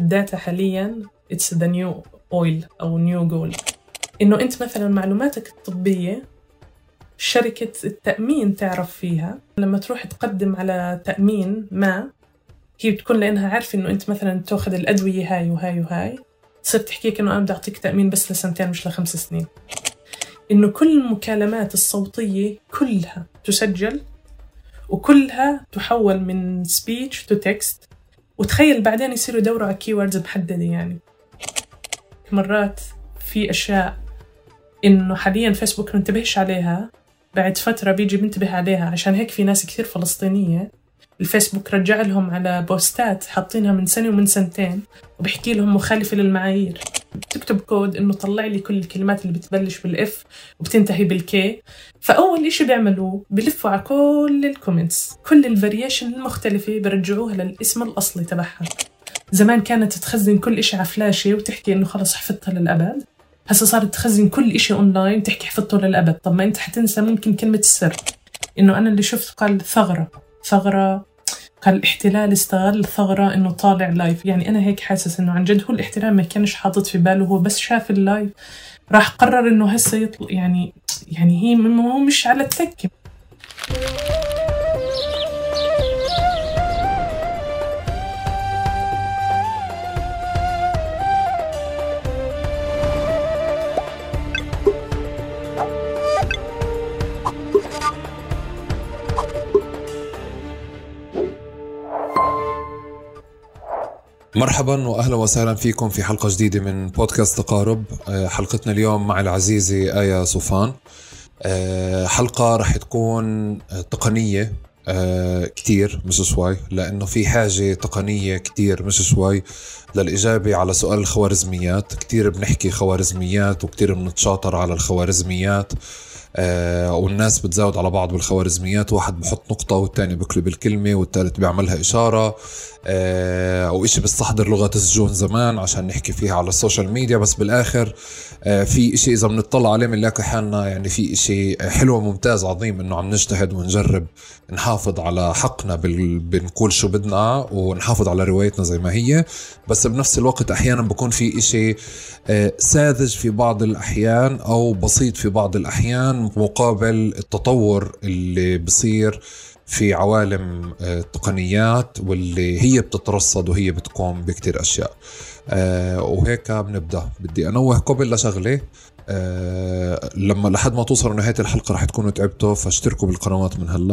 الداتا حاليا it's the new oil أو new gold. إنه أنت مثلا معلوماتك الطبية شركة التأمين تعرف فيها، لما تروح تقدم على تأمين ما هي بتكون لأنها عارفة إنه أنت مثلا تأخذ الأدوية هاي وهاي وهاي، تصير تحكيك إنه أنا بدي أعطيك تأمين بس ل2 مش ل5 سنين. إنه كل المكالمات الصوتية كلها تسجل وكلها تحول من speech to text، وتخيل بعدين يصيروا يدوروا على keywords محددة. يعني مرات في أشياء إنه حالياً فيسبوك منتبهش عليها، بعد فترة بيجي بنتبه عليها. عشان هيك في ناس كثير فلسطينية الفيسبوك رجع لهم على بوستات حاطينها من سنة ومن سنتين وبحكي لهم مخالفة للمعايير. بتكتب كود إنه طلع لي كل الكلمات اللي بتبلش بالإف وبتنتهي بالكي، فأول إشي بيعملوه بلفوا على كل الكومنتس، كل الفاريشن المختلفة برجعوها للاسم الأصلي تبعها. زمان كانت تخزن كل إشي على فلاشة وتحكي إنه خلص حفظتها للأبد، هسه صارت تخزن كل إشي أونلاين تحكي حفظته للأبد. طب ما أنت حتنسى ممكن كلمة السر. إنه أنا اللي شفت قال ثغرة، قال الاحتلال استغل ثغرة إنه طالع لايف. يعني أنا هيك حاسس إنه عن جد هو الاحتلال ما كانش حاطط في باله، هو بس شاف اللايف راح قرر إنه هسه يطلع. يعني هي هو مش على التكة. مرحبا وأهلا وسهلا فيكم في حلقة جديدة من بودكاست تقارب. حلقتنا اليوم مع العزيزة آية صوفان. حلقة رح تكون تقنية كتير مش شوي، لأنه في حاجة تقنية كتير مش شوي للإجابة على سؤال الخوارزميات. كتير بنحكي خوارزميات وكتير بنتشاطر على الخوارزميات، والناس بتزاود على بعض بالخوارزميات، واحد بحط نقطة والتاني بقلب الكلمة والثالث بيعملها إشارة، أو إشي بيستحضر لغة السجون زمان عشان نحكي فيها على السوشيال ميديا. بس بالآخر في إشي إذا بنطلع عليه بنلاقي حالنا يعني في إشي حلو وممتاز عظيم، إنه عم نجتهد ونجرب نحافظ على حقنا بنقول شو بدنا ونحافظ على روايتنا زي ما هي. بس بنفس الوقت أحيانا بكون في إشي ساذج في بعض الأحيان أو بسيط في بعض الأحيان مقابل التطور اللي بصير في عوالم التقنيات واللي هي بتترصد وهي بتقوم بكتير أشياء. وهيك بنبدأ. بدي أنوه قبل لشغلة، لما لحد ما توصلوا نهاية الحلقة رح تكونوا تعبتوا، فاشتركوا بالقنوات من هلا.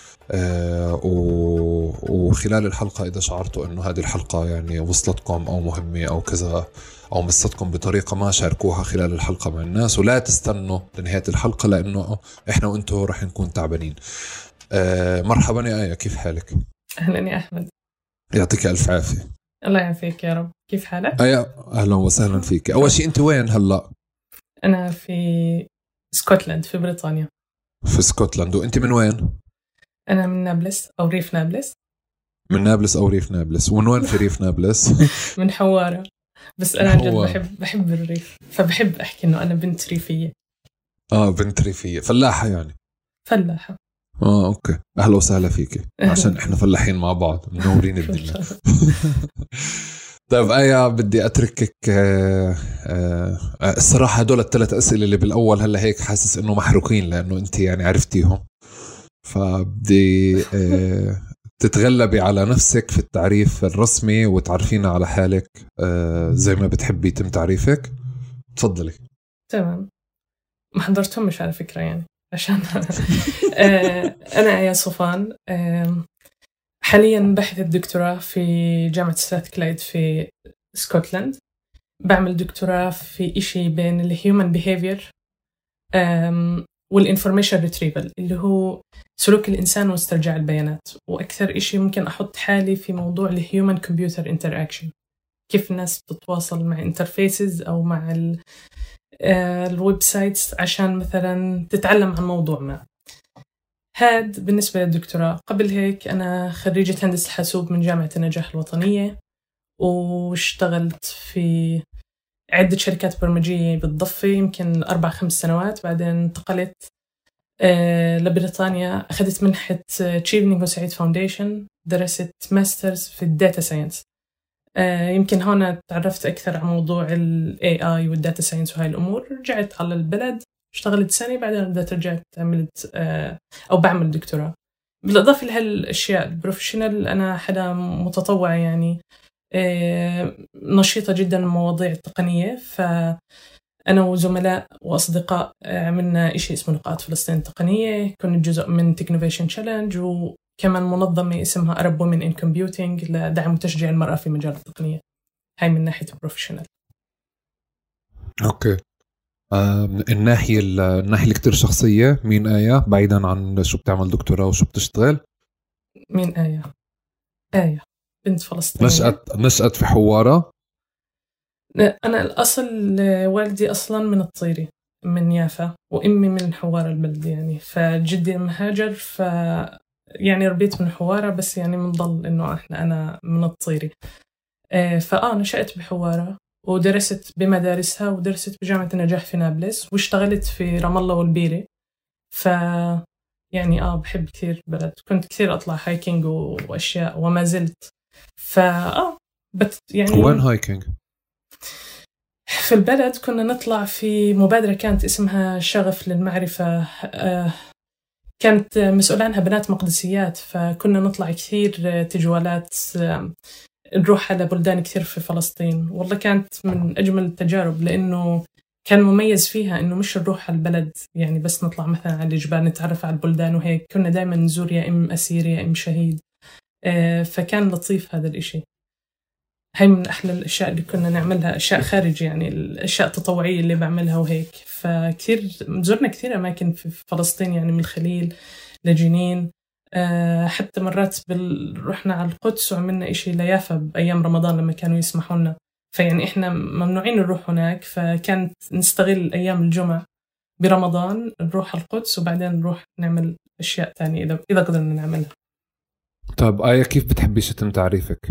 وخلال الحلقة إذا شعرتوا أنه هذه الحلقة يعني وصلتكم أو مهمة أو كذا أو مستكم بطريقة ما، شاركوها خلال الحلقة مع الناس، ولا تستنوا لنهاية الحلقة لأنه إحنا وإنتوا رح نكون تعبانين. مرحبا يا آية، كيف حالك؟ أهلا يا أحمد. يعطيك ألف عافية. الله يعافيك يا رب. كيف حالك؟ آية أهلا وسهلا فيك. أول شيء أنت وين هلأ؟ أنا في اسكتلند في بريطانيا. في اسكتلند. وأنت من وين؟ أنا من نابلس أو ريف نابلس. من نابلس أو ريف نابلس. ومن وين في ريف نابلس؟ من حوارة. بس أنا جد بحب الريف، فبحب أحكي إنه أنا بنت ريفية. بنت ريفية فلاحة يعني. فلاحة. أوكي، أهلا وسهلا فيك. عشان إحنا فلاحين مع بعض منورين الدنيا. طيب آية، بدي أتركك. الصراحة هدول الثلاث أسئلة اللي بالأول هلا هيك حاسس إنه محروقين لأنه أنت يعني عرفتيهم، فبدي تتغلبي على نفسك في التعريف الرسمي وتعرفينا على حالك زي ما بتحبي يتم تعريفك. تفضلي. تمام. ما حضرتهم مش على فكرة يعني عشان أنا آية صوفان، حاليا باحث الدكتوراه في جامعة ستراثكلايد في اسكتلند. بعمل دكتوراه في إشي بين الهيومن بيهيفير والإنفورميشن ريتريفل، اللي هو سلوك الإنسان واسترجاع البيانات. وأكثر إشي ممكن أحط حالي في موضوع الهيومن كمبيوتر انتراكشن، كيف الناس بتتواصل مع انترفيسز أو مع الويب سايتس عشان مثلا تتعلم عن موضوع ما. هاد بالنسبة للدكتوراه. قبل هيك أنا خريجة هندسة حاسوب من جامعة النجاح الوطنية، واشتغلت في عدة شركات برمجية بالضفة يمكن 4-5 سنوات. بعدين انتقلت لبريطانيا، أخذت منحة تشيفنينغ وسعيد فاونديشن، درست ماسترز في الداتا ساينس يمكن هون تعرفت أكثر عن موضوع ال AI والداتا ساينس وهاي الأمور. رجعت على البلد، اشتغلت سنة، بعدين بدأت رجعت عملت أو بعمل دكتوراه. بالإضافة لهالأشياء البروفيشنال، أنا حدا متطوع يعني، نشيطة جدا المواضيع التقنية. فأنا وزملاء وأصدقاء عملنا إشي اسمه نقاط فلسطين التقنية، كنت جزء من تكنوفيشن تشالنج، وكمان منظمة اسمها Arab Women in Computing لدعم وتشجيع المرأة في مجال التقنية. هاي من ناحية بروفيشنال. أوكي. الناحية اللي كتير شخصية، مين آية بعيدا عن شو بتعمل دكتوراه وشو بتشتغل؟ مين آية؟ آية بنت فلسطينية نشأت في حوارة. أنا الأصل والدي أصلا من الطيري، من يافا، وأمي من حوارة البلد يعني. فجدي مهاجر، يعني ربيت من حوارة، بس يعني منضل إنه أنا من الطيري. نشأت بحوارة ودرست بمدارسها، ودرست بجامعة النجاح في نابلس، واشتغلت في رام الله والبيرة. يعني بحب كثير بلد، كنت كثير أطلع هايكينج وأشياء وما زلت. يعني وين هايكينج؟ في البلد كنا نطلع في مبادرة كانت اسمها شغف للمعرفة، كانت مسؤول عنها بنات مقدسيات. فكنا نطلع كثير تجوالات، نروح على بلدان كثير في فلسطين. والله كانت من أجمل التجارب، لأنه كان مميز فيها إنه مش نروح على البلد يعني بس نطلع مثلا على الجبال نتعرف على البلدان وهيك. كنا دائما نزور يا إم أسير يا إم شهيد. فكان لطيف هذا الإشي. هاي من أحلى الأشياء اللي كنا نعملها، أشياء خارج يعني الأشياء التطوعية اللي بعملها وهيك. فكثير زرنا كثير أماكن في فلسطين، يعني من الخليل لجنين، حتى مرات رحنا على القدس وعملنا إشي ليافا بأيام رمضان لما كانوا يسمحوا لنا. فيعني إحنا ممنوعين نروح هناك، فكانت نستغل أيام الجمعة برمضان نروح على القدس، وبعدين نروح نعمل أشياء تانية إذا قدرنا نعملها. طيب آية، كيف بتحبي يتم تعريفك؟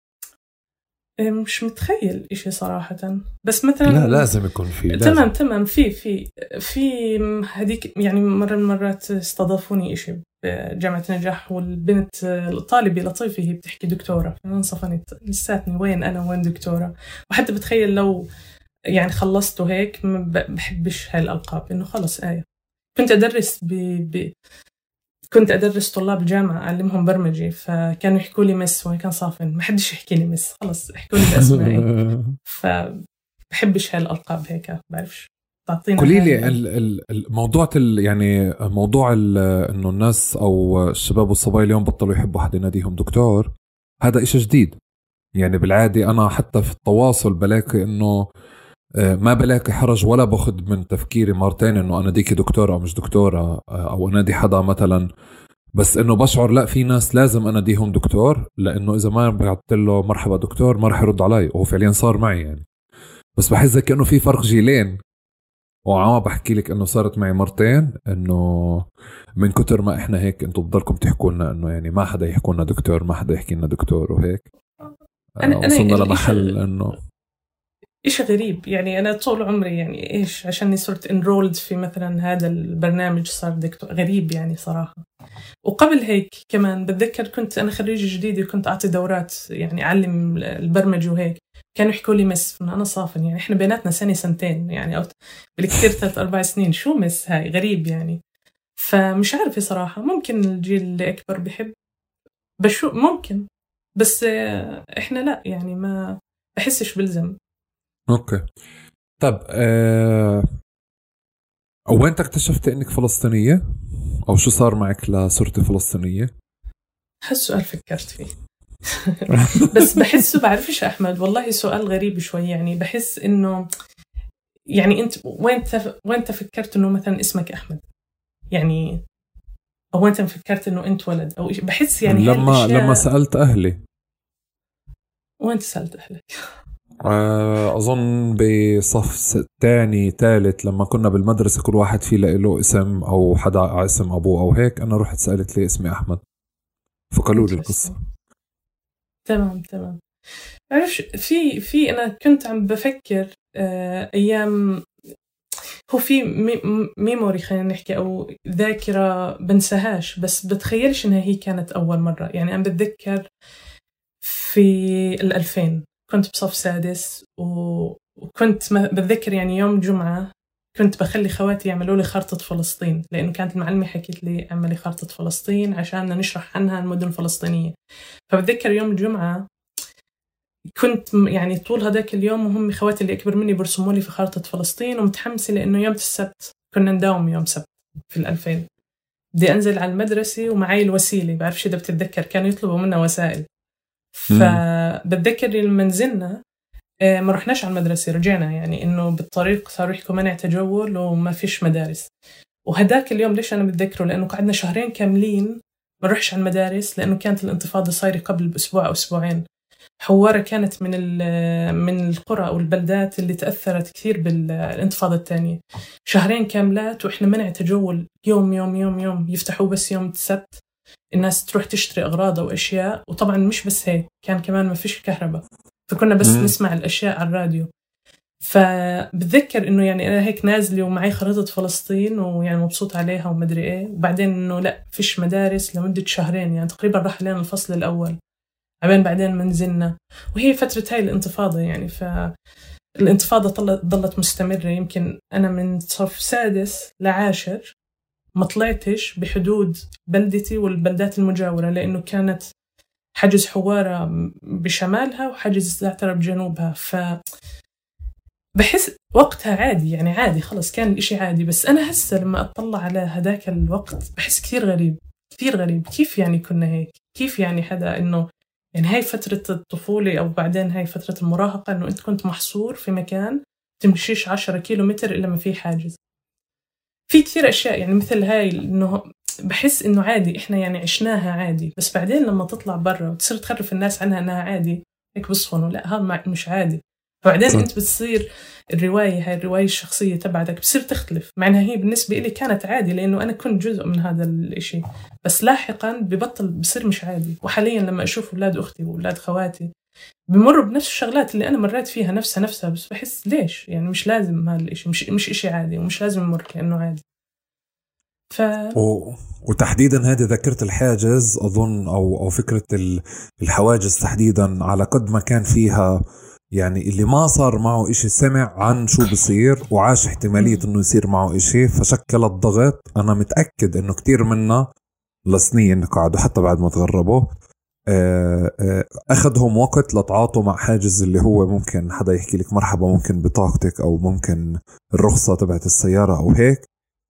مش متخيل إشي صراحة، بس مثلا لا لازم يكون في تمام في هديك يعني مرة من المرات استضافوني إشي بجامعة نجاح، والبنت الطالبة لطيفة هي بتحكي دكتورة، فانصفنت لساتني وين أنا وين دكتورة. وحتى بتخيل لو يعني خلصت وهيك ما بحبش هاي الألقاب، إنه خلص آية. كنت أدرس كنت أدرس طلاب الجامعة أعلمهم برمجة، فكانوا يحكوا لي مس، وأنا كان صافن ما حدش يحكي لي مس، خلص احكوا لي بأسمائي. فبحبش هاي الألقاب هيك، بعرفش تعطينا. قولي لي الموضوع يعني موضوع إنه الناس أو الشباب والصبايا اليوم بطلوا يحبوا حد يناديهم دكتور، هذا إشي جديد. يعني بالعادي أنا حتى في التواصل بلاقي إنه ما بلاقي حرج ولا باخد من تفكيري مرتين إنه أنا ديكي دكتورة أو مش دكتورة، أو أنادي حدا مثلا. بس إنه بشعر لا، في ناس لازم أناديهم دكتور، لأنه إذا ما بعثت له مرحبا دكتور ما رح يرد علي، وهو فعليا صار معي يعني. بس بحس زي كأنه في فرق جيلين، وعم بحكي لك إنه صارت معي مرتين، إنه من كتر ما إحنا هيك أنتوا بضلكم تحكوا لنا إنه يعني ما حدا يحكوا لنا دكتور، ما حدا يحكي لنا دكتور وهيك. وصلنا لمحل إنه إيش غريب. يعني أنا طول عمري يعني إيش عشاني صرت enrolled في مثلا هذا البرنامج صار دكتور، غريب يعني صراحة. وقبل هيك كمان بتذكر كنت أنا خريجة جديدة، كنت أعطي دورات يعني أعلم البرمجة وهيك، كانوا يحكوا لي مس، أنا صافن يعني إحنا بيناتنا سنة سنتين يعني، أو بالكثير 3-4 سنين، شو مس هاي، غريب يعني. فمش عارفة صراحة، ممكن الجيل اللي أكبر بحب بشو، ممكن، بس إحنا لا يعني ما بحسش بلزم. اوكي. طب وين اكتشفت انك فلسطينية، او شو صار معك لصرتي فلسطينية؟ هالسؤال فكرت فيه بس بحسه بعرفش أحمد، والله سؤال غريب شوي. يعني بحس إنه يعني أنت وين فكرت إنه مثلا اسمك أحمد يعني، أو أنت فكرت إنه أنت ولد أو إيش؟ بحس يعني لما سألت أهلي. وين سألت أهلك؟ أظن بصف تاني ثالث لما كنا بالمدرسة، كل واحد فيه له اسم أو حدا اسم أبوه أو هيك. أنا رحت سألت لي اسمي أحمد، فقالوا لي القصة. تمام. عرفش في أنا كنت عم بفكر أيام، هو في ميموري خلينا نحكي، أو ذاكرة بنساهاش، بس بتخيلش إنها هي كانت أول مرة. يعني أنا بتذكر في 2000 كنت بصف سادس، وكنت بتذكر يعني يوم جمعة كنت بخلي خواتي يعملوا لي خارطة فلسطين، لأنه كانت المعلمة حكيت لي اعملي خارطة فلسطين عشان نشرح عنها المدن الفلسطينية. فبتذكر يوم الجمعة كنت يعني طول هذاك اليوم وهم خواتي اللي أكبر مني برسموا لي في خارطة فلسطين، ومتحمسة لأنه يوم السبت كنا نداوم يوم سبت في 2000 بدي أنزل على المدرسة ومعي الوسيلة، بعرفش إذا بتتذكر كانوا يطلبوا منا وسائل. فبتذكر لما نزلنا ما رحناش على المدرسة، رجعنا يعني إنه بالطريق صاروا يحكوا منع تجول وما فيش مدارس. وهداك اليوم ليش أنا بتذكره؟ لأنه قعدنا شهرين كاملين ما نروحش على المدارس، لأنه كانت الانتفاضة صايرة قبل بأسبوع أو أسبوعين. حوارة كانت من القرى أو البلدات اللي تأثرت كثير بالانتفاضة الثانية. شهرين كاملات وإحنا منع تجول، يوم يوم يوم يوم يفتحوا بس يوم السبت الناس تروح تشتري أغراض أو أشياء. وطبعا مش بس هيك، كان كمان ما فيش كهرباء، فكنا بس نسمع الأشياء على الراديو. فبتذكر إنه يعني أنا هيك نازلة ومعي خريطة فلسطين ويعني مبسوط عليها ومدري إيه، وبعدين إنه لا فيش مدارس لمدة شهرين، يعني تقريبا راح لنا الفصل الأول بعدين منزلنا. وهي فترة هاي الانتفاضة يعني، فالانتفاضة ضلت مستمرة. يمكن أنا من صف سادس لعاشر ما طلعتش بحدود بلدتي والبلدات المجاورة، لأنه كانت حجز حوارة بشمالها وحجز زعترة بجنوبها. بحس وقتها عادي، يعني عادي خلص كان الإشي عادي. بس أنا هسه لما أطلع على هداك الوقت بحس كثير غريب، كثير غريب. كيف يعني كنا هيك؟ كيف يعني حدا إنه يعني هاي فترة الطفولة أو بعدين هاي فترة المراهقة، إنه أنت كنت محصور في مكان تمشيش 10 كيلومتر إلا ما فيه حاجز. في كثير أشياء يعني مثل هاي، إنه بحس إنه عادي إحنا يعني عشناها عادي، بس بعدين لما تطلع برا وتصير تخرف الناس عنها إنها عادي هيك بصفنوا لا هذا مش عادي. فبعدين أنت بتصير هاي الرواية الشخصية تبعتك بتصير تختلف، مع إنها هي بالنسبة إلي كانت عادي لأنه أنا كنت جزء من هذا الإشي، بس لاحقا بصير مش عادي. وحاليا لما أشوف أولاد أختي وأولاد خواتي بمروا بنفس الشغلات اللي أنا مريت فيها نفسها، بس بحس ليش يعني مش لازم هذا الإشي، مش إشي عادي ومش لازم يمر كأنه عادي. وتحديدا هذه ذكرت الحاجز أظن أو فكرة الحواجز تحديدا، على قد ما كان فيها يعني اللي ما صار معه إشي سمع عن شو بصير وعاش احتمالية إنه يصير معه إشي، فشكل الضغط. أنا متأكد إنه كتير منا لسنين قعدوا حتى بعد ما تغربوا أخذهم وقت لتعاطوا مع حاجز اللي هو ممكن حدا يحكي لك مرحبا ممكن بطاقتك أو ممكن الرخصة تبعت السيارة أو هيك.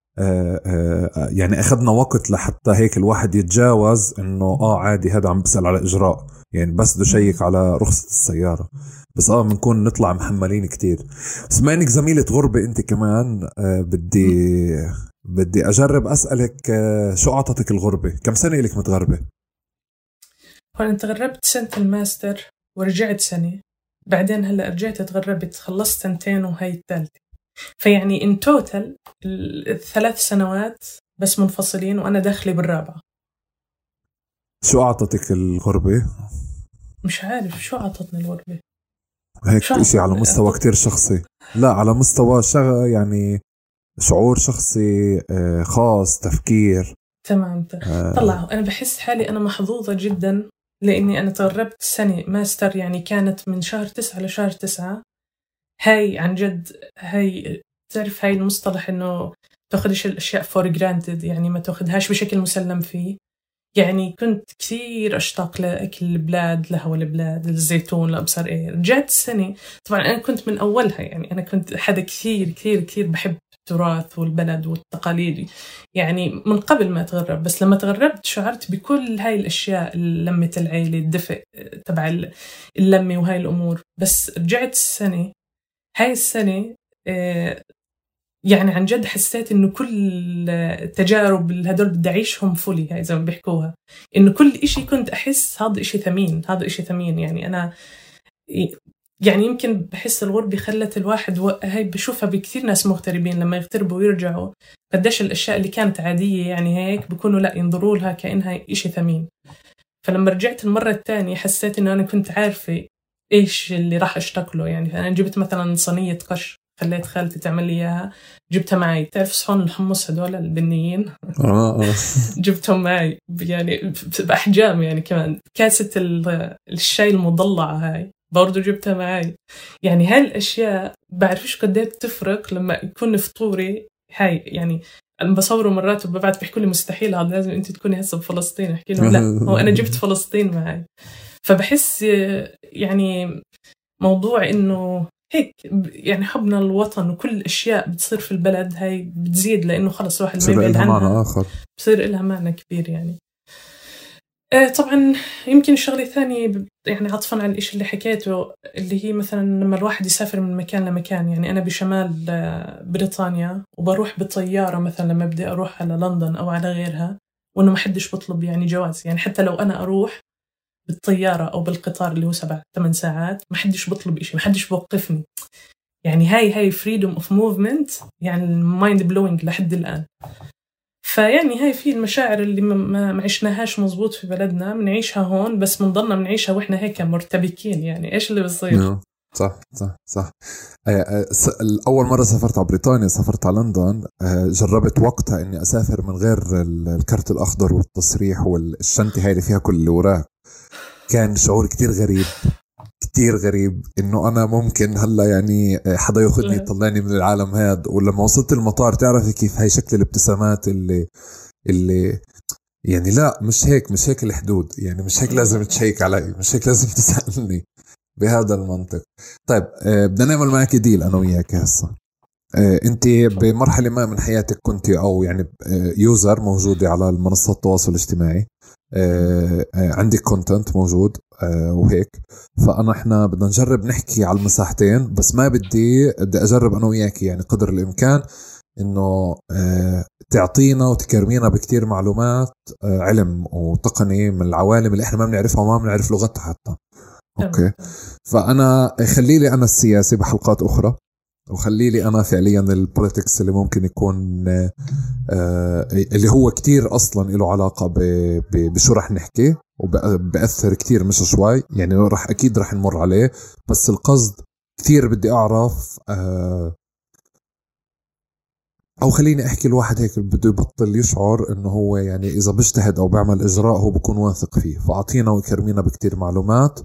يعني أخذنا وقت لحتى هيك الواحد يتجاوز إنه عادي هذا عم بسأل على إجراء، يعني بس بده يشيك على رخصة السيارة. بس بنكون نطلع محملين كتير. بس ما إنك زميلة غربة أنت كمان، بدي أجرب أسألك شو عطتك الغربة؟ كم سنة لك متغربة؟ أنا تغربت سنة الماستر ورجعت سنة، بعدين هلأ رجعت تغربت خلصت 2 وهي الثالثة. فيعني إن توتال 3 سنوات بس منفصلين وأنا داخلي بالرابعة. شو عطتك الغربة؟ مش عارف شو عطتني الغربة. هيك إشي على مستوى كتير شخصي، لا على مستوى يعني شعور شخصي خاص، تفكير. تمام. طلع أنا بحس حالي أنا محظوظة جدا لأني أنا تغربت سنة ماستر، يعني كانت من شهر 9 لشهر 9. هاي عن جد هاي تعرف هاي المصطلح إنه تأخذش الأشياء for granted، يعني ما تأخذهاش بشكل مسلم فيه. يعني كنت كثير أشتاق لأكل البلاد، لهوى البلاد، الزيتون، لأبصر إيه. رجعت السنة طبعا أنا كنت من أولها، يعني أنا كنت حدا كثير كثير كثير بحب التراث والبلد والتقاليد يعني من قبل ما أتغرب. بس لما تغربت شعرت بكل هاي الأشياء، لمة العيلة، الدفء تبع اللمة وهاي الأمور. بس رجعت هاي السنة يعني عن جد حسيت إنه كل التجارب هدول بدي أعيشهم فولي، هاي زي ما بيحكوها، إنه كل إشي كنت أحس هذا إشي ثمين، هذا إشي ثمين. يعني أنا يعني يمكن بحس الغربة خلت الواحد هاي بشوفها بكثير ناس مغتربين لما يغتربوا ويرجعوا قديش الأشياء اللي كانت عادية يعني هيك بيكونوا لا ينظروا لها كأنها إشي ثمين. فلما رجعت المرة الثانية حسيت إنه أنا كنت عارفة إيش اللي راح أشتغله. يعني أنا جبت مثلا صينية قش خليت خالتي تعمل لي إياها، جبتها معي. تعرف صحون الحمص هدول البنيين؟ جبتهم معي يعني بأحجام، يعني كمان كاسة الشاي المضلعة هاي برضو جبتها معي. يعني هاي الأشياء بعرفش قد ايه بتفرق لما يكون فطوري هاي. يعني أنا بصوره مرات وببعت بيحكوا لي مستحيل هذا، لازم أنت تكوني هسه بفلسطين. أحكي لهم لا، هو أنا جبت فلسطين معي. فبحس يعني موضوع إنه هيك يعني حبنا للوطن وكل الأشياء بتصير في البلد هاي بتزيد، لأنه خلص الواحد ما يبعد عنها، بصير لها معنى كبير يعني. طبعا يمكن شغلة ثانية يعني عطفاً على الإشي اللي حكيته، اللي هي مثلا لما الواحد يسافر من مكان لمكان. يعني أنا بشمال بريطانيا وبروح بالطيارة مثلا لما بدي أروح على لندن أو على غيرها، وإنه ما حدش بطلب يعني جواز. يعني حتى لو أنا أروح بالطيارة أو بالقطار اللي هو 7-8 ساعات ما حدش بطلب إشي، ما حدش بوقفني. يعني هاي freedom of movement يعني mind blowing لحد الآن. فيعني هاي في المشاعر اللي ما عشناهاش مزبوط في بلدنا بنعيشها هون، بس منضلنا بنعيشها وإحنا هيك مرتبكين. يعني إيش اللي بيصير؟ صح. الأول مرة سافرت على بريطانيا، سافرت على لندن، جربت وقتها إني أسافر من غير الكارت الأخضر والتصريح والشنطة هاي اللي فيها كل اللي وراك. كان شعور كتير غريب إنه أنا ممكن هلا يعني حدا يأخذني يطلعني من العالم هذا. ولما وصلت المطار تعرفي كيف هاي شكل الابتسامات اللي يعني لا مش هيك الحدود، يعني مش هيك لازم تشيك علي، مش هيك لازم تسألني بهذا المنطق. طيب بدنا نعمل معك ديل أنا وياك هسه. أنت بمرحلة ما من حياتك كنت أو يعني يوزر موجودة على المنصات التواصل الاجتماعي، عندك كونتنت موجود وهيك. احنا بدنا نجرب نحكي على المساحتين، بس ما بدي أجرب أنا وياك يعني قدر الإمكان إنه تعطينا وتكرمينا بكتير معلومات علم وتقني من العوالم اللي إحنا ما بنعرفها وما بنعرف لغتها حتى. أوكي، فأنا خليلي أنا السياسي بحلقات أخرى، وخليلي أنا فعليا البوليتكس اللي ممكن يكون اللي هو كتير أصلا له علاقة بشو رح نحكي وبأثر كتير مش شوي يعني. أكيد رح نمر عليه، بس القصد كتير بدي أعرف أو خليني أحكي الواحد هيك بده يبطل يشعر إنه هو يعني إذا بيجتهد أو بيعمل إجراء هو بكون واثق فيه. فأعطينا ويكرمينا بكتير معلومات.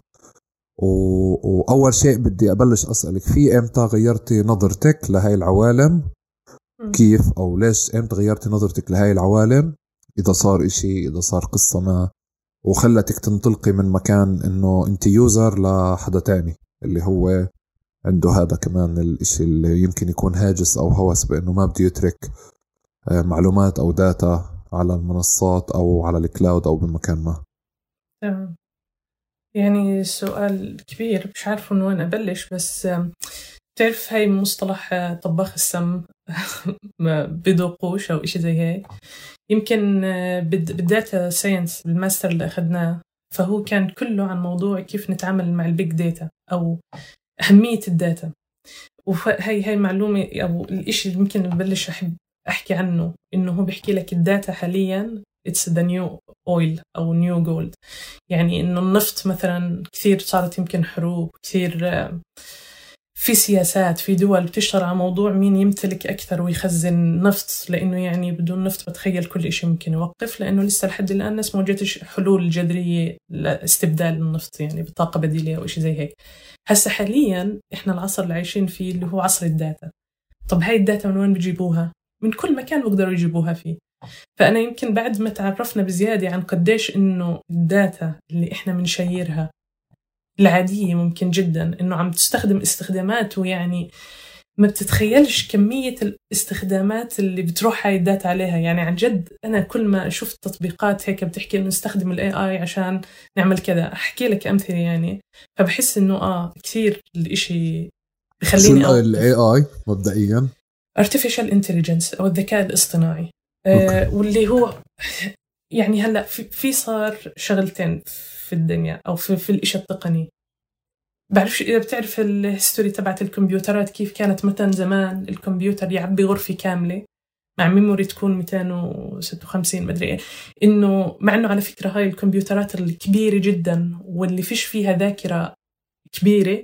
وأول شيء بدي أبلش أسألك فيه، إمتى غيرتي نظرتك لهاي العوالم؟ كيف أو ليش إمتى غيرتي نظرتك لهاي العوالم؟ إذا صار إشي، إذا صار قصة ما وخلتك تنطلقي من مكان إنه أنت يوزر لحدا تاني اللي هو عنده هذا كمان الإشي اللي يمكن يكون هاجس أو هوس بأنه ما بده يترك معلومات أو داتا على المنصات أو على الكلاود أو بمكان ما. تمام. يعني سؤال كبير مش عارفة من وين أبلش، بس تعرف هاي مصطلح طباخ السم بدوقوش أو إشي زي هيك. يمكن بالداتا ساينس بالماستر اللي أخذناه، فهو كان كله عن موضوع كيف نتعامل مع البيج داتا أو أهمية الداتا. وهي معلومة أو الإشي اللي ممكن نبلش أحب أحكي عنه، إنه هو بيحكي لك الداتا حالياً it's the new oil أو new gold. يعني إنه النفط مثلاً كثير صارت يمكن حروب كثير، في سياسات في دول بتشتغل على موضوع مين يمتلك أكثر ويخزن نفط، لأنه يعني بدون نفط بتخيل كل إشي ممكن يوقف، لأنه لسه لحد الآن الناس ما وجدتش حلول جذرية لاستبدال النفط يعني بطاقة بديلة أو إشي زي هيك. هسه حالياً إحنا العصر اللي عايشين فيه اللي هو عصر الداتا. طب هاي الداتا من وين بيجيبوها؟ من كل مكان بيقدروا يجيبوها فيه. فأنا يمكن بعد ما تعرفنا بزيادة عن قديش إنه الداتا اللي إحنا منشيرها العادية ممكن جدا إنه عم تستخدم استخدامات، ويعني ما بتتخيلش كمية الاستخدامات اللي بتروح هاي الداتا عليها. يعني عن جد أنا كل ما شفت تطبيقات هيك بتحكي إنه نستخدم ال AI عشان نعمل كذا، أحكي لك أمثلة يعني، فبحس إنه كثير الإشي بخليني شو ال AI مبدئيا؟ Artificial Intelligence أو الذكاء الاصطناعي. واللي هو يعني هلأ في صار شغلتين في الدنيا أو في الإشي التقني. بعرفش إذا بتعرف الهيستوري تبعت الكمبيوترات كيف كانت. مثلا زمان الكمبيوتر يعبي غرفة كاملة مع ميموري تكون 256 مدري إيه، إنه مع إنه على فكرة هاي الكمبيوترات الكبيرة جدا واللي فيش فيها ذاكرة كبيرة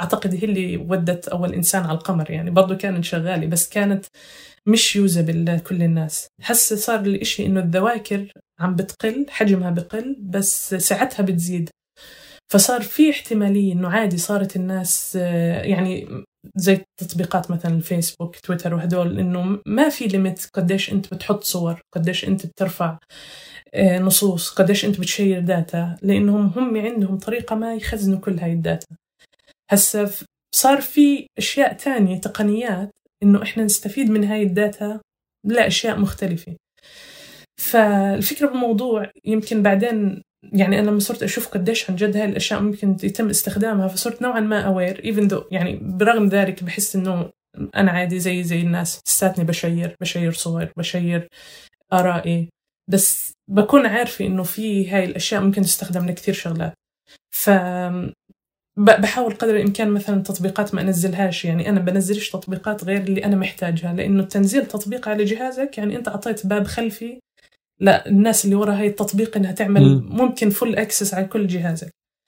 أعتقد هي اللي ودت أول إنسان على القمر، يعني برضو كانت شغالة بس كانت مش يوزابل لكل الناس. هسه صار الإشي إنه الذواكر عم بتقل، حجمها بقل بس سعتها بتزيد، فصار في احتمالية إنه عادي صارت الناس يعني زي تطبيقات مثلا الفيسبوك تويتر وهدول، إنه ما في ليميت قديش أنت بتحط صور، قديش أنت بترفع نصوص، قديش أنت بتشير داتا، لأنهم هم عندهم طريقة ما يخزنوا كل هاي الداتا. هسه صار في أشياء تانية تقنيات إنه إحنا نستفيد من هاي الداتا لأشياء مختلفة. فالفكرة بالموضوع يمكن بعدين يعني أنا لما صرت أشوف قديش عن جد هاي الأشياء ممكن يتم استخدامها، فصرت نوعا ما aware even though يعني برغم ذلك بحس إنه أنا عادي زي الناس، لساتني بشير صور، بشير آرائي، بس بكون عارفة إنه في هاي الأشياء ممكن تستخدم لكثير شغلات. بحاول قدر الإمكان مثلا تطبيقات ما أنزلهاش، يعني أنا بنزلش تطبيقات غير اللي أنا محتاجها، لأنه تنزيل تطبيق على جهازك يعني أنت أعطيت باب خلفي لا الناس اللي وراء هاي التطبيق إنها تعمل ممكن فول أكسس على كل جهازك.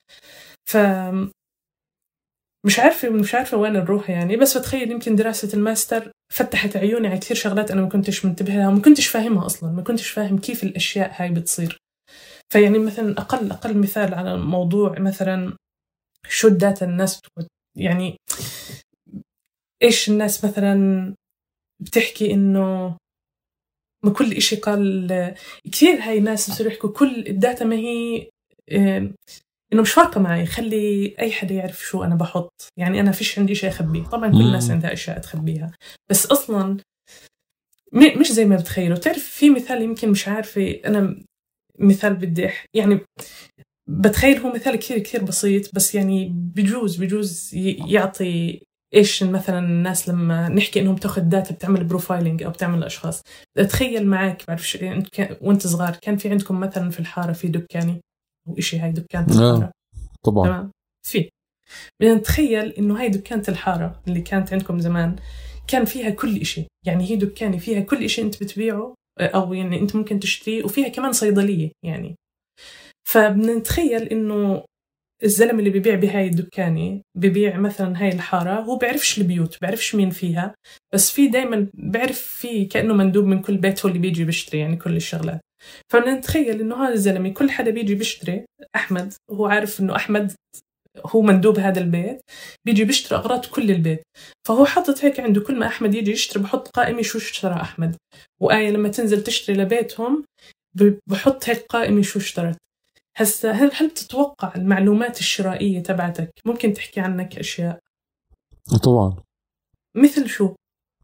مش عارفة وين نروح يعني، بس بتخيل يمكن دراسة الماستر فتحت عيوني على كثير شغلات أنا ما كنتش منتبه لها وما كنتش فاهمها أصلا، ما كنتش فاهم كيف الأشياء هاي بتصير. فيعني مثلا أقل مثال على موضوع مثلا شو الداتا الناس يعني إيش الناس مثلا بتحكي إنه ما كل إشي قال كثير، هاي الناس بصيروا يحكوا كل الداتا ما هي إنه مش فارقة معي، خلي أي حدا يعرف شو أنا بحط، يعني أنا فيش عندي شيء أخبيه. طبعا كل الناس عندها أشياء تخبيها بس أصلا مش زي ما بتخيلوا. تعرف في مثال يمكن مش عارفة أنا، مثال بدي يعني بتخيل هو مثال كثير كثير بسيط بس يعني بجوز يعطي إيش مثلا الناس لما نحكي إنهم تأخذ داتا بتعمل بروفايلينج أو بتعمل أشخاص. تخيل معك بعرفش وانت صغار كان في عندكم مثلا في الحارة في دكاني وإشي، هاي دكانة الحارة طبعا تمام، في بدنا نتخيل إنه هاي دكانة الحارة اللي كانت عندكم زمان كان فيها كل إشي، يعني هي دكانة فيها كل إشي أنت بتبيعه أو يعني أنت ممكن تشتريه، وفيها كمان صيدلية يعني. فبدنا نتخيل إنه الزلم اللي بيبيع بهاي الدكانة بيبيع مثلا هاي الحارة، هو بيعرفش البيوت، بيعرفش مين فيها، بس في دايما بيعرف في كأنه مندوب من كل بيت هو اللي بيجي بيشتري يعني كل الشغلات. فبدنا نتخيل إنه هذا الزلمة كل حدا بيجي بيشتري أحمد، وهو عارف إنه أحمد هو مندوب هذا البيت، بيجي بيشتري أغراض كل البيت، فهو حاطط هيك عنده كل ما أحمد يجي يشتري بحط قائمة شو اشترى أحمد، وآية لما تنزل تشتري لبيتهم بحط هيك قائمة شو اشترت. هسه هل تتوقع المعلومات الشرائية تبعتك ممكن تحكي عنك أشياء؟ طبعا. مثل شو؟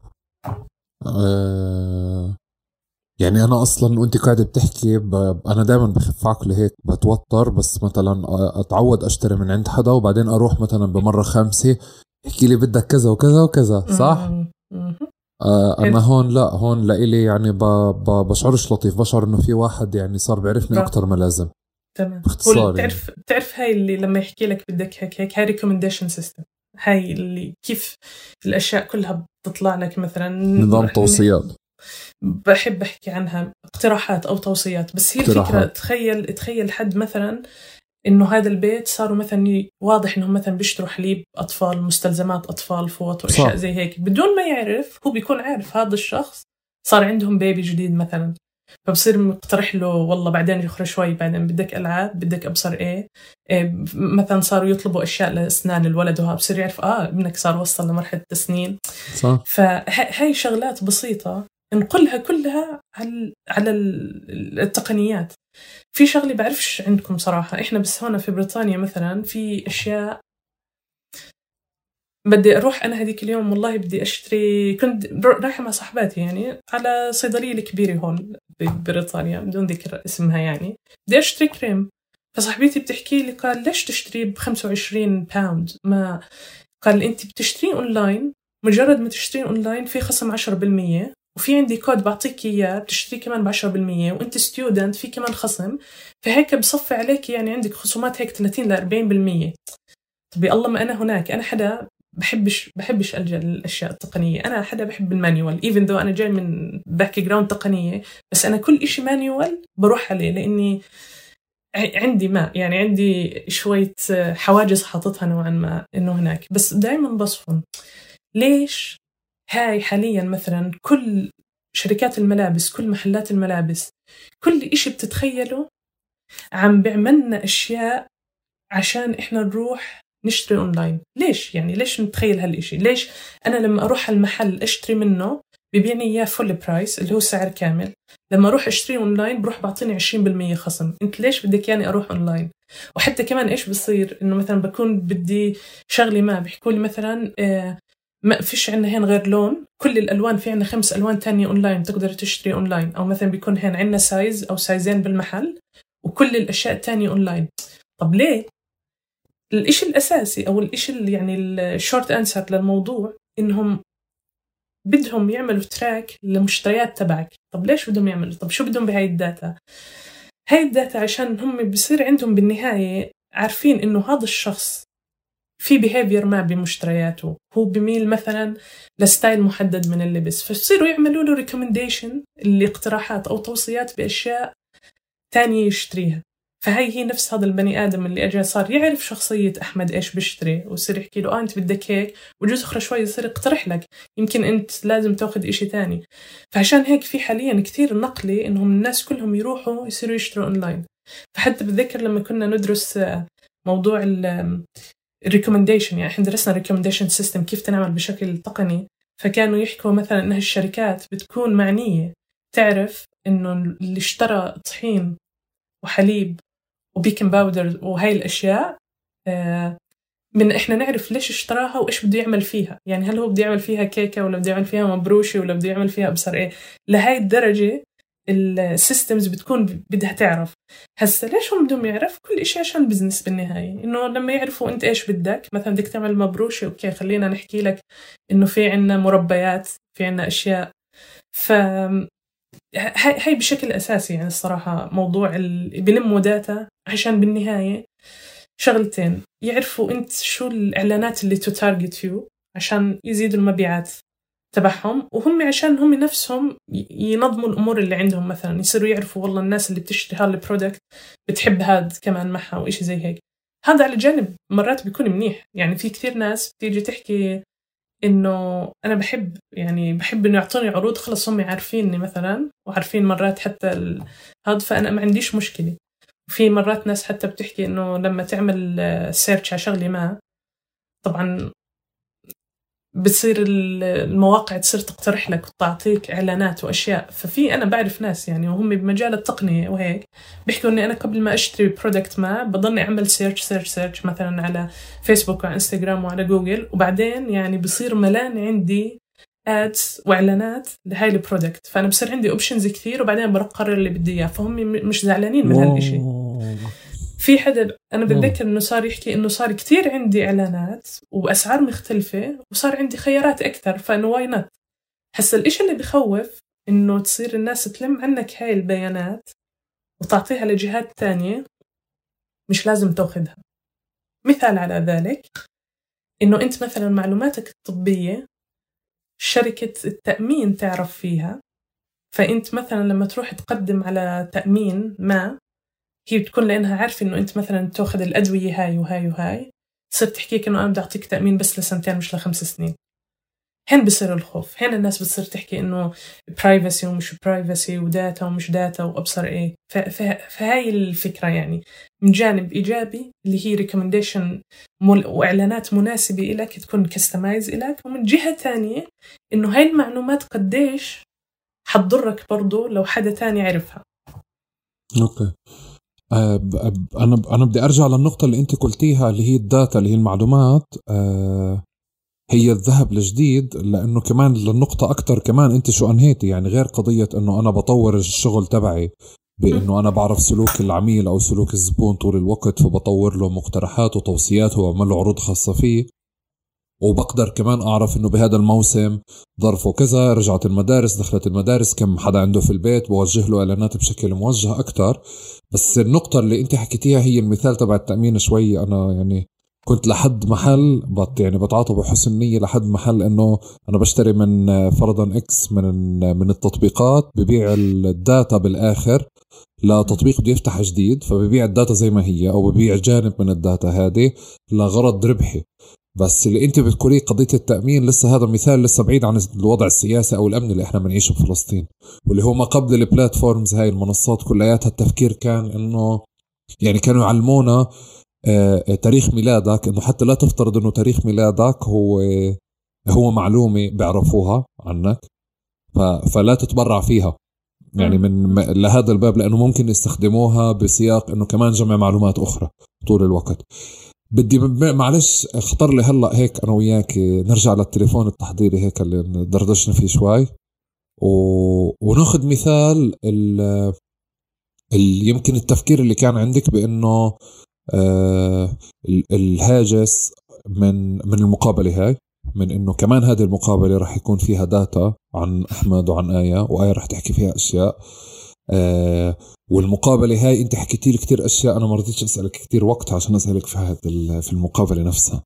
يعني أنا أصلا وأنت قاعدة بتحكي أنا دائما بخف عقلي هيك بتوتر، بس مثلا أتعود أشتري من عند حدا وبعدين أروح مثلا بمرة خامسة يحكي لي بدك كذا وكذا وكذا، صح؟ أنا هون لإلي يعني بشعرش لطيف، بشعر إنه في واحد يعني صار بيعرفني أكتر ما لازم. تمام. باختصار يعني. تعرف هاي اللي لما يحكي لك بدك هيك هاي recommendation system، هاي اللي كيف الأشياء كلها بتطلع لك مثلا نظام توصيات، بحب أحكي عنها اقتراحات أو توصيات. بس هي الفكرة تخيل حد مثلا إنه هذا البيت صاروا مثلا واضح إنهم مثلا بيشتروا حليب أطفال، مستلزمات أطفال، فوط وأشياء زي هيك، بدون ما يعرف هو بيكون عارف هذا الشخص صار عندهم بيبي جديد مثلا، فبصير مقترح له والله بعدين يخرج شوي بعدين بدك ألعاب، بدك أبصر إيه مثلا صاروا يطلبوا أشياء لأسنان الولد، وها بصير يعرف ابنك صار وصل لمرحلة تسنين. صح. فهاي شغلات بسيطة نقولها كلها على التقنيات. في شغلة بعرفش عندكم صراحة، إحنا بس هنا في بريطانيا مثلا في أشياء بدي أروح أنا هذيك اليوم والله بدي أشتري، كنت رايحة مع صاحباتي يعني على صيدلية الكبيرة هون ببريطانيا بدون ذكر اسمها، يعني بدي أشتري كريم، فصاحبتي بتحكي لي قال ليش تشتري ب25 باوند؟ ما قال أنت بتشتري أونلاين، مجرد ما تشتري أونلاين في خصم 10%، وفي عندي كود بعطيك إياه بتشتري كمان ب10%، وأنت ستودنت في كمان خصم، فهيك بصفي عليك يعني عندك خصومات هيك 30-40%. طب الله ما أنا هناك، أنا حدا بحبش ألجأ للأشياء التقنية، أنا حدا بحب المانيوال even though أنا جاي من باك جراوند تقنية، بس أنا كل إشي مانيوال بروح عليه، لأني عندي ما يعني عندي شوية حواجز حاططها نوعا ما إنه هناك، بس دائما بصفن ليش هاي حاليا مثلا كل شركات الملابس، كل محلات الملابس، كل إشي بتتخيله عم بيعملنا أشياء عشان إحنا نروح نشتري أونلاين. ليش يعني ليش نتخيل هالإشي؟ ليش أنا لما أروح المحل أشتري منه بيبيعني إياه فول برايس اللي هو سعر كامل، لما أروح أشتري أونلاين بروح بعطيني 20% خصم. أنت ليش بدك يعني أروح أونلاين؟ وحتى كمان إيش بصير إنه مثلا بكون بدي شغلي ما بيحكوا لي مثلا ما فيش عنا هين غير لون، كل الألوان في عنا 5 ألوان تانية أونلاين تقدر تشتري أونلاين، أو مثلا بيكون هين عنا سايز أو سايزين بالمحل وكل الأشياء التانية أونلاين. طب ليه؟ الإشي الأساسي أو الإشي اللي يعني الشورت أنسر للموضوع إنهم بدهم يعملوا تراك للمشتريات تبعك. طب ليش بدهم يعملوا؟ طب شو بدهم بهاي الداتا؟ هاي الداتا عشان هم بيصير عندهم بالنهاية عارفين إنه هذا الشخص في behavior ما بمشترياته، هو بميل مثلا لستايل محدد من اللبس، فبصيروا يعملوا له recommendation اللي اقتراحات أو توصيات بأشياء تانية يشتريها. فهي هي نفس هذا البني آدم اللي أجا صار يعرف شخصية أحمد إيش بيشتري ويصير يحكي له أنت بدك هيك، وجوز أخرى شوي يصير يقترح لك يمكن أنت لازم تأخذ إشي تاني. فعشان هيك في حاليا كتير نقلي إنهم الناس كلهم يروحوا يصيروا يشتروا أونلاين. فحتى بتذكر لما كنا ندرس موضوع recommendation، يعني احنا درسنا recommendation system كيف تنعمل بشكل تقني، فكانوا يحكوا مثلا انها الشركات بتكون معنية تعرف انه اللي اشترى طحين وحليب وبيكنج باودر وهاي الاشياء من احنا نعرف ليش اشتراها وايش بده يعمل فيها، يعني هل هو بده يعمل فيها كيكة ولا بده يعمل فيها مبروشي ولا بده يعمل فيها ابصر ايه. لهاي الدرجة السيستمز بتكون بدها تعرف. هسه ليش هم بدهم يعرف كل إشي؟ عشان بزنس بالنهاية، إنه لما يعرفوا أنت إيش بدك، مثلا بدك تعمل مبروشة، أوكي خلينا نحكي لك إنه في عنا مربيات، في عنا أشياء. هاي بشكل أساسي يعني الصراحة موضوع بلموا داتا عشان بالنهاية شغلتين، يعرفوا أنت شو الإعلانات اللي تتارجت يو عشان يزيدوا المبيعات تبعهم، وهم عشان هم نفسهم ينظموا الأمور اللي عندهم، مثلا يصيروا يعرفوا والله الناس اللي بتشتري هذا البرودكت بتحب هاد كمان معها وإشي زي هيك. هذا على جانب مرات بيكون منيح، يعني في كتير ناس بتيجي تحكي إنه أنا بحب إنه يعطوني عروض، خلص هم عارفيني مثلا وعارفين مرات حتى هذا، فأنا ما عنديش مشكلة. وفي مرات ناس حتى بتحكي إنه لما تعمل سيرش على شغلة ما، طبعا بتصير المواقع تصير تقترح لك وتعطيك إعلانات وأشياء. ففي أنا بعرف ناس يعني وهم بمجال التقنية وهيك بيحكوا إني أنا قبل ما أشتري برودكت ما بضلني أعمل سيرش مثلا على فيسبوك وعلى إنستغرام وعلى جوجل، وبعدين يعني بصير ملان عندي آدز وإعلانات لهاي البرودكت، فأنا بصير عندي أوبشنز كثير وبعدين بقرر اللي بدي إياه. فهم مش زعلانين من هالإشي. في حدا أنا بتذكر إنه صار يحكي إنه صار كتير عندي إعلانات وأسعار مختلفة وصار عندي خيارات أكثر، فإنه واي نوت. حس الإشي اللي بخوف إنه تصير الناس تلم عنك هاي البيانات وتعطيها لجهات تانية مش لازم تأخذها. مثال على ذلك إنه أنت مثلا معلوماتك الطبية شركة التأمين تعرف فيها، فأنت مثلا لما تروح تقدم على تأمين ما، هي بتكون لأنها عارفة إنه أنت مثلاً تأخذ الأدوية هاي وهاي وهاي، تصير تحكيك إنه أنا بدي أعطيك تأمين بس ل2 مش ل5 سنين. هين بصير الخوف، هين الناس بتصير تحكي إنه privacy ومش privacy وداتا ومش داتا وأبصر إيه. فهاي الفكرة يعني من جانب إيجابي اللي هي recommendation وإعلانات مناسبة إلك تكون customize إلك، ومن جهة تانية إنه هاي المعلومات قديش حتضرك برضو لو حدا تاني عرفها. أوكي. أنا بدي أرجع للنقطة اللي أنت قلتيها اللي هي الداتا اللي هي المعلومات، هي الذهب الجديد، لأنه كمان للنقطة أكتر كمان أنت شو أنهيتي، يعني غير قضية أنه أنا بطور الشغل تبعي بأنه أنا بعرف سلوك العميل أو سلوك الزبون طول الوقت، فبطور له مقترحات وتوصيات وأعمل له عروض خاصة فيه، وبقدر كمان أعرف إنه بهذا الموسم ظرفه كذا، رجعت المدارس، دخلت المدارس، كم حدا عنده في البيت، بوجه له إعلانات بشكل موجه أكتر. بس النقطة اللي أنت حكيتيها هي المثال تبع التأمين شوي، أنا يعني كنت لحد محل يعني بتعاطى بحسن نية لحد محل إنه أنا بشتري من فرضا إكس من التطبيقات، ببيع الداتا بالآخر لتطبيق بده يفتح جديد، فبيبيع الداتا زي ما هي أو ببيع جانب من الداتا هذه لغرض ربحي. بس اللي انت بتقوليه قضية التأمين لسه هذا مثال لسه بعيد عن الوضع السياسي أو الأمن اللي احنا بنعيشه في فلسطين، واللي هو ما قبل البلاتفورمز هاي المنصات كلياتها التفكير كان انه يعني كانوا يعلمونا تاريخ ميلادك، انه حتى لا تفترض انه تاريخ ميلادك هو معلومة بيعرفوها عنك، فلا تتبرع فيها يعني من لهذا الباب، لأنه ممكن يستخدموها بسياق انه كمان جمع معلومات أخرى طول الوقت. بدي معلش خطر لي هلأ هيك أنا وياك نرجع للتليفون التحضيري هيك اللي دردشنا فيه شوي، وناخد مثال يمكن التفكير اللي كان عندك بأنه الهاجس من المقابلة هاي، من إنه كمان هذه المقابلة راح يكون فيها داتا عن أحمد وعن آية، وآية راح تحكي فيها أشياء، والمقابلة هاي أنت حكيتي لي كتير أشياء أنا ما رضيتش أسألك كتير وقت عشان أسألك في المقابلة نفسها.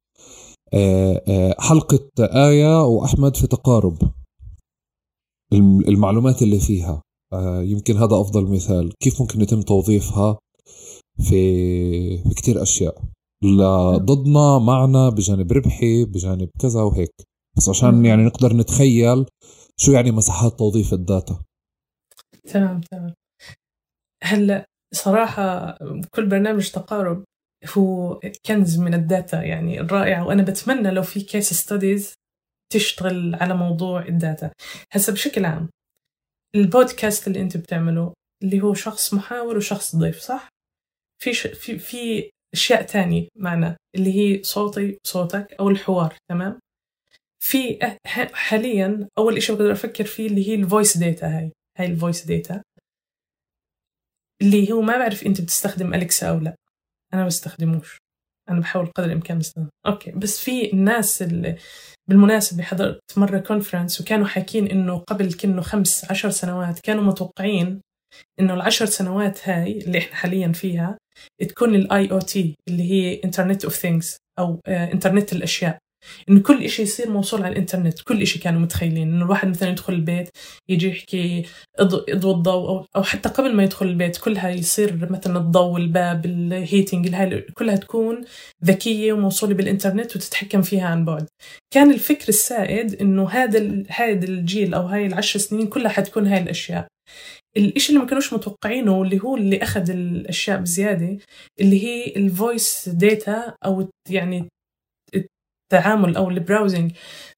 حلقة آية وأحمد في تقارب، المعلومات اللي فيها يمكن هذا أفضل مثال كيف ممكن يتم توظيفها في كتير أشياء ضدنا معنا بجانب ربحي بجانب كذا وهيك، بس عشان يعني نقدر نتخيل شو يعني مساحات توظيف الداتا. تمام. هلا صراحة كل برنامج تقارب هو كنز من الداتا يعني الرائعة، وأنا بتمنى لو في كيس ستاديز تشتغل على موضوع الداتا. هسا بشكل عام البودكاست اللي أنت بتعمله اللي هو شخص محاور وشخص ضيف، صح؟ في أشياء تانية معنا اللي هي صوتي صوتك أو الحوار، تمام؟ في حاليا أول إشي بقدر أفكر فيه اللي هي الفويس داتا. هاي الفويس داتا اللي هو ما بعرف أنت بتستخدم أليكسا أو لا، أنا بستخدموش، أنا بحاول قدر الإمكان استخدم. أوكي، بس في الناس اللي بالمناسبة حضرت مرة كونفرنس وكانوا حاكين إنه قبل كأنه 15 سنوات كانوا متوقعين إنه 10 سنوات هاي اللي إحنا حاليا فيها تكون IoT اللي هي Internet of Things أو إنترنت الأشياء، إنه كل إشي يصير موصول على الإنترنت. كل إشي كانوا متخيلين إنه الواحد مثلا يدخل البيت يجي يحكي اضوي الضوء، أو حتى قبل ما يدخل البيت كلها يصير مثلا الضوء الباب الهيتنج هاي كلها تكون ذكية وموصولة بالإنترنت وتتحكم فيها عن بعد. كان الفكر السائد إنه هذا الجيل أو هاي 10 سنين كلها حتكون هاي الأشياء. الإشي اللي ما كانوش متوقعينه اللي هو اللي أخذ الأشياء بزيادة اللي هي الفويس داتا أو يعني التعامل أو البراوزنج.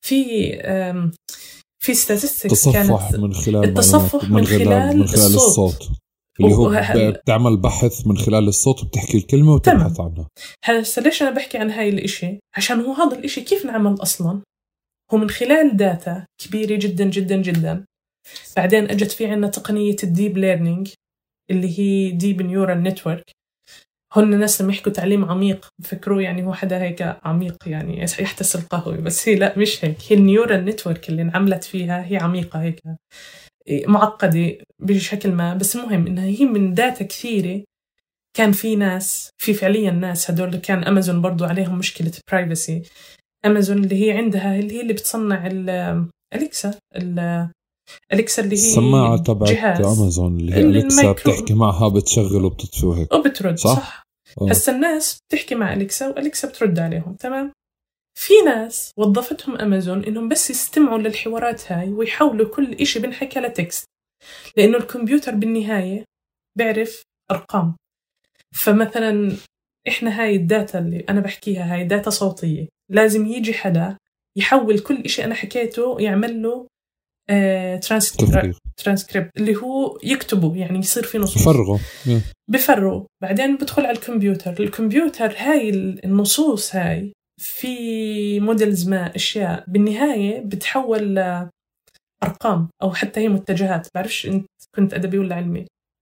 في statistics تصفح من خلال التصفح من خلال الصوت اللي هو بتعمل بحث من خلال الصوت وبتحكي الكلمة وتبحث عنها. هسه ليش أنا بحكي عن هاي الإشي؟ عشان هو هذا الإشي كيف نعمل أصلاً هو من خلال داتا كبيرة جدا جدا جدا. بعدين أجت في عنا تقنية الديب ليرنينج اللي هي ديب نيورال نتورك. هن الناس لما يحكوا تعليم عميق بفكروا يعني هو حدا هيك عميق يعني يحتس القهوة، بس هي لا مش هيك. هي النيورال نتورك اللي انعملت فيها هي عميقة هيك معقدة بشكل ما، بس المهم إنها هي من داتا كثيرة. كان في ناس في فعليا ناس هدول كان أمازون برضو عليهم مشكلة برايفسي. أمازون اللي هي عندها اللي بتصنع أليكسا أليكسا اللي هي السماعة تبعت أمازون اللي هي أليكسا بتحكي معها بتشغل وبتطفي وهيك وبترد، صح؟ هسا الناس بتحكي مع أليكسا وأليكسا بترد عليهم، تمام؟ في ناس وظفتهم أمازون إنهم بس يستمعوا للحوارات هاي ويحولوا كل إشي بنحكي لتكست، لأنه الكمبيوتر بالنهاية بيعرف أرقام. فمثلا إحنا هاي الداتا اللي أنا بحكيها هاي داتا صوتية، لازم يجي حدا يحول كل إشي أنا حكيته يعمل له ترانسكريبت اللي هو يكتبه، يعني يصير في نصوص بفرغه بعدين بدخل على الكمبيوتر هاي النصوص هاي في موديلز ما أشياء بالنهاية بتحول لأرقام أو حتى هي متجهات. بعرفش أنت كنت أدبي ولا علمي؟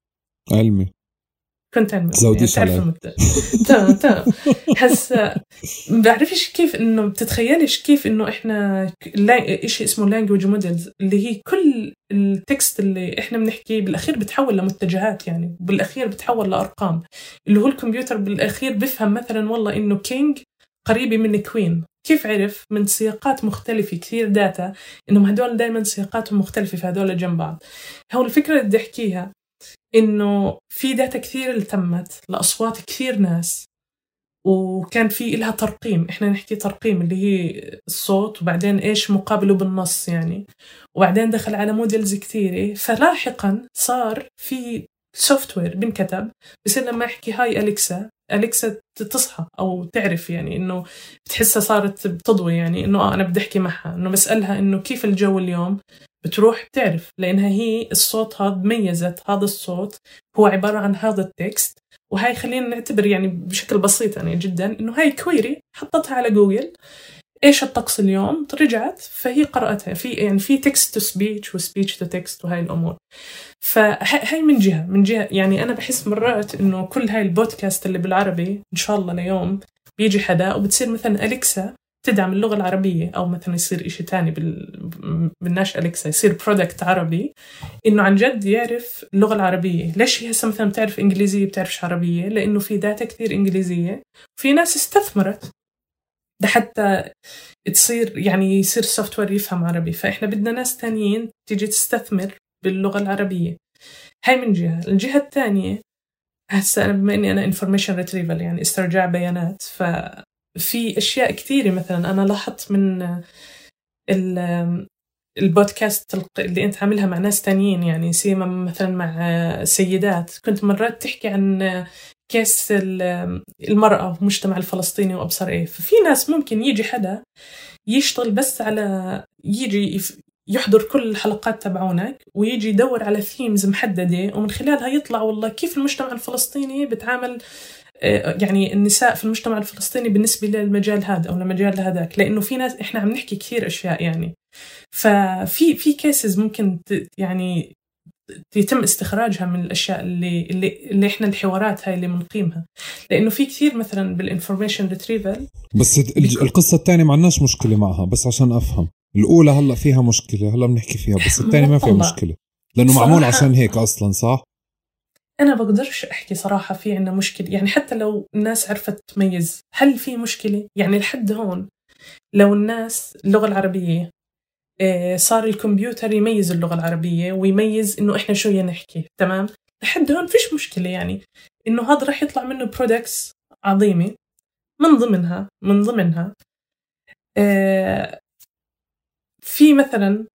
كنت علمي. زوديش علي. تمام. هسا بعرفش كيف إنه بتتخيلش كيف إنه إحنا إشي اسمه language models اللي هي كل التكست اللي إحنا بنحكيه بالأخير بتحول لمتجهات، يعني بالأخير بتحول لأرقام. اللي هو الكمبيوتر بالأخير بفهم مثلا والله إنه كينج قريبة من كوين. كيف عرف؟ من سياقات مختلفة كثير داتا إنهم هدول دائما سياقاتهم مختلفة في هدول جنب بعض. هو الفكرة اللي بدي أحكيها إنه في داتا كثير اللي تمت لأصوات كثير ناس، وكان في إلها ترقيم، إحنا نحكي ترقيم اللي هي الصوت وبعدين إيش مقابله بالنص يعني، وبعدين دخل على موديلز كثيرة. فلاحقا صار في سوفتوير بنكتب بصير لما أحكي هاي أليكسا تصحى أو تعرف يعني إنه بتحسها صارت بتضوي يعني إنه أنا بدي أحكي معها، إنه بسألها إنه كيف الجو اليوم بتروح بتعرف، لأنها هي الصوت هذا ميزت هذا الصوت هو عبارة عن هذا التكست. وهاي خلينا نعتبر يعني بشكل بسيط يعني جدا إنه هاي كويري حطتها على جوجل إيش الطقس اليوم، رجعت فهي قرأتها في يعني في text to speech و speech to text وهاي الأمور. فهاي من جهة يعني أنا بحس مرات إنه كل هاي البودكاست اللي بالعربي إن شاء الله ليوم بيجي حدا وبتصير مثلا أليكسا تدعم اللغة العربية، أو مثلا يصير إشي تاني بالناش أليكسا يصير برودكت عربي إنه عن جد يعرف اللغة العربية. ليش هي هسه مثلا بتعرف إنجليزية بتعرفش عربية؟ لأنه في داتا كثير إنجليزية وفي ناس استثمرت ده حتى تصير يعني يصير السوفت وير يفهم عربي. فإحنا بدنا ناس تانيين تيجي تستثمر باللغة العربية. هاي من جهة. الجهة الثانية هسه أنا بما إني أنا information retrieval يعني استرجاع بيانات، ففي أشياء كثيرة مثلا أنا لاحظت من البودكاست اللي أنت عاملها مع ناس تانيين يعني سيما مثلا مع سيدات، كنت مرات تحكي عن كيس المرأة في المجتمع الفلسطيني وأبصر إيه. ففي ناس ممكن يجي حدا يشتغل بس على يجي يحضر كل الحلقات تبعونك ويجي يدور على ثيمز محددة ومن خلالها يطلع والله كيف المجتمع الفلسطيني بتعامل يعني النساء في المجتمع الفلسطيني بالنسبة للمجال هذا أو لمجال هذاك، لأنه في ناس إحنا عم نحكي كثير أشياء يعني. ففي كيسز ممكن يعني يتم استخراجها من الأشياء اللي إحنا الحوارات هاي اللي منقيمها، لأنه في كثير مثلا بالإنفورميشن ريتريفل. بس القصة الثانية ما عندناش مشكلة معها، بس عشان أفهم الأولى هلأ فيها مشكلة هلأ بنحكي فيها، بس الثانية ما فيها مشكلة لأنه معمول عشان هيك أصلا صح؟ أنا بقدرش أحكي صراحة في عنا مشكلة يعني، حتى لو الناس عرفت تميز هل في مشكلة يعني لحد هون. لو الناس اللغة العربية صار الكمبيوتر يميز اللغة العربية ويميز إنه إحنا شو نحكي تمام، لحد هون فيش مشكلة يعني إنه هذا راح يطلع منه برودكتس عظيمة. من ضمنها في مثلا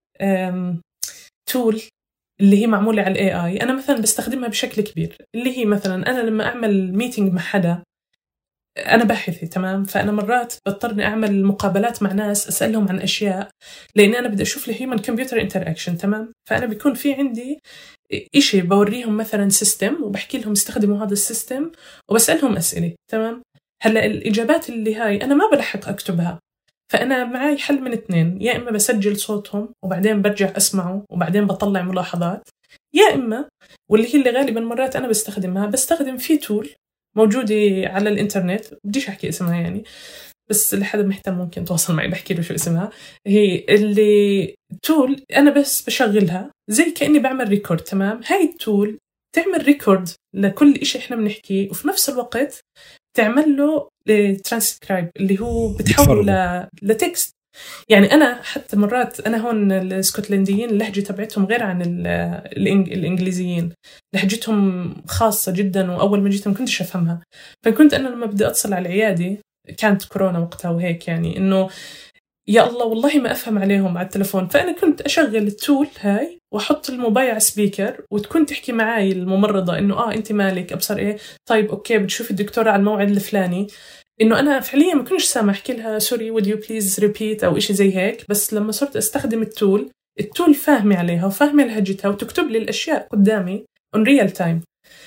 تول اللي هي معمولة على AI. أنا مثلا بستخدمها بشكل كبير، اللي هي مثلا أنا لما أعمل ميتينج مع حدا أنا باحثي تمام، فأنا مرات بضطرني أعمل مقابلات مع ناس أسألهم عن أشياء لأن أنا بدي أشوف الهيومن كمبيوتر انتراكشن تمام. فأنا بيكون في عندي إشي بوريهم مثلا سيستم وبحكي لهم استخدموا هذا السيستم وبسألهم أسئلة تمام. هلأ الإجابات اللي هاي أنا ما بلحق أكتبها، فأنا معي حل من اثنين، يا إما بسجل صوتهم وبعدين برجع أسمعه وبعدين بطلع ملاحظات، يا إما واللي هي اللي غالبا مرات أنا بستخدم في تول موجودة على الإنترنت بديش أحكي اسمها يعني، بس لحد مهتم ممكن تواصل معي بحكي له شو اسمها. هي اللي تول أنا بس بشغلها زي كأني بعمل ريكورد تمام. هاي التول تعمل ريكورد لكل إشي إحنا بنحكيه وفي نفس الوقت تعمل له ترانسكرايب اللي هو بتحوله لتكست. يعني أنا حتى مرات أنا هون الاسكتلنديين اللهجة تبعتهم غير عن الإنجليزيين، لهجتهم خاصة جدا وأول ما جيت ما كنتش أفهمها. فكنت أنا لما بدي أتصل على العيادة كانت كورونا وقتها وهيك يعني إنه يا الله والله ما أفهم عليهم على التلفون، فأنا كنت أشغل التول هاي وأحط الموبايل على سبيكر وتكون تحكي معاي الممرضة إنه أنت مالك أبصر إيه طيب أوكي بتشوفي الدكتورة على الموعد الفلاني. إنه أنا فعليا ما كنتش سامع أحكي لها سوري would you please repeat أو إشي زي هيك، بس لما صرت أستخدم التول فاهمي عليها وفاهمي لهجتها وتكتب لي الأشياء قدامي on real time.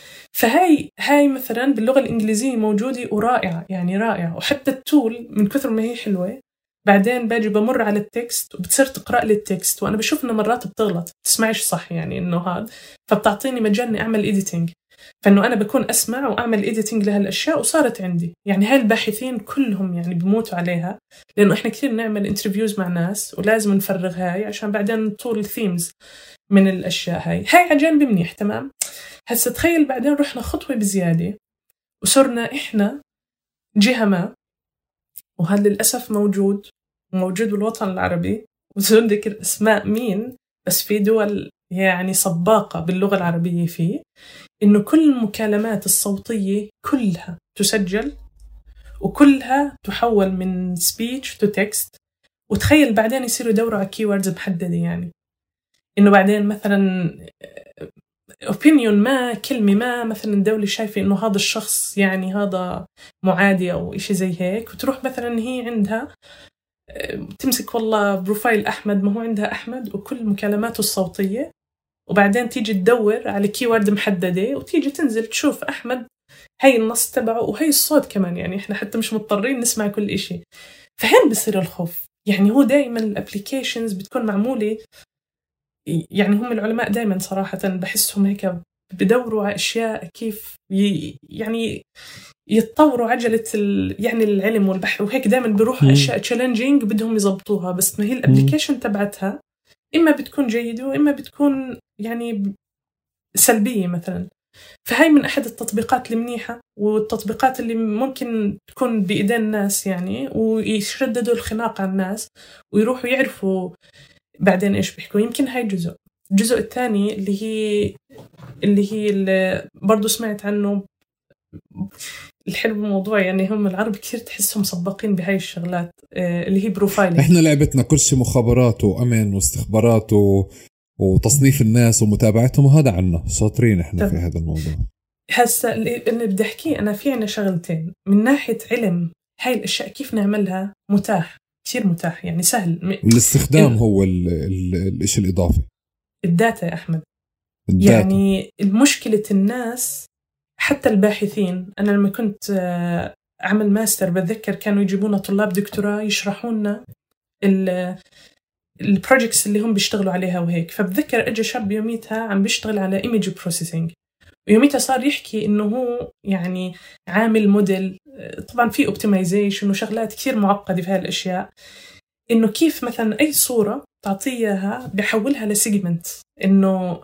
فهاي مثلا باللغة الإنجليزية موجودة ورائعة يعني رائعة. وحتى التول من كثر ما هي حلوة بعدين باجي بمر على التكست وبتصير تقرأ لي التكست وأنا بشوف إنه مرات بتغلط تسمعيش صح يعني إنه هذا، فبتعطيني مجال إني أعمل إيديتينج، فإنه أنا بكون أسمع وأعمل إيديتينج لهالأشياء وصارت عندي. يعني هاي الباحثين كلهم يعني بموتوا عليها لأنه إحنا كثير نعمل انترفيوز مع ناس ولازم نفرغ هاي عشان بعدين طول الثيمز من الأشياء هاي عجان منيح تمام. هسه تخيل بعدين رحنا خطوة بزيادة وصرنا إحنا جهة ما، وهذا للأسف موجود بالوطن العربي وبدون ذكر أسماء مين، بس في دول يعني سباقة باللغة العربية فيه، إنه كل المكالمات الصوتية كلها تسجل وكلها تحول من speech to text. وتخيل بعدين يصيروا يدوروا على keywords محددة، يعني إنه بعدين مثلا opinion ما، كلمة ما، مثلا الدولة شايفة إنه هذا الشخص يعني هذا معادي أو إشي زي هيك، وتروح مثلا هي عندها تمسك والله بروفايل أحمد، ما هو عندها أحمد وكل مكالماته الصوتية، وبعدين تيجي تدور على كيورد محددة وتيجي تنزل تشوف أحمد هاي النص تبعه وهي الصوت كمان، يعني إحنا حتى مش مضطرين نسمع كل إشي. فهين بصير الخوف. يعني هو دايما الابليكيشنز بتكون معمولة، يعني هم العلماء دايما صراحة بحسهم هيك بدوروا على أشياء كيف يعني يتطوروا عجلة يعني العلم والبحث، وهيك دايما بيروحوا أشياء تشالنجينج بدهم يزبطوها. بس ما هي الابليكيشن تبعتها إما بتكون جيدة وإما بتكون يعني سلبية مثلا. فهاي من أحد التطبيقات المنيحة والتطبيقات اللي ممكن تكون بإيدين الناس، يعني ويشددوا الخناق على الناس ويروحوا يعرفوا بعدين إيش بيحكوا. يمكن هاي الجزء الثاني اللي هي برضو سمعت عنه. الحلو بالموضوع يعني هم العرب كثير تحسهم سباقين بهاي الشغلات، اللي هي بروفايلينج. احنا لعبتنا كل شيء مخابرات وأمن واستخبارات وتصنيف الناس ومتابعتهم، وهذا عنا شاطرين احنا في هذا الموضوع. هسا اللي بدي احكيه انا في عنا شغلتين من ناحيه علم، هاي الاشياء كيف نعملها متاح، كثير متاح، يعني سهل. والاستخدام هو الشيء الاضافي، الداتا يا احمد. الداتا. يعني المشكله الناس حتى الباحثين، انا لما كنت اعمل ماستر بتذكر كانوا يجيبونا طلاب دكتوراه يشرحوا لنا البروجكتس اللي هم بيشتغلوا عليها وهيك. فبتذكر اجى شاب يوميتها عم بيشتغل على ايميج بروسيسنج، ويوميتها صار يحكي انه هو يعني عامل موديل، طبعا في اوبتمايزيشن وشغلات كثير معقده في هالاشياء، انه كيف مثلا اي صوره تعطيها بحولها لسيجمنت، انه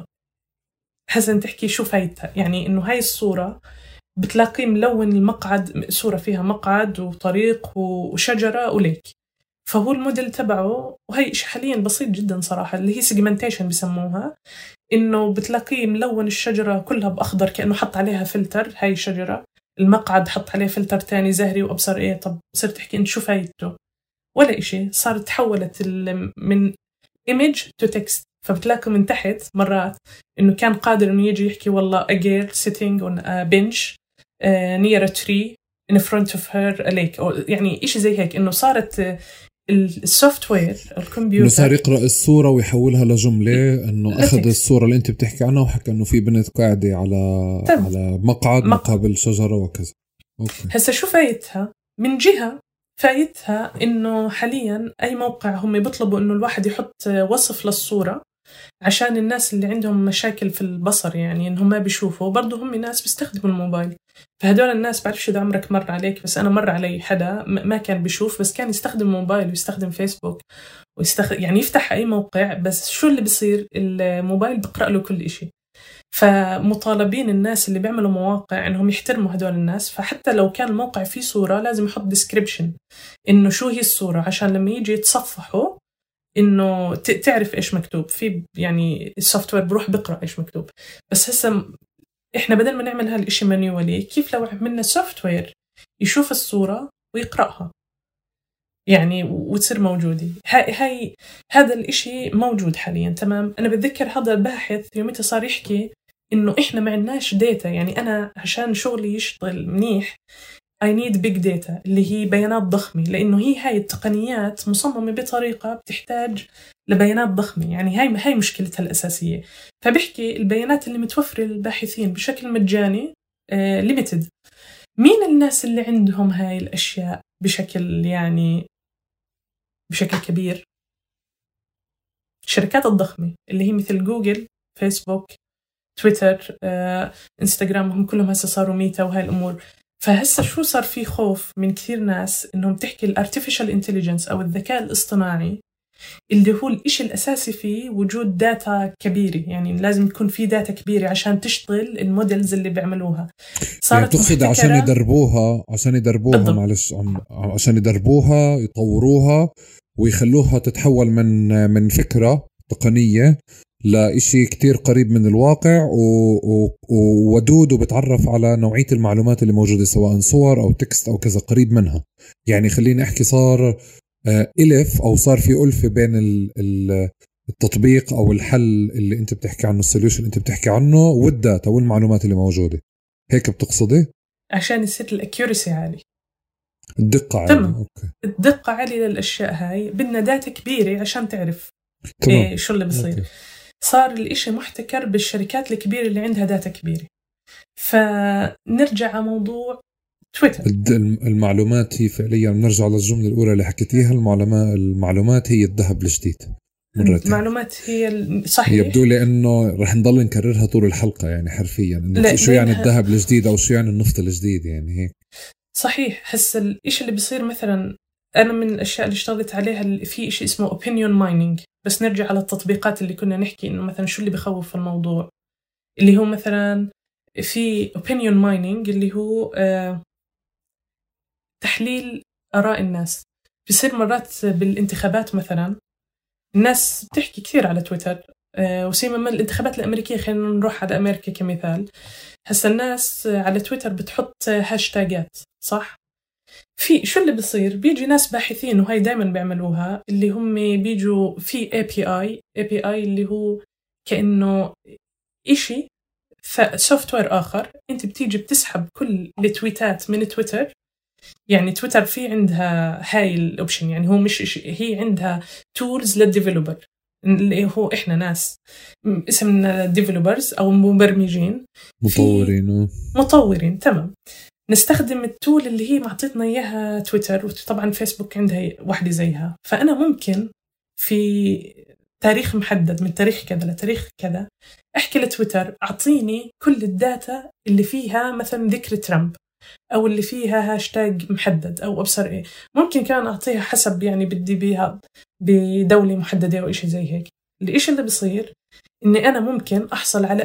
حسن تحكي شو فايتها، يعني انه هاي الصوره بتلاقي ملون المقعد، صوره فيها مقعد وطريق وشجره وليك. فهو الموديل تبعه، وهي شيء حاليا بسيط جدا صراحه، اللي هي سيجمنتيشن بسموها، إنه بتلاقيه ملون الشجرة كلها بأخضر كأنه حط عليها فلتر، هاي الشجرة، المقعد حط عليه فلتر تاني زهري وأبصر إيه. طب صرت تحكي أنت شو فايدته؟ ولا إشي، صارت تحولت من image to text. فبتلاقي من تحت مرات إنه كان قادر إنه يجي يحكي والله a girl sitting on a bench near a tree in front of her a lake، أو يعني إشي زي هيك. إنه صارت السوفت وير الكمبيوتر انه صار يقرأ الصورة ويحولها لجملة، انه اخذ الصورة اللي انت بتحكي عنها وحكى انه في بنت قاعدة على مقعد مقابل شجرة وكذا. هسا شو فايتها؟ من جهة فايتها انه حاليا اي موقع هم بيطلبوا انه الواحد يحط وصف للصورة عشان الناس اللي عندهم مشاكل في البصر، يعني انهم ما بيشوفوا، برضو هم ناس بيستخدموا الموبايل. فهدول الناس بعرفش اذا عمرك مر عليك، بس انا مر علي حدا ما كان بيشوف بس كان يستخدم موبايل ويستخدم فيسبوك يعني يفتح اي موقع، بس شو اللي بيصير؟ الموبايل بقرأ له كل اشي. فمطالبين الناس اللي بيعملوا مواقع انهم يحترموا هدول الناس، فحتى لو كان الموقع فيه صورة لازم يحط ديسكريبشن انه شو هي الصورة، عشان لما يجي يتصفحوا انه تعرف ايش مكتوب في، يعني السوفت وير بروح بقرأ ايش مكتوب. بس هسه احنا بدل ما نعمل هالاشي مانيوالي، كيف لو عملنا سوفت وير يشوف الصورة ويقرأها يعني وتصير موجودة. هذا الاشي موجود حاليا. تمام. انا بتذكر هذا الباحث يوميتها صار يحكي انه احنا ما عندناش داتا، يعني انا عشان شغلي يشتغل منيح I need big data اللي هي بيانات ضخمة، لانه هاي التقنيات مصممة بطريقة بتحتاج لبيانات ضخمة، يعني هاي مشكلتها الأساسية. فبحكي البيانات اللي متوفرة للباحثين بشكل مجاني limited. مين الناس اللي عندهم هاي الأشياء بشكل كبير؟ الشركات الضخمة اللي هي مثل جوجل، فيسبوك، تويتر، انستغرام، هم كلهم هسه صاروا ميتا وهاي الأمور. فهسه شو صار في خوف من كثير ناس إنهم تحكي الارتفيشال انتليجنس أو الذكاء الاصطناعي اللي هو الإشي الأساسي فيه وجود داتا كبيرة، يعني لازم يكون في داتا كبيرة عشان تشتغل المودلز اللي بيعملوها. صارت يعني تأخذ عشان يدربوها معلش، عشان يطوروها ويخلوها تتحول من فكرة تقنية لإشي كتير قريب من الواقع وودود وبتعرف على نوعية المعلومات اللي موجودة سواء صور أو تكست أو كذا قريب منها. يعني خليني أحكي صار إلف أو صار في ألفة بين التطبيق أو الحل اللي أنت بتحكي عنه، السوليوشن أنت بتحكي عنه، والداتا والمعلومات اللي موجودة. هيك بتقصدي؟ عشان يصير الأكيوريسي عالي، الدقة عالية. أوكي. الدقة عالية للأشياء هاي، بدنا داتا كبيرة عشان تعرف شو اللي بصير. أوكي. صار الإشي محتكر بالشركات الكبيرة اللي عندها داتا كبيرة. فنرجع على موضوع تويتر. المعلومات هي فعليا، نرجع للجملة الأولى اللي حكيتيها، المعلومات هي الذهب الجديد. المعلومات هي صحيح. يبدو لي انه رح نضل نكررها طول الحلقة يعني حرفيا، انه شو يعني الذهب الجديد او شو يعني النفط الجديد، يعني هيك صحيح. هسه الاشي اللي بيصير مثلا، انا من الاشياء اللي اشتغلت عليها في اشي اسمه opinion mining. بس نرجع على التطبيقات اللي كنا نحكي انه مثلا شو اللي بخوف في الموضوع، اللي هو مثلا في opinion mining اللي هو تحليل آراء الناس. بيصير مرات بالانتخابات مثلا الناس بتحكي كثير على تويتر، وسيما من الانتخابات الأمريكية، خلينا نروح على أمريكا كمثال. هسا الناس على تويتر بتحط هاشتاجات، صح؟ في شو اللي بيصير؟ بيجي ناس باحثين، وهي دايما بيعملوها، اللي هم بيجوا في API اللي هو كأنه إشي سوفت وير آخر. أنت بتيجي بتسحب كل التويتات من تويتر. يعني تويتر في عندها هاي الأوبشن، يعني هو مش إشي، هي عندها تولز للديفلوبر اللي هو إحنا ناس اسمنا ديفلوبرز أو مبرمجين، مطورين. تمام. نستخدم التول اللي هي معطيتنا إياها تويتر، وطبعا فيسبوك عندها واحدة زيها. فأنا ممكن في تاريخ محدد من تاريخ كذا لتاريخ كذا أحكي لتويتر أعطيني كل الداتا اللي فيها مثلا ذكر ترامب، أو اللي فيها هاشتاج محدد، أو أبصر إيه. ممكن كان أعطيها حسب يعني بدي بيها بدولة محددة أو إشي زي هيك. الإشي اللي بصير إني أنا ممكن أحصل على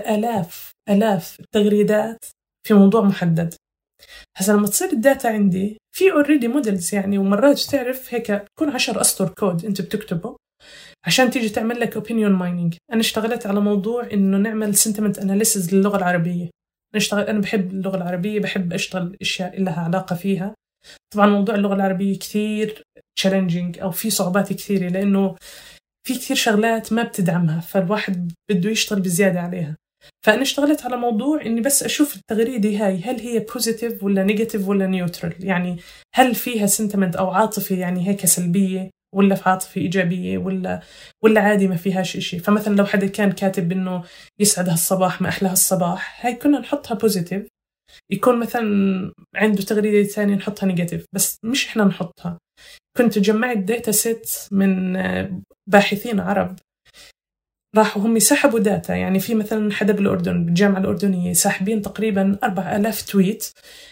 آلاف التغريدات في موضوع محدد. هسا لما تصير الداتا عندي في already models يعني، ومرات تعرف هيك تكون 10 أسطر كود أنت بتكتبه عشان تيجي تعمل لك opinion mining. أنا اشتغلت على موضوع إنه نعمل sentiment analysis للغة العربية. أنا بحب اللغة العربية، بحب أشتغل إشياء لها علاقة فيها. طبعا موضوع اللغة العربية كثير challenging أو في صعوبات كثيرة، لأنه في كثير شغلات ما بتدعمها، فالواحد بده يشتغل بزيادة عليها. فأنا اشتغلت على موضوع إني بس أشوف التغريدة هاي هل هي بوزيتيف ولا نيجاتيف ولا نيوترال، يعني هل فيها سنتمنت أو عاطفة يعني هيك سلبية، ولا في عاطفة إيجابية، ولا عادي ما فيهاش إشي. فمثلا لو حدا كان كاتب إنه يسعد هالصباح ما أحلى هالصباح، هاي كنا نحطها بوزيتيف. يكون مثلا عنده تغريدة ثانية نحطها نيجاتيف، بس مش إحنا نحطها. كنت جمعت داتا سيت من باحثين عرب، راحوا هم يسحبوا داتا. يعني في مثلا حدا بالأردن بالجامعة الأردنية ساحبين تقريبا 4000 تويت،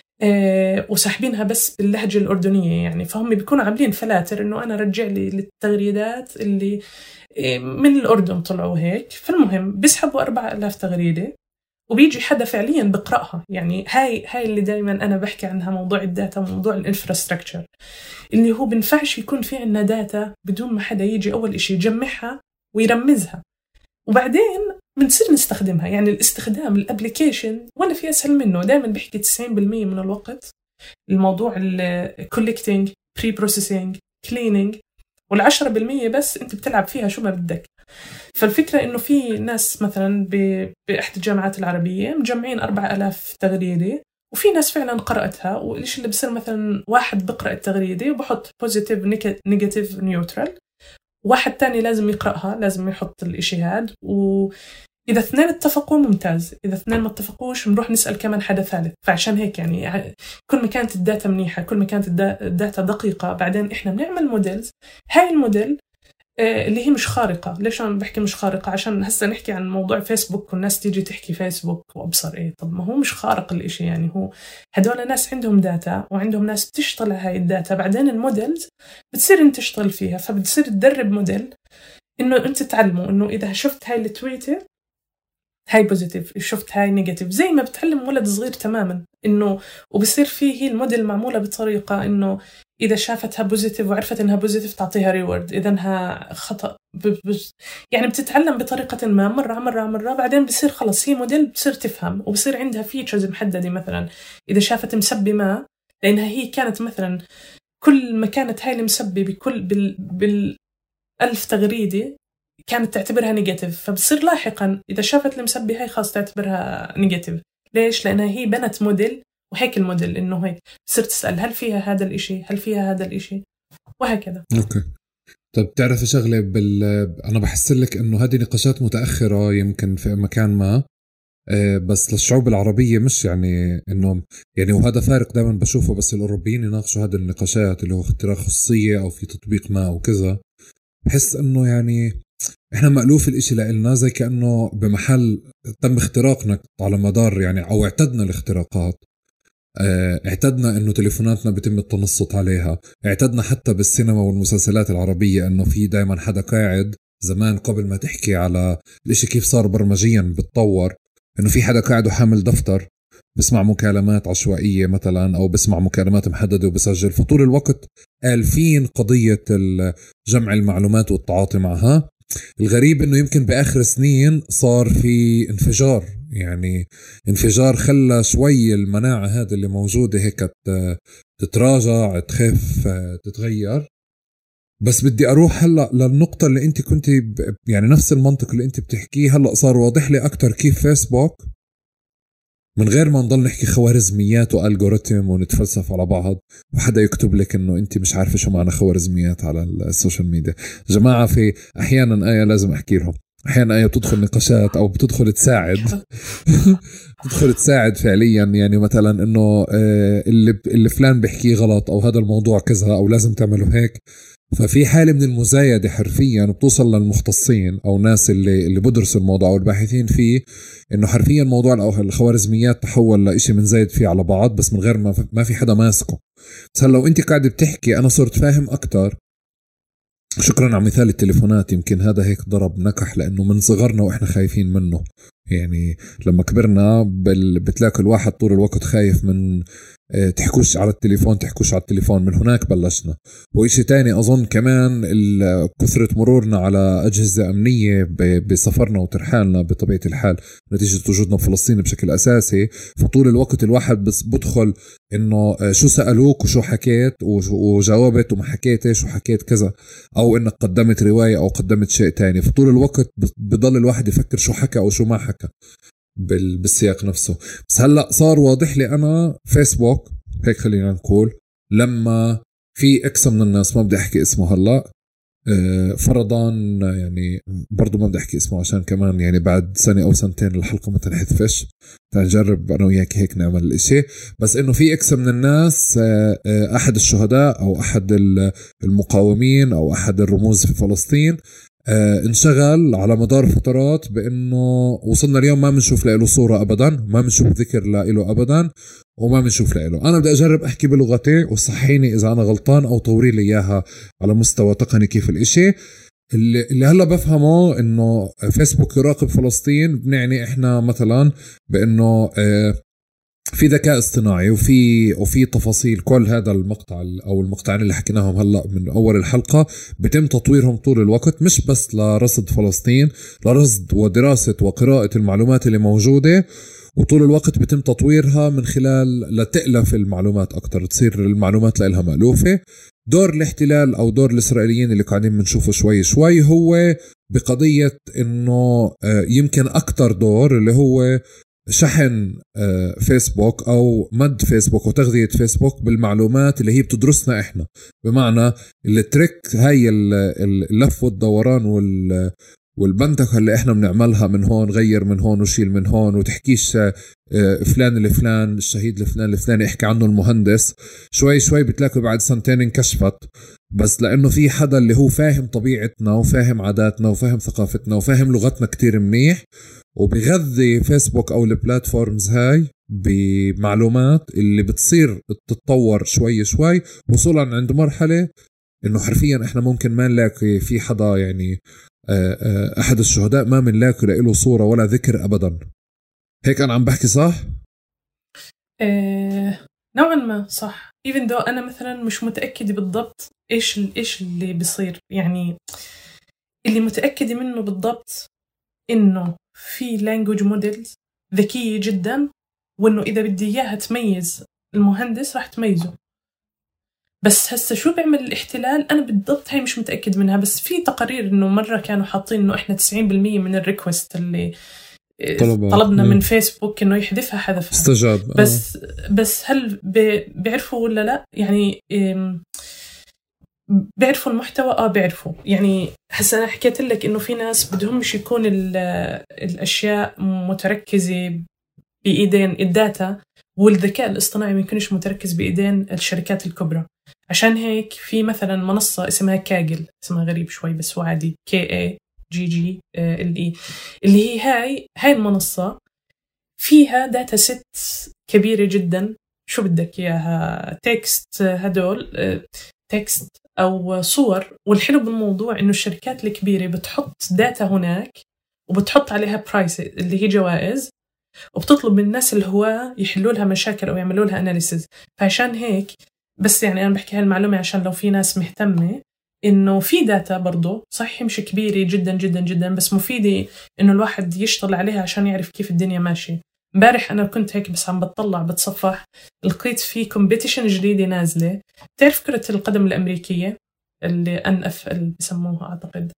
وساحبينها بس باللهجة الأردنية يعني. فهم بيكونوا عاملين فلاتر إنه أنا رجع لي للتغريدات اللي من الأردن طلعوا هيك. فالمهم بيسحبوا 4000 تغريدة، وبيجي حدا فعليا بقرأها. يعني هاي اللي دايما أنا بحكي عنها، موضوع الداتا وموضوع الانفراستراكشر، اللي هو بنفعش يكون في عنا داتا بدون ما حدا يجي أول إشي يجمعها ويرمزها، وبعدين بنصير نستخدمها. يعني الاستخدام الابليكيشن ولا في أسهل منه. دائما بحكي 90% من الوقت الموضوع collecting pre-processing cleaning، وال10% بس أنت بتلعب فيها شو ما بدك. فالفكرة إنه في ناس مثلا بإحدى الجامعات العربية مجمعين 4000 تغريدة، وفي ناس فعلا قرأتها. وإيش اللي بصير مثلا واحد بقرأ التغريدة وبحط positive negative neutral، واحد تاني لازم يقرأها، لازم يحط الإشي هاد. وإذا اثنين اتفقوا ممتاز، إذا اثنين ما اتفقوش بنروح نسأل كمان حدا ثالث. فعشان هيك يعني كل ما كانت الداتا منيحة، كل ما كانت الداتا دقيقة، بعدين إحنا بنعمل موديلز. هاي الموديل اللي هي مش خارقة. ليش أنا بحكي مش خارقة؟ عشان هسه نحكي عن موضوع فيسبوك والناس تيجي تحكي فيسبوك وأبصر إيه. طب ما هو مش خارق الإشي، يعني هو هدول ناس عندهم داتا وعندهم ناس بتشتغل هاي الداتا. بعدين الموديلز بتصير انت تشتغل فيها، فبتصير تدرب موديل إنه أنت تعلمه إنه إذا شفت هاي التويتر هاي بوزيتيف، شفت هاي نيجاتيف، زي ما بتعلم ولد صغير تماما. إنه وبصير فيه هي الموديل معمولة بطريقة إنه إذا شافتها بوزيتيف وعرفت إنها بوزيتيف تعطيها ريورد، إذا إنها خطأ يعني بتتعلم بطريقة ما مرة بعدين بصير خلص هي موديل، بصير تفهم وبصير عندها فيتشرز محددة. مثلا إذا شافت مسبة ما، لأنها هي كانت مثلا كل ما كانت هاي المسبة بكل بالألف تغريدة كانت تعتبرها نيجاتيف، فبصير لاحقا إذا شافت المسبة هاي خاص تعتبرها نيجاتيف. ليش؟ لأنها هي بنت موديل، وهيك الموديل إنه هيك بصير تسأل هل فيها هذا الإشي، هل فيها هذا الإشي، وهكذا. اوكي. طب تعرف شغله انا بحس لك انه هذه نقاشات متاخره يمكن في مكان ما، بس للشعوب العربيه مش يعني انه يعني، وهذا فارق دائما بشوفه. بس الاوروبيين يناقشوا هذه النقاشات اللي هو اختراق خصوصيه او في تطبيق ما او كذا، بحس انه يعني احنا مألوف الاشي لإلنا، زي كأنه بمحل تم اختراقنا على مدار يعني، او اعتدنا الاختراقات، اعتدنا انه تليفوناتنا بيتم التنصت عليها، اعتدنا حتى بالسينما والمسلسلات العربية انه في دايما حدا قاعد زمان قبل ما تحكي على الاشي كيف صار برمجيا بتطور، انه في حدا قاعد وحامل دفتر بسمع مكالمات عشوائية مثلا، او بسمع مكالمات محددة وبسجل. فطول الوقت آلفين قضية جمع المعلومات والتعاطي معها. الغريب انه يمكن باخر سنين صار في انفجار، يعني انفجار خلى شوي المناعة هذا اللي موجودة هيك تتراجع، تخف، تتغير. بس بدي اروح هلأ للنقطة اللي انت كنت يعني نفس المنطق اللي انت بتحكيه. هلأ صار واضح لي اكتر كيف فيسبوك، من غير ما نضل نحكي خوارزميات والجوريثم ونتفلسف على بعض وحدا يكتب لك انه انت مش عارفه شو معنى خوارزميات على السوشيال ميديا. جماعه في احيانا لازم احكي لهم، احيانا بتدخل نقاشات او بتدخل تساعد تدخل تساعد فعليا. يعني مثلا انه اللي فلان بيحكيه غلط، او هذا الموضوع كذا، او لازم تعملوا هيك. ففي حالة من المزايدة حرفيا بتوصل للمختصين أو ناس اللي بدرسوا الموضوع أو الباحثين فيه، إنه حرفيا موضوع الخوارزميات تحول لإشي من زايد فيه على بعض، بس من غير ما في حدا ماسكه. بس لو أنت قاعد بتحكي أنا صرت فاهم أكتر. شكرا على مثال التليفونات، يمكن هذا هيك ضرب نكح لأنه من صغرنا وإحنا خايفين منه. يعني لما كبرنا بتلاقي الواحد طول الوقت خايف من تحكوش على التليفون، من هناك بلشنا. وإشي تاني أظن كمان كثرة مرورنا على أجهزة أمنية بسفرنا وترحالنا بطبيعة الحال نتيجة وجودنا بفلسطين بشكل أساسي. فطول الوقت الواحد بس بدخل إنه شو سألوك وشو حكيت وجاوبت وما حكيتش وحكيت كذا، أو إنك قدمت رواية أو قدمت شيء تاني. فطول الوقت بضل الواحد يفكر شو حكى أو شو ما حكى بالسياق نفسه. بس هلأ صار واضح لي أنا فيسبوك هيك خلينا نقول، لما في إكس من الناس ما بدي أحكي اسمه هلأ، فرضا يعني برضو ما بدي أحكي اسمه عشان كمان يعني بعد سنة أو سنتين الحلقة ما تنحذفش، تنجرب أنا وياك هيك نعمل الإشي. بس إنه في إكس من الناس، أحد الشهداء أو أحد المقاومين أو أحد الرموز في فلسطين، انشغل على مدار فترات بأنه وصلنا اليوم ما بنشوف له صورة أبدا، ما بنشوف ذكر له أبدا، وما بنشوف له. أنا بدي أجرب أحكي بلغتي وصحيني إذا أنا غلطان أو طوري لي إياها على مستوى تقني. كيف الإشي اللي هلا بفهمه إنه فيسبوك يراقب فلسطين، بنعني إحنا مثلا بأنه في ذكاء اصطناعي وفي تفاصيل كل هذا المقطع او المقطعين اللي حكيناهم هلا من اول الحلقه بتم تطويرهم طول الوقت، مش بس لرصد فلسطين، لرصد ودراسه وقراءه المعلومات اللي موجوده. وطول الوقت بتم تطويرها من خلال لتألف المعلومات اكتر، تصير المعلومات لها مألوفه. دور الاحتلال او دور الاسرائيليين اللي قاعدين بنشوفه شوي شوي هو بقضيه انه يمكن اكتر دور اللي هو شحن فيسبوك أو مد فيسبوك وتغذية فيسبوك بالمعلومات اللي هي بتدرسنا إحنا. بمعنى التريك هاي اللف والدوران والبنتك اللي إحنا بنعملها من هون، غير من هون وشيل من هون، وتحكيش فلان لفلان الشهيد لفلان لفلان يحكي عنه المهندس. شوي شوي بتلاقي بعد سنتين انكشفت، بس لأنه في حدا اللي هو فاهم طبيعتنا وفاهم عاداتنا وفاهم ثقافتنا وفاهم لغتنا كتير منيح، وبيغذي فيسبوك أو البلاتفورمز هاي بمعلومات اللي بتصير تتطور شوي شوي، وصولا عند مرحلة إنه حرفيا إحنا ممكن ما نلاقي في حدا يعني أحد الشهداء ما منلاقي له صورة ولا ذكر أبدا. هيك أنا عم بحكي صح؟ نوعا ما صح، even though أنا مثلا مش متأكدة بالضبط إيش اللي بيصير. يعني اللي متأكدة منه بالضبط إنه في language models ذكية جدا، وإنه إذا بدي إياها تميز المهندس راح تميزه. بس هسه شو بيعمل الاحتلال أنا بالضبط هاي مش متأكد منها، بس في تقارير إنه مرة كانوا حاطين إنه إحنا 90% من الريكوست اللي طلبنا من فيسبوك إنه يحذفها حذفها، استجاب. بس هل بيعرفوا ولا لا؟ يعني بيعرفوا المحتوى بيعرفوا. يعني هسه أنا حكيت لك إنه في ناس بدهمش يكون الأشياء متركزة بإيدين الداتا، والذكاء الاصطناعي ما يكونش متركز بإيدين الشركات الكبرى. عشان هيك في مثلا منصة اسمها كاجل، اسمها غريب شوي بس هو عادي KAGGLE، اللي هي هاي المنصة فيها داتا ست كبيرة جدا. شو بدك إياها؟ تكست، هدول تكست أو صور. والحلو بالموضوع إنه الشركات الكبيرة بتحط داتا هناك وبتحط عليها برايس اللي هي جوائز، وبتطلب من الناس اللي هو يحلوا لها مشاكل أو يعملوا لها أناليسز. فعشان هيك بس يعني أنا بحكي هالمعلومة عشان لو في ناس مهتمة إنه في داتا برضو صحيح مش كبيرة جدا جدا جدا، بس مفيدة إنه الواحد يشتغل عليها عشان يعرف كيف الدنيا ماشية. امبارح أنا كنت هيك بس عم بتطلع بتصفح، لقيت في كومبيتيشن جديدة نازلة. تعرف كرة القدم الأمريكية اللي NFL بسموها أعتقد،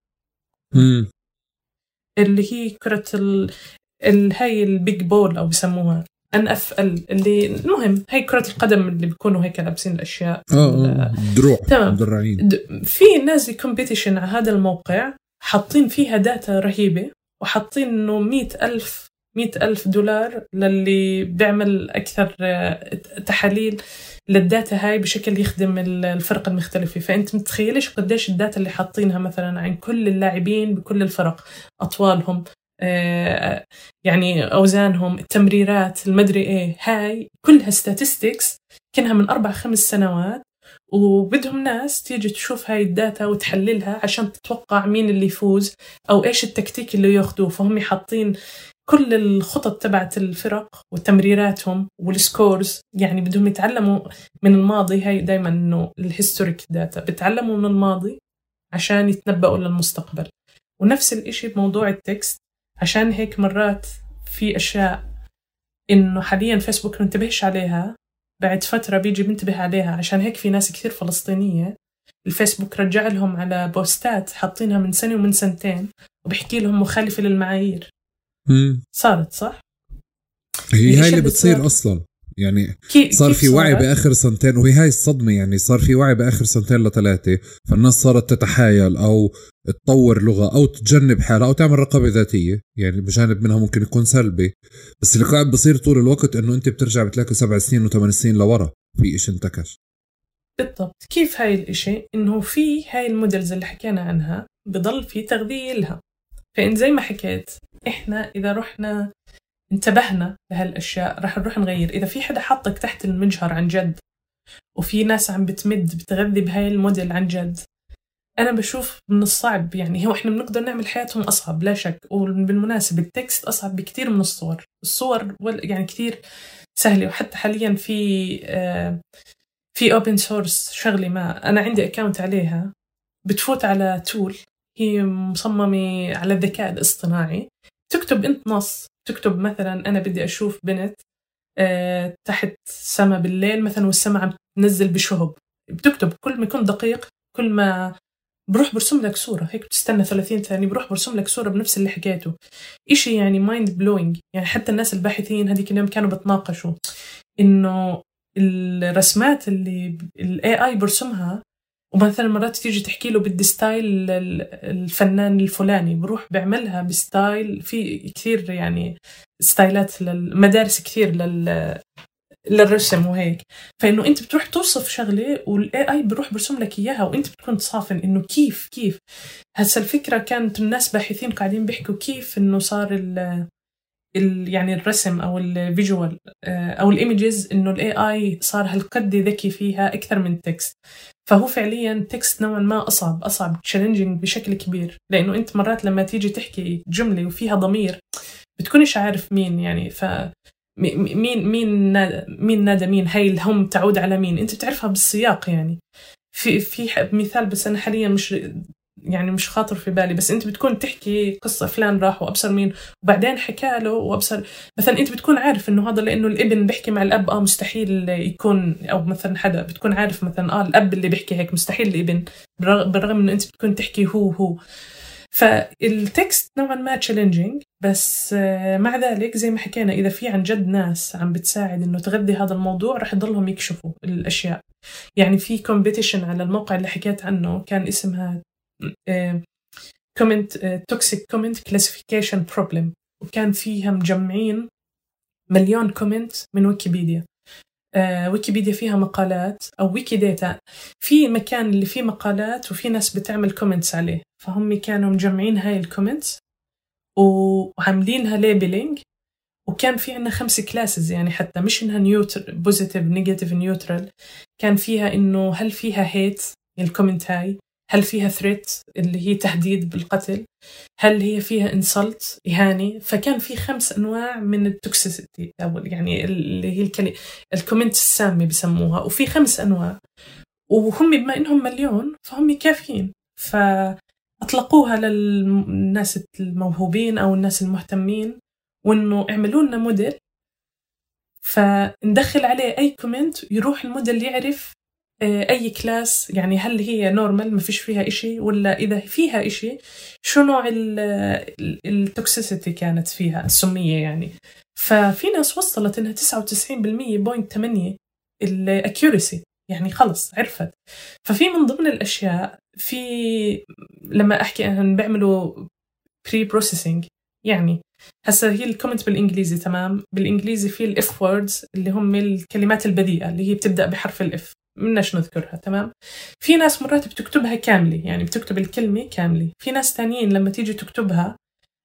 اللي هي كرة هاي البيج بول أو بسموها NFL، اللي المهم هاي كرة القدم اللي بيكونوا هيك لابسين الأشياء دروع تمام. في ناس كومبيتيشن على هذا الموقع حاطين فيها داتا رهيبة، وحاطين إنه 100,000 دولار للي بيعمل أكثر تحاليل للداتا هاي بشكل يخدم الفرق المختلفة. فأنت متخيلش قديش الداتا اللي حاطينها مثلا عن كل اللاعبين بكل الفرق، أطوالهم، يعني أوزانهم، التمريرات، المدري إيه، هاي كلها statistics كأنها من 4-5 سنوات. وبدهم ناس تيجي تشوف هاي الداتا وتحللها عشان تتوقع مين اللي يفوز أو إيش التكتيك اللي ياخدوه. فهم حاطين كل الخطط تبعت الفرق وتمريراتهم والسكورز. يعني بدهم يتعلموا من الماضي. هاي دايما إنه الهيستوريك داتا بتعلموا من الماضي عشان يتنبؤوا للمستقبل. ونفس الإشي بموضوع التكست. عشان هيك مرات في أشياء إنه حاليا فيسبوك منتبهش عليها، بعد فترة بيجي بنتبه عليها. عشان هيك في ناس كثير فلسطينية الفيسبوك رجع لهم على بوستات حاطينها من سنة ومن سنتين وبيحكي لهم مخالفة للمعايير. صارت صح؟ هي هاي اللي بتصير أصلا. يعني صار في وعي بآخر سنتين، وهي هاي الصدمة. يعني صار في وعي بآخر 2-3، فالناس صارت تتحايل أو تطور لغة أو تجنب حالها أو تعمل رقابة ذاتية. يعني بجانب منها ممكن يكون سلبي، بس اللي قاعد بصير طول الوقت إنه أنت بترجع بتلاقي 7 سنين و8 سنين لورا في إيش انتكش. بالضبط. كيف هاي الإشي؟ إنه في هاي المودلز اللي حكينا عنها بضل في تغذية لها. فإن زي ما حكيت إحنا إذا رحنا انتبهنا لهالأشياء راح نروح نغير. إذا في حدا حطك تحت المجهر عن جد وفي ناس عم بتغذي بهاي الموديل عن جد، أنا بشوف من الصعب. يعني هو إحنا بنقدر نعمل حياتهم أصعب لا شك. وبالمناسبة التكست أصعب بكتير من الصور يعني كتير سهلة. وحتى حاليا في open source شغلة ما أنا عندي أكاونت عليها، بتفوت على تول هي مصممة على الذكاء الاصطناعي. تكتب أنت نص، تكتب مثلا أنا بدي أشوف بنت تحت سما بالليل مثلا والسما عم تنزل بشهب. بتكتب كل ما يكون دقيق كل ما بروح برسم لك صورة. هيك بتستنى 30 ثانية بروح برسم لك صورة بنفس اللي حكيته. إشي يعني mind blowing. يعني حتى الناس الباحثين هذيك اليوم كانوا بتناقشوا إنه الرسمات اللي ال AI برسمها، ومثلا مرات تيجي تحكي له بدي ستايل الفنان الفلاني بروح بعملها بستايل. في كثير يعني ستايلات للمدارس كثير للرسم وهيك. فإنه أنت بتروح توصف شغلة والAI بروح برسم لك إياها وأنت بتكون تصافن إنه كيف هسا الفكرة. كانت الناس باحثين قاعدين بيحكوا كيف إنه صار يعني الرسم أو الفيجوال أو الإيميجز إنه الAI صار هالقد ذكي فيها أكثر من تكست. فهو فعليا تكست نوعا ما أصعب تشالنجينج بشكل كبير. لأنه أنت مرات لما تيجي تحكي جملة وفيها ضمير بتكونش عارف مين يعني مين نادى مين، هاي الهم تعود على مين، أنت بتعرفها بالسياق. يعني في مثال بس أنا حاليا مش يعني مش خاطر في بالي، بس أنت بتكون تحكي قصة فلان راح وأبصر مين وبعدين حكى له وأبصر مثلا أنت بتكون عارف إنه هذا لأنه الابن بيحكي مع الأب مستحيل يكون، أو مثلا حدا بتكون عارف مثلا الأب اللي بيحكي هيك مستحيل الابن، بالرغم إنه أنت بتكون تحكي هو. فالتكست نوعا ما تشالنجينج، بس مع ذلك زي ما حكينا إذا في عن جد ناس عم بتساعد إنه تغذي هذا الموضوع رح يضلهم يكشفوا الأشياء. يعني في كومبيتيشن على الموقع اللي حكيت عنه كان اسمها توكسيك كومنت كلاسيفيكيشن بروبلم، وكان فيها مجمعين 1,000,000 كومنت من ويكيبيديا. ويكيبيديا فيها مقالات أو ويكي داتا، في مكان اللي فيه مقالات وفي ناس بتعمل كومنتس عليه، فهم كانوا مجمعين هاي الكومنتس وعاملينها ليبلينج. وكان في عنا 5 كلاسز، يعني حتى مش إنها نيوترال بوزيتيف نيجاتيف نيوترال، كان فيها إنه هل فيها هيت الكومنت هاي، هل فيها ثريت اللي هي تهديد بالقتل، هل هي فيها انسلت إهانة. فكان في 5 أنواع من التوكسيسيتي، أو يعني اللي هي الكومنت السامة بسموها، وفي 5 أنواع، وهم بما إنهم 1,000,000 فهم كافيين، فأطلقوها للناس الموهوبين أو الناس المهتمين، وإنه اعملوا لنا موديل فندخل عليه أي كومنت يروح الموديل يعرف أي كلاس، يعني هل هي نورمال ما فيش فيها إشي، ولا إذا فيها إشي شو نوع التوكسيسيتي كانت فيها السمية يعني. ففي ناس وصلت إنها 99.8 الأكيوريسي، يعني خلص عرفت. ففي من ضمن الأشياء في لما أحكي أن بيعملوا بري بروسيسنج، يعني هسا هي الكومنت بالإنجليزي تمام، بالإنجليزي في الإف ووردز اللي هم الكلمات البذيئة اللي هي بتبدأ بحرف الإف، مناش نذكرها تمام. في ناس مرات بتكتبها كاملة، يعني بتكتب الكلمة كاملة. في ناس تانيين لما تيجي تكتبها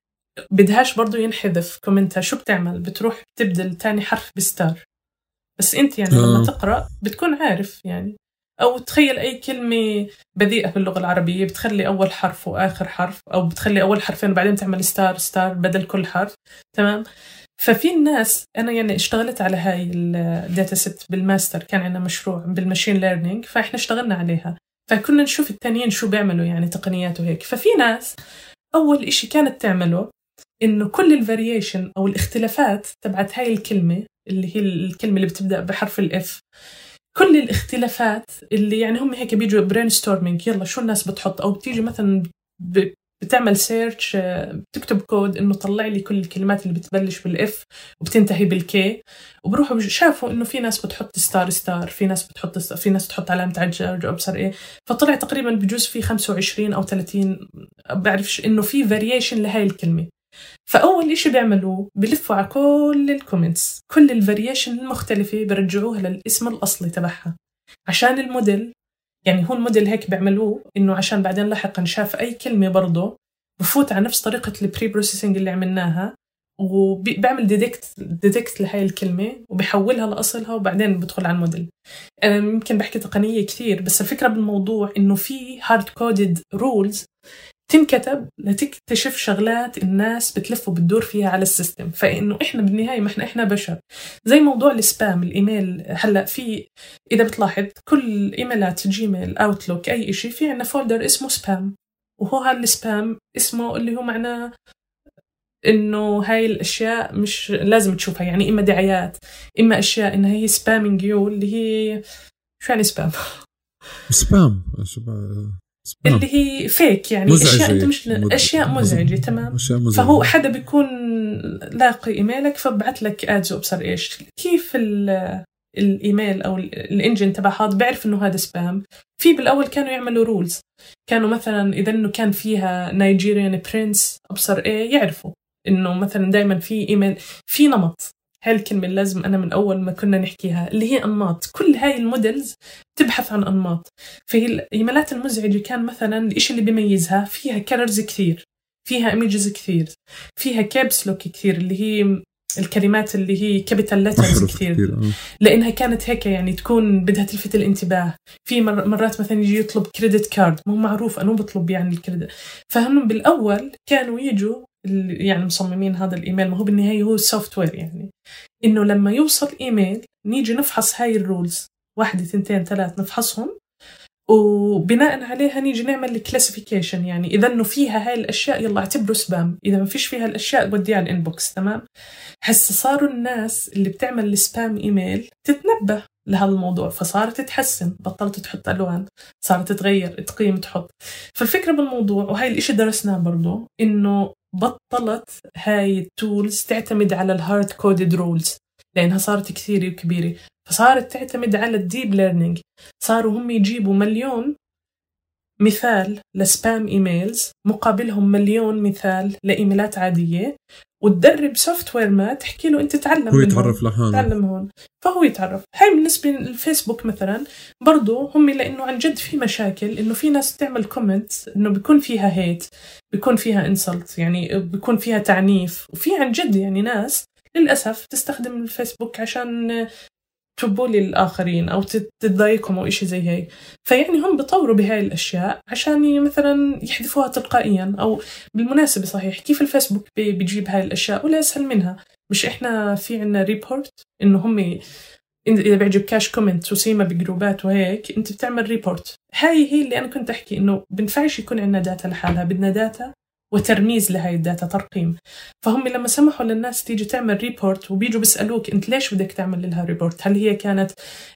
بدهاش برضو ينحذف كومنتها، شو بتعمل؟ بتروح تبدل تاني حرف بستار. بس انت يعني لما تقرأ بتكون عارف يعني، أو تخيل أي كلمة بذيئة باللغة العربية بتخلي أول حرف وآخر حرف، أو بتخلي أول حرفين وبعدين تعمل ستار بدل كل حرف تمام. ففي الناس أنا يعني اشتغلت على هاي الداتا ست بالماستر، كان عندنا مشروع بالماشين ليرنينج فإحنا اشتغلنا عليها، فكنا نشوف التانيين شو بيعملوا يعني تقنيات وهيك. ففي ناس أول إشي كانت تعمله إنه كل الفاريشن أو الاختلافات تبعت هاي الكلمة اللي هي الكلمة اللي بتبدأ بحرف الإف، كل الاختلافات اللي يعني هم هيك بيجوا برين ستورمينج، يلا شو الناس بتحط، أو بتيجي مثلا بتعمل سيرش بتكتب كود إنه طلع لي كل الكلمات اللي بتبلش بالإف وبتنتهي بالكي، وبروحوا شافوا إنه في ناس بتحط ستار، في ناس بتحط في ناس تحط علامة عجرج أو أبصر إيه، فطلع تقريبا بجوز في 25 أو 30 بعرفش إنه في فاريشن لهاي الكلمة. فأول إشي بيعملوه بلفوا على كل الكومنتس، كل الفاريشن المختلفة برجعوها للاسم الأصلي تبعها، عشان الموديل يعني هو الموديل هيك بيعملوه إنه عشان بعدين لاحقا شاف أي كلمة برضه بفوت على نفس طريقة البري بروسيسنج اللي عملناها، وبيعمل ديتكت لهاي الكلمة وبيحولها لأصلها وبعدين بدخل على الموديل. أنا يمكن بحكي تقنية كثير، بس الفكرة بالموضوع إنه في هارد كودد رولز تنكتب لتكتشف شغلات الناس بتلف وبتدور فيها على السيستم. فإنه إحنا بالنهاية ما إحنا بشر، زي موضوع السبام الإيميل. هلأ في إذا بتلاحظ كل إيميلات جيميل أوتلوك أي إشي في عنا فولدر اسمه سبام، وهو هالسبام اسمه اللي هو معناه إنه هاي الأشياء مش لازم تشوفها، يعني إما دعايات إما أشياء إنها هي سبامينج يو، اللي هي شو يعني سبام اللي هي فيك، يعني أشياء أنت مش أشياء مزعجة تمام. فهو حدا بيكون لاقي إيميلك فبعت لك آدز وأبصر إيش. كيف الإيميل أو الإنجن تبع هذا بيعرف إنه هذا سبام؟ في بالأول كانوا يعملوا رولز، كانوا مثلا إذا إنه كان فيها نيجيريان برنس أبصر إيه يعرفوا إنه مثلا دايما في إيميل في نمط. هاي الكلمة لازم أنا من أول ما كنا نحكيها اللي هي أنماط، كل هاي المودلز تبحث عن أنماط. فهي الإيميلات المزعجة كان مثلا الإشي اللي بيميزها فيها كاررز كثير، فيها إيميجز كثير، فيها كابس لوك كثير اللي هي الكلمات اللي هي كابيتال لترز كثير، لأنها كانت هيك يعني تكون بدها تلفت الانتباه. في مرات مثلا يجي يطلب كريدت كارد، مو معروف أنه بطلب يعني الكريدت، فهم بالأول كانوا يجوا يعني مصممين هذا الإيميل، ما هو بالنهاية هو سوفت وير، يعني إنه لما يوصل إيميل نيجي نفحص هاي الرولز 1 2 3 نفحصهم، وبناء عليها نيجي نعمل الكلاسيفيكيشن، يعني إذا إنه فيها هاي الأشياء يلا اعتبره سبام، إذا ما فيش فيها الأشياء وديها على الإنبوكس. تمام. هسه صاروا الناس اللي بتعمل السبام إيميل تتنبه لهذا الموضوع، فصارت تتحسن، بطلت تحط ألوان، صارت تغير تقيم تحط. فالفكرة بالموضوع، وهاي الإشي درسناه برضو، إنه بطلت هاي التولز تعتمد على الهارد كودد رولز لأنها صارت كثيرة وكبيرة، فصارت تعتمد على الديب ليرنينج. صاروا هم يجيبوا 1,000,000 مثال لسبام إيميلز مقابلهم 1,000,000 مثال لإيميلات عادية، وتدرب سوفت وير ما تحكي له أنت تعلم، هو يتعرف لحاله، تعلم هون فهو يتعرف. هاي بالنسبة للفيسبوك مثلا برضو هم، لأنه عن جد في مشاكل إنه في ناس تعمل كومنت إنه بيكون فيها هيت، بيكون فيها انسلت، يعني بيكون فيها تعنيف، وفي عن جد يعني ناس للأسف تستخدم الفيسبوك عشان تبولي الآخرين أو تضايقهم أو إشي زي هيك. فيعني هم بيطوروا بهاي الأشياء عشان مثلا يحذفوها تلقائيا. أو بالمناسبة صحيح كيف الفيسبوك بيجيب هاي الأشياء؟ ولا أسهل منها، مش إحنا في عنا ريبورت إنه هم إذا بيعجب كاش كومنت وسيما بجروبات وهيك أنت بتعمل ريبورت. هاي اللي أنا كنت أحكي إنه بنفعش يكون عنا داتا لحالها، بدنا داتا وترميز لهاي الداتا، ترقيم. فهم لما سمحوا للناس تيجي تعمل ريبورت وبيجوا بيسألوك أنت ليش بدك تعمل لها ريبورت، هل هي كانت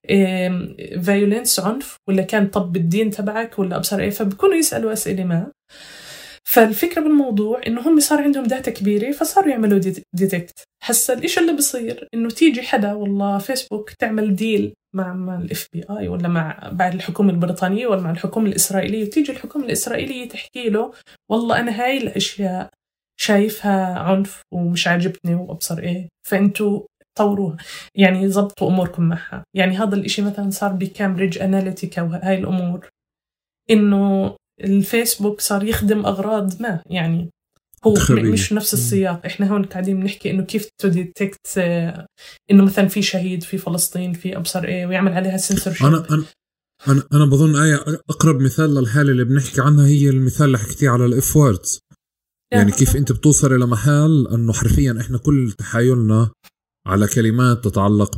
فايولنس عنف، ولا كان طب الدين تبعك، ولا أبصر إيه، فبكونوا يسألوا أسئلة ما. فالفكرة بالموضوع إنه هم صار عندهم داتا كبيرة فصاروا يعملوا ديتكت. هسا الإشي اللي بصير إنه تيجي حدا والله فيسبوك تعمل ديل مع الإف بي آي ولا مع بعد الحكومة البريطانية ولا مع الحكومة الإسرائيلية، وتيجي الحكومة الإسرائيلية تحكي له والله أنا هاي الأشياء شايفها عنف ومش عاجبتني وأبصر إيه، فأنتوا طوروها، يعني ضبطوا أموركم معها. يعني هذا الإشي مثلا صار بكامبريدج أناليتيكا وهاي الأمور، إنه الفيسبوك صار يخدم أغراض ما، يعني هو مش نفس السياق. إحنا هون قاعدين بنحكي إنه كيف تديتكت إنه مثلا في شهيد في فلسطين في أبصر إيه ويعمل عليها سنسورشيب. أنا بظن أقرب مثال للحالة اللي بنحكي عنها هي المثال اللي حكيتيه على الإف ووردز، يعني كيف أنت بتوصل إلى محل أنه حرفيا إحنا كل تحايلنا على كلمات تتعلق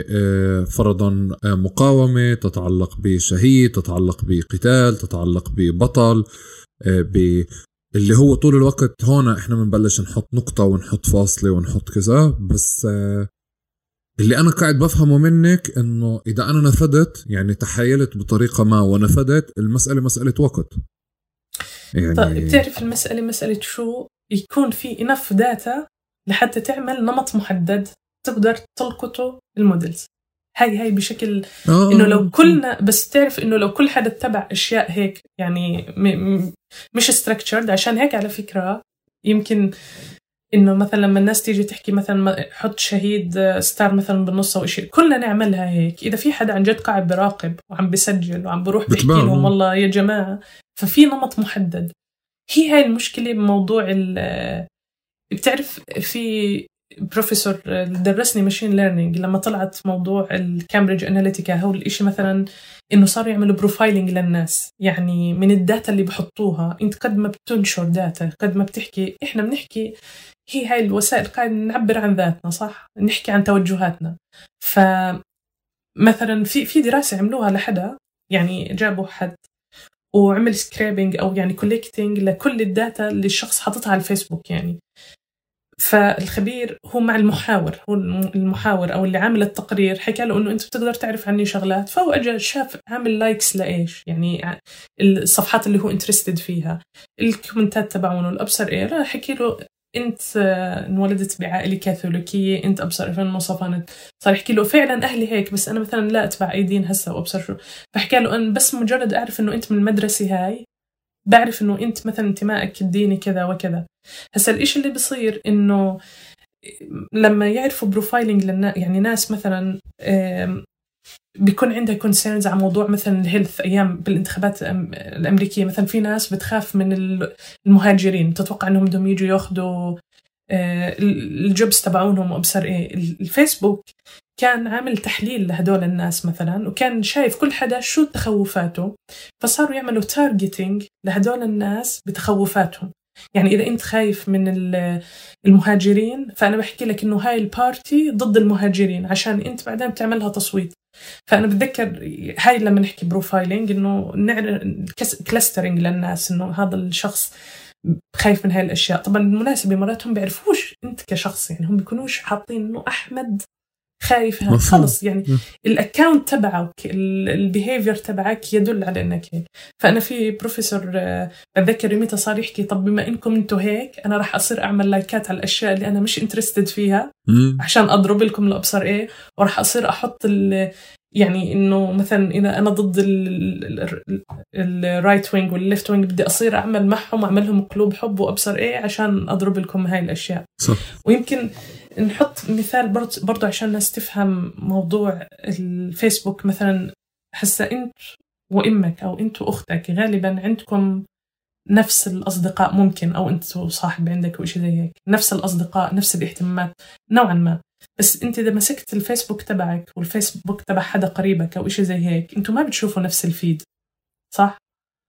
بفرضا مقاومة، تتعلق بشهيد، تتعلق بقتال، تتعلق ببطل، اللي هو طول الوقت هون احنا بنبلش نحط نقطة ونحط فاصلة ونحط كذا. بس اللي انا قاعد بفهمه منك انه اذا انا نفذت، يعني تحايلت بطريقة ما ونفذت، المسألة مسألة وقت. يعني طيب بتعرف المسألة مسألة شو؟ يكون في enough data لحتى تعمل نمط محدد تقدر تلقطه المودلز. هاي بشكل إنه لو كلنا بس تعرف إنه لو كل حدا اتبع أشياء هيك يعني مش structured. عشان هيك على فكرة يمكن إنه مثلا لما الناس تيجي تحكي مثلا حط شهيد ستار مثلا بالنص أو إشي، كلنا نعملها هيك. إذا في حدا عن جد قاعد براقب وعم بسجل وعم بروح بحكي لهم والله يا جماعة، ففي نمط محدد. هاي المشكلة بموضوع بتعرف في بروفيسور درسني ماشين ليرنينج لما طلعت موضوع الكامبريدج أناليتيكا، هو الإشي مثلا إنه صاروا يعملوا بروفايلينج للناس، يعني من الداتا اللي بحطوها. أنت قد ما بتنشر داتا قد ما بتحكي، إحنا بنحكي هاي الوسائل قاعد نعبر عن ذاتنا، صح، نحكي عن توجهاتنا. فمثلا في دراسة عملوها لحدا، يعني جابوا حد وعمل سكرابينج أو يعني كوليكتينج لكل الداتا اللي الشخص حاططها على الفيسبوك يعني. فالخبير هو مع المحاور، هو المحاور أو اللي عامل التقرير حكى له إنه أنت بتقدر تعرف عني شغلات، فهو أجا شاف عامل لايكس لإيش، يعني الصفحات اللي هو انترستد فيها، الكومنتات تبعونه الأبصر إيه. راح حكي له أنت انولدت بعائلة كاثوليكية، أنت أبصر في المواصفات. صار يحكي له فعلا أهلي هيك، بس أنا مثلا لا أتبع أي دين هسه وأبصر شو. فحكى له أنا بس مجرد أعرف إنه أنت من المدرسة هاي بعرف إنه أنت مثلا انتمائك الديني كذا وكذا. هسا الإشي اللي بصير إنه لما يعرفوا بروفايلينج يعني ناس مثلا بيكون عندها كونسيرنز على موضوع مثلا الهيلث أيام بالانتخابات الأمريكية، مثلا في ناس بتخاف من المهاجرين، تتوقع إنهم بدهم يجوا ياخدوا الجوبس تبعونهم وأبصر إيه. الفيسبوك كان عامل تحليل لهدول الناس مثلا، وكان شايف كل حدا شو تخوفاته، فصاروا يعملوا تارجيتينج لهدول الناس بتخوفاتهم. يعني إذا أنت خايف من المهاجرين، فأنا بحكي لك إنه هاي البارتي ضد المهاجرين عشان أنت بعدين بتعملها تصويت. فأنا بتذكر هاي لما نحكي بروفايلينج إنه كلاسترينج للناس، إنه هذا الشخص خايف من هاي الأشياء. طبعا بالمناسبة مرات هم بيعرفوش أنت كشخص، يعني هم بيكونوش حاطين إنه أحمد خايف خلص، يعني الاكاونت تبعك البيهيفير تبعك يدل على انك هيك. فانا في بروفيسور بتذكر يوميتها صار يحكي طب بما انكم انتم هيك انا راح اصير اعمل لايكات على الاشياء اللي انا مش انترستد فيها عشان اضرب لكم الابصر ايه، وراح اصير احط يعني انه مثلا اذا انا ضد الرايت وينج والليفت وينج بدي اصير اعمل معهم اعملهم قلوب حب وابصر ايه عشان اضرب لكم هاي الاشياء. صح. ويمكن نحط مثال برضو عشان الناس تفهم موضوع الفيسبوك. مثلا حسا انت وامك او انت واختك غالبا عندكم نفس الاصدقاء ممكن، او انت وصاحب عندك وشي زي هيك، نفس الاصدقاء نفس الاهتمامات نوعا ما. بس انت اذا مسكت الفيسبوك تبعك والفيسبوك تبع حدا قريبك او شيء زي هيك، انتوا ما بتشوفوا نفس الفيد، صح؟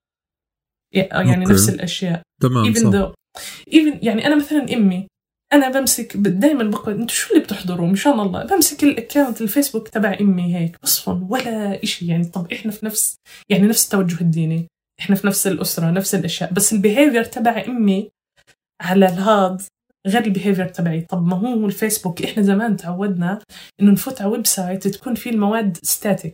يعني أوكي. نفس الاشياء. تمام. صح. يعني انا مثلا امي انا بمسك دائما بقول انتوا شو اللي بتحضروا مشان الله، بمسك الاكاونت الفيسبوك تبع امي هيك بصفن ولا إشي. يعني طب احنا في نفس التوجه الديني، احنا في نفس الاسره، نفس الاشياء، بس البيهيفير تبع امي على الهاد غير البيهيفير تبعي. طب ما هو الفيسبوك احنا زمان تعودنا انه نفوت على ويب سايت تكون فيه المواد ستاتيك.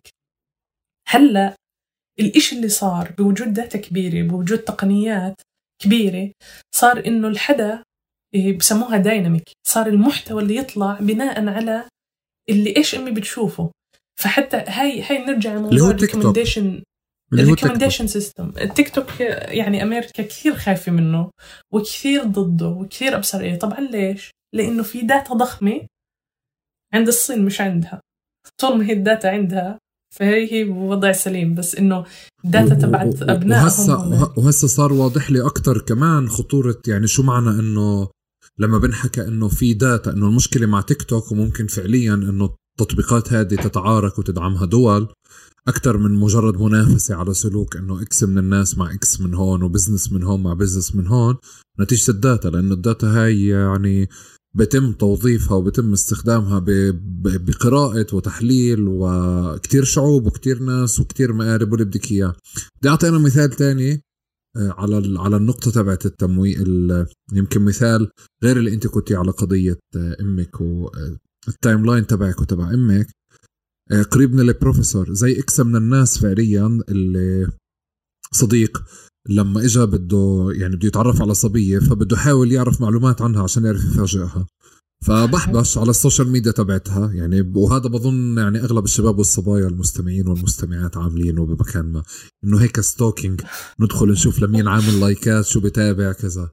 هلا الاشي اللي صار بوجود داتا كبيره، بوجود تقنيات كبيره، صار انه الحدا بسموها دايناميك، صار المحتوى اللي يطلع بناء على اللي ايش امي بتشوفه. فحتى هاي نرجع لموضوع الريكومنديشن سيستم. التيك توك يعني امريكا كثير خايفه منه وكثير ضده وكثير ابصر ايه. طبعا ليش؟ لانه في داتا ضخمه عند الصين مش عندها. طول ما هي الداتا عندها فهي بوضع سليم، بس انه الداتا تبعت ابنائهم. وهسه صار واضح لي اكتر كمان خطوره، يعني شو معنى انه لما بنحكى انه في داتا، انه المشكله مع تيك توك وممكن فعليا انه التطبيقات هذه تتعارك وتدعمها دول اكتر من مجرد منافسه على سلوك، انه اكس من الناس مع اكس من هون وبزنس من هون مع بزنس من هون، نتيجه الداتا. لانه الداتا هاي يعني بتم توظيفها وبتم استخدامها بقراءة وتحليل وكتير شعوب وكتير ناس وكتير مقارب واللي بدك اياه. بدي اعطينا مثال تاني على النقطة تبعت التمويل، يمكن مثال غير اللي انت كنتي على قضية امك والتايم لاين تبعك وتبع امك. قريبنا للبروفيسور زي اكس من الناس فعليا، اللي صديق لما اجا بده يتعرف على صبية، فبده يحاول يعرف معلومات عنها عشان يعرف يفاجئها، فبحبش على السوشيال ميديا تبعتها. يعني وهذا بظن يعني اغلب الشباب والصبايا المستمعين والمستمعات عاملينه بمكان ما، انه هيك ستوكينج، ندخل نشوف لمين عامل لايكات، شو بتابع كذا.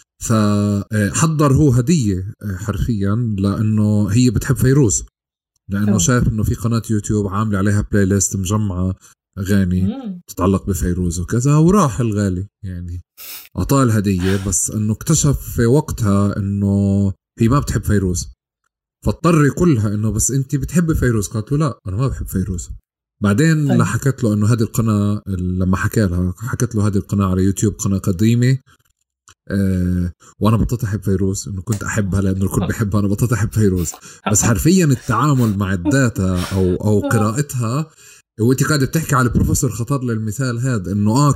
فحضر هو هدية حرفيا لانه هي بتحب فيروز، لانه شايف انه في قناة يوتيوب عامله عليها بلاي ليست مجمعة أغاني تتعلق بفيروز وكذا، وراح الغالي يعني أعطاه الهدية. بس أنه اكتشف في وقتها أنه هي ما بتحب فيروز، فاضطر يقولها أنه بس أنت بتحب فيروز. قالت له لا أنا ما بحب فيروز. بعدين طيب. حكت له أنه هذه القناة، لما حكت له هذه القناة على يوتيوب قناة قديمة، وانا بطلت احب فيروز، انه كنت احبها لانه الكل بيحبها، انا بطلت احب فيروز. بس حرفيا التعامل مع الداتا او قراءتها، وانت قاعده بتحكي على البروفيسور، خطر للمثال هذا انه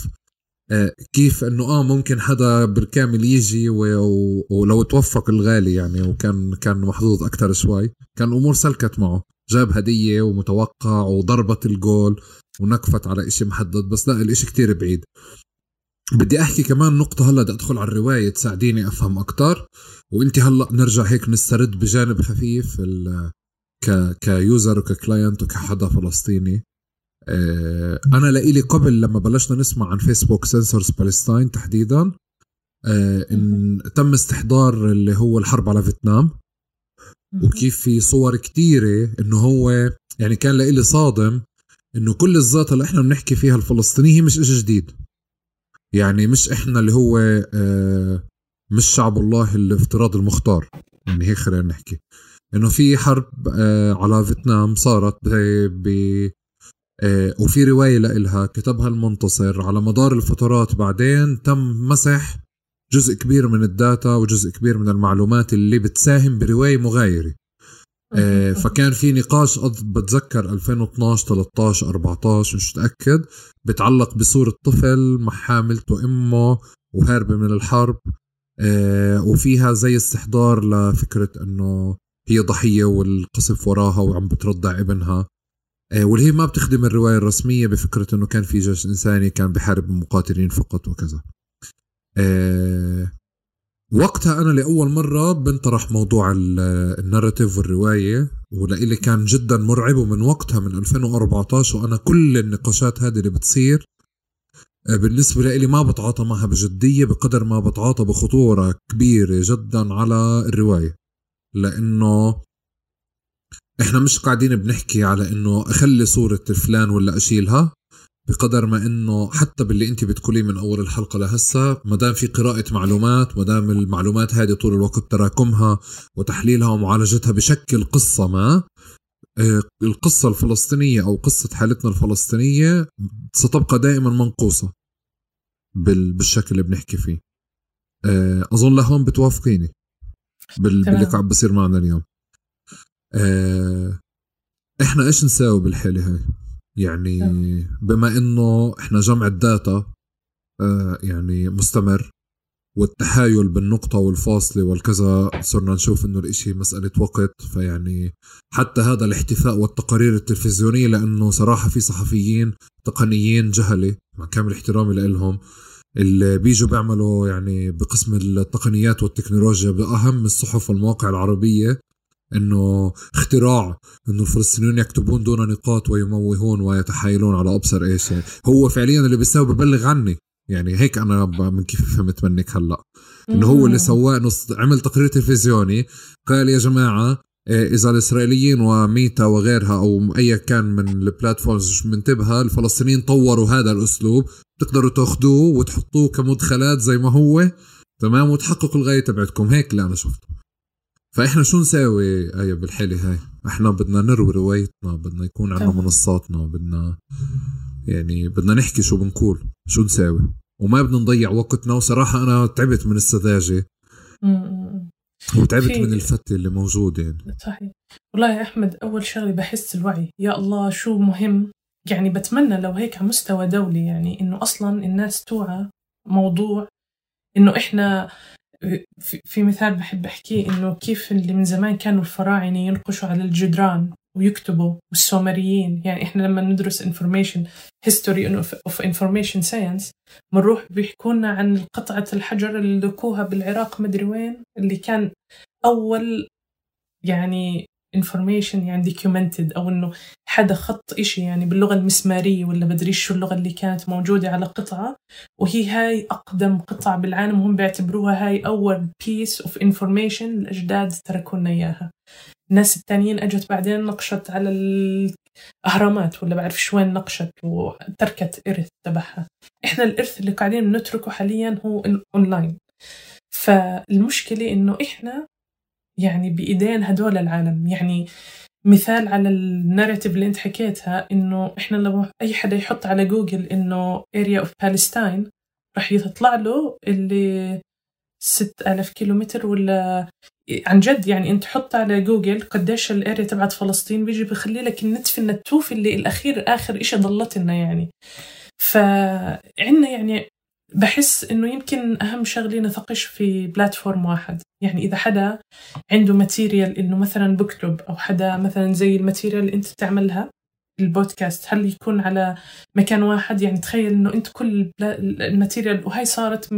كيف انه ممكن حدا بالكامل يجي ولو توفق الغالي يعني، وكان محظوظ اكتر شوي، كان الامور سلكت معه، جاب هديه ومتوقع وضربت الجول ونكفت على اشي محدد. بس لا، الاشي كتير بعيد. بدي احكي كمان نقطة هلا، بدي ادخل على الرواية تساعديني افهم اكتر، وانت هلا نرجع هيك نسترد بجانب خفيف كيوزر وككلاينت وكحدا فلسطيني. انا لإلي قبل لما بلشنا نسمع عن فيسبوك سنسورز بالستاين تحديدا، إن تم استحضار اللي هو الحرب على فيتنام، وكيف في صور كتيرة انه هو يعني كان لإلي صادم انه كل الزاطة اللي احنا بنحكي فيها الفلسطينية هي مش اشي جديد. يعني مش احنا اللي هو مش شعب الله الافتراض المختار، يعني هيك خلينا نحكي انه في حرب على فيتنام صارت وفي رواية لإلها كتبها المنتصر على مدار الفترات. بعدين تم مسح جزء كبير من الداتا وجزء كبير من المعلومات اللي بتساهم برواية مغايرة. فكان في نقاش بتذكر 2012 13 14 مش متأكد، بتعلق بصورة طفل مع حاملته أمه وهاربة من الحرب، وفيها زي استحضار لفكرة أنه هي ضحية والقصف وراها وعم بترضع ابنها، واللي هي ما بتخدم الرواية الرسمية بفكرة أنه كان في جيش إنساني كان بحارب المقاتلين فقط وكذا. وقتها أنا لأول مرة بنطرح موضوع الناراتيف والرواية، ولإلي كان جدا مرعب. ومن وقتها من 2014 وأنا كل النقاشات هذه اللي بتصير بالنسبة لإلي ما بتعاطى معها بجدية بقدر ما بتعاطى بخطورة كبيرة جدا على الرواية، لأنه إحنا مش قاعدين بنحكي على إنه أخلي صورة فلان ولا أشيلها، بقدر ما إنه حتى باللي أنت بتقولي من أول الحلقة لهسه، مدام في قراءة معلومات، مدام المعلومات هذه طول الوقت تراكمها وتحليلها ومعالجتها بشكل قصة ما، القصة الفلسطينية أو قصة حالتنا الفلسطينية ستبقى دائما منقوصة بالشكل اللي بنحكي فيه. أظن لهون بتوافقيني باللي قاعد بصير معنا اليوم. إحنا إيش نساوي بالحالة هاي؟ يعني بما إنه إحنا جمع الداتا يعني مستمر، والتحايل بالنقطة والفاصلة والكذا صرنا نشوف إنه الإشي مسألة وقت. فيعني حتى هذا الاحتفاء والتقارير التلفزيونية، لأنه صراحة في صحفيين تقنيين جهلة مع كامل احترامي لهم اللي بيجوا بيعملوا يعني بقسم التقنيات والتكنولوجيا بأهم الصحف والمواقع العربية إنه اختراع إنه الفلسطينيون يكتبون دون نقاط ويموهون ويتحايلون على أبصر إيش. يعني هو فعليا اللي بيساوي ببلغ عني، يعني هيك أنا من كيف فهمت منك هلأ إنه هو اللي سواه، عمل تقرير تلفزيوني قال يا جماعة إذا الإسرائيليين وميتا وغيرها أو أي كان من البلاتفورمز مش منتبهة، الفلسطينيين طوروا هذا الأسلوب، تقدروا تأخذوه وتحطوه كمدخلات زي ما هو تمام وتحققوا الغاية تبعتكم. هيك اللي أنا شفته. فإحنا شو نساوي بالحالة هاي؟ إحنا بدنا نروي روايتنا، بدنا يكون عندنا منصاتنا، بدنا نحكي شو بنقول، شو نساوي، وما بدنا نضيع وقتنا. وصراحة أنا تعبت من السذاجة وتعبت من الفتة اللي موجود يعني. صحيح والله يا أحمد. أول شغلة بحس الوعي، يا الله شو مهم. يعني بتمنى لو هيك على مستوى دولي، يعني إنه أصلا الناس توعى موضوع إنه إحنا في مثال بحب أحكيه، إنه كيف اللي من زمان كانوا الفراعنة ينقشوا على الجدران ويكتبوا، والسومريين. يعني إحنا لما ندرس information history of information science بنروح بيحكونا عن قطعة الحجر اللي لقوها بالعراق مدري وين، اللي كان أول يعني information يعني documented، أو إنه حدا خط إشي يعني باللغة المسمارية ولا بدريش شو اللغة اللي كانت موجودة على قطعة، وهي هاي أقدم قطعة بالعالم، وهم بيعتبروها هاي أول piece of information الأجداد تركونا إياها. الناس التانيين أجت بعدين نقشت على الأهرامات ولا بعرف شو وين نقشت وتركت إرث تبعها. إحنا الإرث اللي قاعدين نتركه حاليا هو أونلاين. فالمشكلة إنه إحنا يعني بإيدين هدول العالم. يعني مثال على الناريتيف اللي انت حكيتها، إنه إحنا لو أي حدا يحط على جوجل إنه area of Palestine رح يطلع له اللي 6000 كيلومتر ولا عن جد. يعني انت حط على جوجل قديش الاريا تبعت فلسطين، بيجي بخلي لك النتف النتوف اللي الأخير آخر إشي ضلتنا. يعني فعنا يعني بحس إنه يمكن أهم شغلة نثقش في بلاتفورم واحد. يعني إذا حدا عنده ماتيريال إنه مثلا بكتب، أو حدا مثلا زي الماتيريال اللي أنت بتعملها البودكاست، هل يكون على مكان واحد؟ يعني تخيل إنه أنت كل الماتيريال، وهي صارت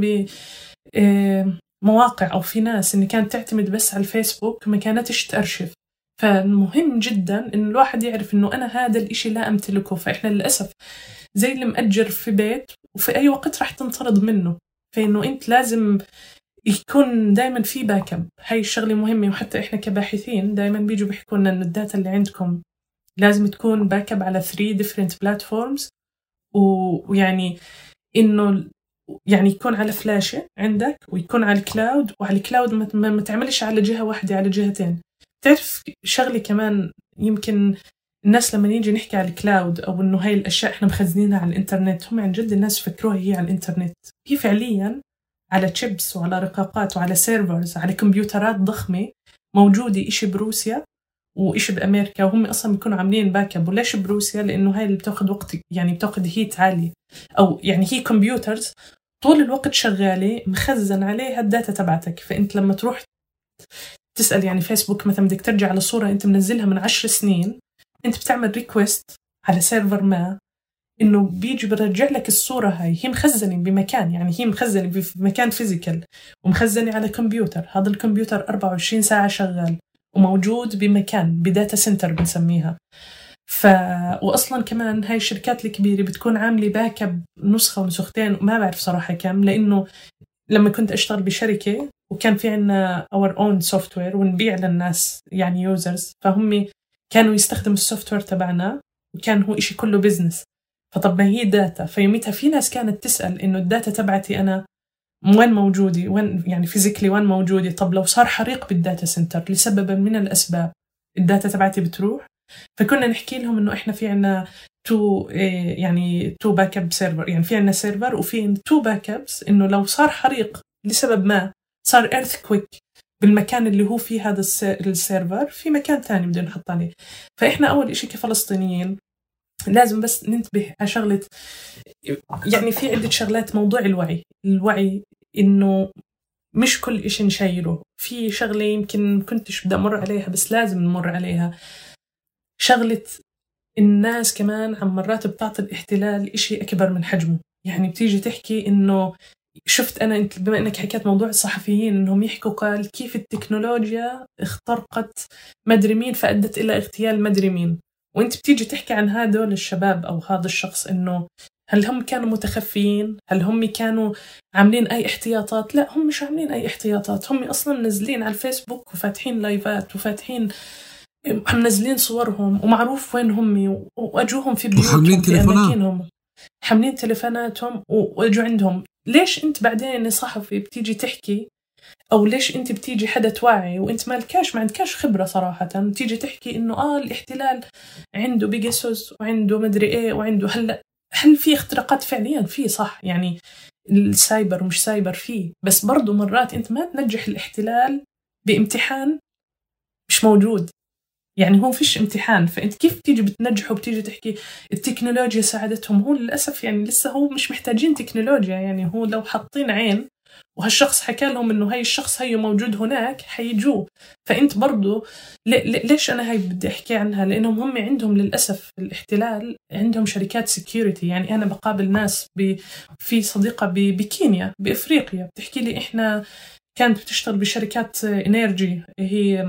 بمواقع أو في ناس إن كانت تعتمد بس على الفيسبوك ما كانتش تأرشف. فمهم جدا إن الواحد يعرف إنه أنا هذا الإشي لا أمتلكه. فإحنا للأسف زي اللي مأجر في بيت وفي أي وقت راح تنطرد منه. فإنه أنت لازم يكون دايما في باك اب. هاي الشغلة مهمة. وحتى إحنا كباحثين دايما بيجوا بيحكوا لنا إنه الداتا اللي عندكم لازم تكون باك اب على 3 different platforms، ويعني إنه يعني يكون على فلاشة عندك، ويكون على الكلاود، وعلى الكلاود ما تعملش على جهة واحدة، على جهتين. تعرف شغلة كمان، يمكن الناس لما نيجي نحكي على الكلاود أو إنه هاي الأشياء إحنا مخزنينها على الإنترنت، هم عن جد الناس فكروها هي على الإنترنت. هي فعليا على تشيبس وعلى رقاقات وعلى سيرفرز، على كمبيوترات ضخمة موجودة إشي بروسيا وإيش بأمريكا، وهم أصلا بيكونوا عاملين باك اب. وليش بروسيا؟ لأنه هاي اللي بتاخد وقت، يعني بتاخد هيت عالي، أو يعني هي كمبيوترز طول الوقت شغالة مخزن عليها الداتا تبعتك. فأنت لما تروح تسأل يعني فيسبوك مثلا بدك ترجع على صورة أنت منزلها من 10 سنين، أنت بتعمل ريكويست على سيرفر ما إنه بيجي برجع لك الصورة هاي، هي مخزنة بمكان، يعني هي مخزنة بمكان فيزيكال ومخزنة على كمبيوتر. هذا الكمبيوتر 24 ساعة شغال وموجود بمكان، بداتا سنتر بنسميها. وأصلا كمان هاي الشركات الكبيرة بتكون عاملة باك اب نسخة ونسختين، ما بعرف صراحة كم، لأنه لما كنت أشتغل بشركة وكان في عنا our own software ونبيع للناس يعني users، فهم كانوا يستخدموا السوفت وير تبعنا وكان هو إشي كله بيزنس. فطب ما هي داتا، فيوميتها في ناس كانت تسأل إنه الداتا تبعتي أنا وين موجودة، وين يعني فيزيكلي وين موجودة. طب لو صار حريق بالداتا سنتر لسبب من الأسباب الداتا تبعتي بتروح. فكنا نحكي لهم إنه إحنا في عنا تو باك اب سيرفر، يعني في عنا سيرفر وفي تو باك ابس، إنه لو صار حريق لسبب ما، صار ايرثكويك بالمكان اللي هو فيه هذا السيرفر، في مكان تاني بدنا نحط عليه. فإحنا أول إشي كفلسطينيين لازم بس ننتبه على شغلة، يعني في عدة شغلات. موضوع الوعي إنه مش كل إشي نشيره. في شغلة يمكن كنتش بدي أمر عليها بس لازم نمر عليها، شغلة الناس كمان عم مرات بتعطي الاحتلال إشي أكبر من حجمه. يعني بتيجي تحكي إنه شفت أنا، أنت بما أنك حكيت موضوع الصحفيين إنهم يحكوا قال كيف التكنولوجيا اخترقت مدري مين فأدت إلى اغتيال مدري مين، وانت بتيجي تحكي عن هذول الشباب او هذا الشخص انه هل هم كانوا متخفيين؟ هل هم كانوا عاملين اي احتياطات؟ لا، هم مش عاملين اي احتياطات. هم اصلا منزلين على الفيسبوك وفاتحين لايفات وفاتحين منزلين صورهم ومعروف وين هم، واجوهم في بيوتهم في اماكنهم، حاملين تليفوناتهم واجوا عندهم. ليش انت بعدين صحفي بتيجي تحكي، أو ليش أنت بتيجي حدا توعي وأنت ما عندكاش خبرة صراحة، تيجي تحكي إنه الاحتلال عنده بيجاسوس وعنده مدري إيه وعنده هل في اختراقات فعليا؟ في صح، يعني السايبر ومش سايبر فيه، بس برضو مرات أنت ما تنجح الاحتلال بامتحان مش موجود. يعني هو فيش امتحان، فأنت كيف تيجي بتنجحه وبتيجي تحكي التكنولوجيا ساعدتهم؟ هو للأسف يعني لسه هو مش محتاجين تكنولوجيا. يعني هو لو حاطين عين وهالشخص حكى لهم إنه هاي الشخص هي موجود هناك حيجوا. فأنت برضو ليش أنا هاي بدي أحكي عنها؟ لأنهم هم عندهم للأسف الاحتلال عندهم شركات سيكيورتي. يعني أنا بقابل ناس في صديقة بكينيا بإفريقيا بتحكي لي إحنا كانت بتشتغل بشركات إنرجي، هي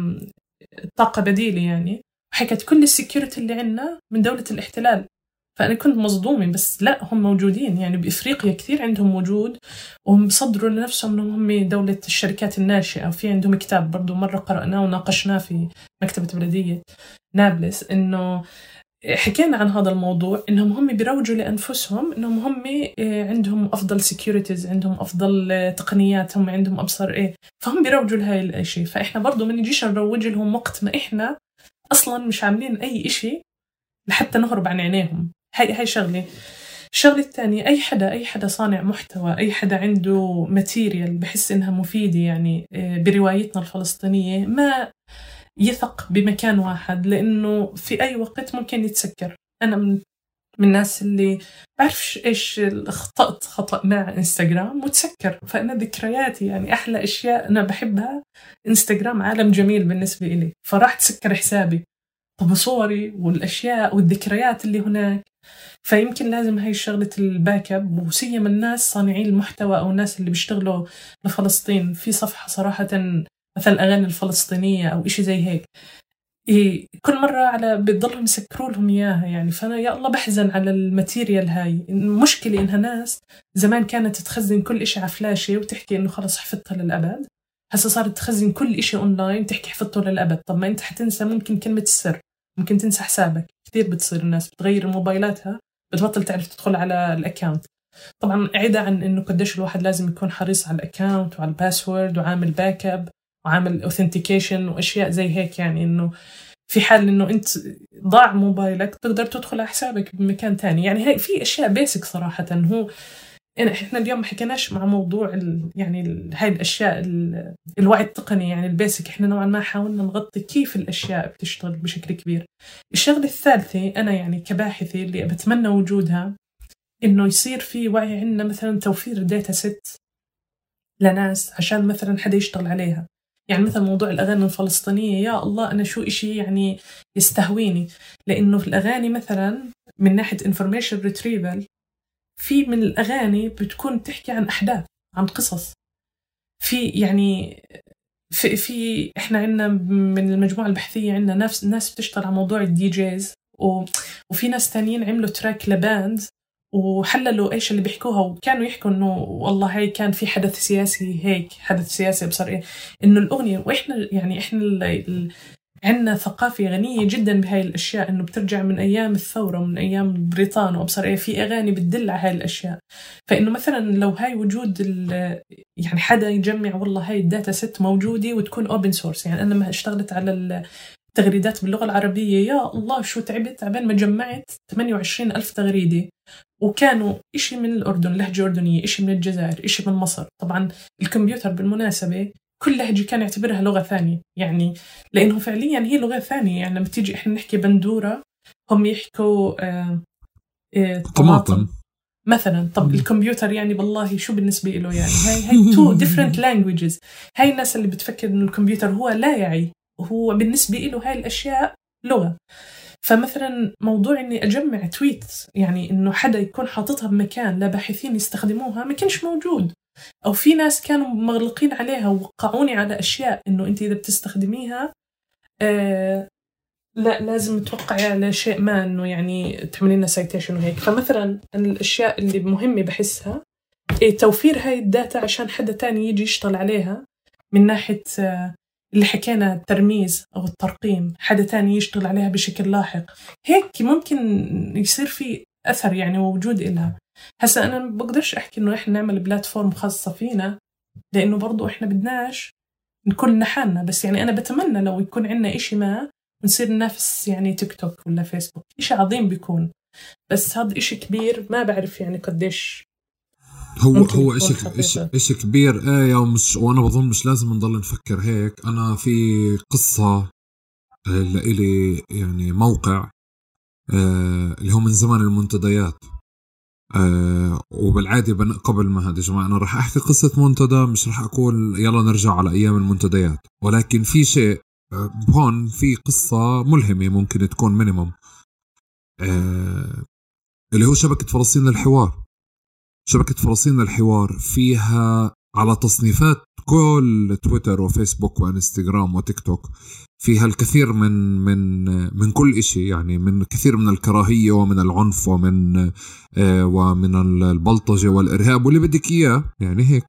طاقة بديلة يعني، وحكت كل السيكيورتي اللي عنا من دولة الاحتلال. فأنا كنت مصدومة، بس لا، هم موجودين يعني بإفريقيا كثير عندهم وجود، وهم بصدروا لنفسهم أنهم هم دولة الشركات الناشئة. وفي عندهم كتاب برضو مرة قرأناه وناقشناه في مكتبة بلدية نابلس، إنه حكينا عن هذا الموضوع، إنهم هم بيروجوا لأنفسهم إنهم هم عندهم أفضل سيكيورتيز، عندهم أفضل تقنيات، هم عندهم أبصر فهم بيروجوا لهاي الأشي. فإحنا برضو ما نجيش نروج لهم وقت ما إحنا أصلاً مش عاملين أي إشي لحتى نهرب عن عينيهم. هاي شغلة الثانية، أي حدا صانع محتوى، أي حدا عنده ماتيريال بحس إنها مفيدة يعني بروايتنا الفلسطينية، ما يثق بمكان واحد، لأنه في أي وقت ممكن يتسكر. أنا من الناس اللي بعرفش إيش أخطأت خطأ مع إنستغرام وتسكر. فأنا ذكرياتي يعني أحلى أشياء أنا بحبها، إنستغرام عالم جميل بالنسبة إلي، فراح تسكر حسابي. طب صوري والأشياء والذكريات اللي هناك. فيمكن لازم هاي شغلة الباك اب، وسيما الناس صانعين المحتوى أو الناس اللي بيشتغلوا لفلسطين، في صفحة صراحة مثلا أغاني الفلسطينية أو إشي زي هيك، كل مرة بتضلهم يسكروا لهم إياها. يعني فأنا يا الله بحزن على الماتيريال هاي. المشكلة إنها ناس زمان كانت تخزن كل إشي على فلاشة وتحكي إنه خلص حفظتها للأبد، هسه صارت تخزن كل إشي أونلاين تحكي حفظته للأبد. طب ما أنت حتنسى ممكن كلمة السر، ممكن تنسى حسابك. كثير بتصير الناس بتغير موبايلاتها بتبطل تعرف تدخل على الأكاونت. طبعا عدا عن إنه قديش الواحد لازم يكون حريص على الأكاونت وعلى الباسورد وعامل باك اب وعامل اوثنتيكيشن وأشياء زي هيك، يعني إنه في حال إنه أنت ضاع موبايلك تقدر تدخل على حسابك بمكان تاني. يعني هاي في أشياء بيسك صراحة. هو يعني إحنا اليوم ما حكيناش مع موضوع يعني هاي الأشياء الوعي التقني يعني البيسك. إحنا نوعا ما حاولنا نغطي كيف الأشياء بتشتغل بشكل كبير. الشغلة الثالثة أنا يعني كباحثة اللي بتمنى وجودها إنه يصير في وعي عندنا، مثلا توفير داتا سيت لناس عشان مثلا حدا يشتغل عليها. يعني مثلا موضوع الأغاني الفلسطينية، يا الله أنا شو إشي يعني يستهويني، لأنه في الأغاني مثلا من ناحية information retrieval في من الأغاني بتكون تحكي عن أحداث، عن قصص. في يعني في إحنا عندنا من المجموعة البحثية عندنا ناس بتشتغل على موضوع الدي جيز، وفي ناس تانيين عملوا تراك لباند وحللوا إيش اللي بيحكوها، وكانوا يحكوا إنه والله هاي كان في حدث سياسي، هيك حدث سياسي بصر إيه إنه الأغنية. وإحنا يعني إحنا عندنا ثقافة غنية جدا بهاي الأشياء، إنه بترجع من أيام الثورة ومن أيام بريطانيا وأبصر إيه، في أغاني بتدل على هاي الأشياء. فإنه مثلا لو هاي وجود يعني حدا يجمع والله هاي الداتا ست موجودة وتكون open source. يعني أنا لما اشتغلت على التغريدات باللغة العربية، يا الله شو تعبت عبين ما جمعت 28,000 تغريدة، وكانوا إشي من الأردن لهجة أردنية، إشي من الجزائر، إشي من مصر. طبعا الكمبيوتر بالمناسبة كل لهجة كان يعتبرها لغة ثانية، يعني لأنه فعليا هي لغة ثانية. يعني لما تيجي إحنا نحكي بندورة هم يحكوا طماطم مثلا. طب الكمبيوتر يعني بالله شو بالنسبة له؟ يعني هاي two different languages. هاي الناس اللي بتفكر إنه الكمبيوتر هو لا يعي، هو بالنسبة له هاي الأشياء لغة. فمثلا موضوع إني أجمع تويت، يعني إنه حدا يكون حاططها بمكان لا باحثين يستخدموها، ما كانش موجود، أو في ناس كانوا مغلقين عليها ووقعوني على أشياء إنه أنت إذا بتستخدميها لا لازم توقعي على شيء ما، إنه يعني تعملين سايتيشن وهيك. فمثلا الأشياء اللي مهمة بحسها توفير هاي الداتا عشان حدا تاني يجي يشتغل عليها، من ناحية اللي حكينا الترميز أو الترقيم، حدا تاني يشتغل عليها بشكل لاحق. هيك ممكن يصير في أثر يعني ووجود إلها. هسا أنا بقدرش أحكي إنه إحنا نعمل بلاتفورم خاصة فينا، لأنه برضو إحنا بدناش نكون نحالنا، بس يعني أنا بتمنى لو يكون عنا إشي ما ونصير ننافس يعني تيك توك ولا فيسبوك، إشي عظيم بيكون. بس هذا إشي كبير، ما بعرف يعني قديش هو إشي كبير وأنا بظن مش لازم نضل نفكر هيك. أنا في قصة لإلي يعني موقع اللي هو من زمان المنتديات، وبالعادة قبل ما هذا جماعة أنا رح أحكي قصة منتدى، مش رح أقول يلا نرجع على أيام المنتديات، ولكن في شيء هون، في قصة ملهمة ممكن تكون مينيموم، اللي هو شبكة فلسطين للحوار. شبكة فلسطين للحوار فيها على تصنيفات كل تويتر وفيسبوك وانستغرام وتيك توك فيها الكثير من كل إشي، يعني من كثير من الكراهية ومن العنف ومن البلطجة والإرهاب واللي بدك إياه، يعني هيك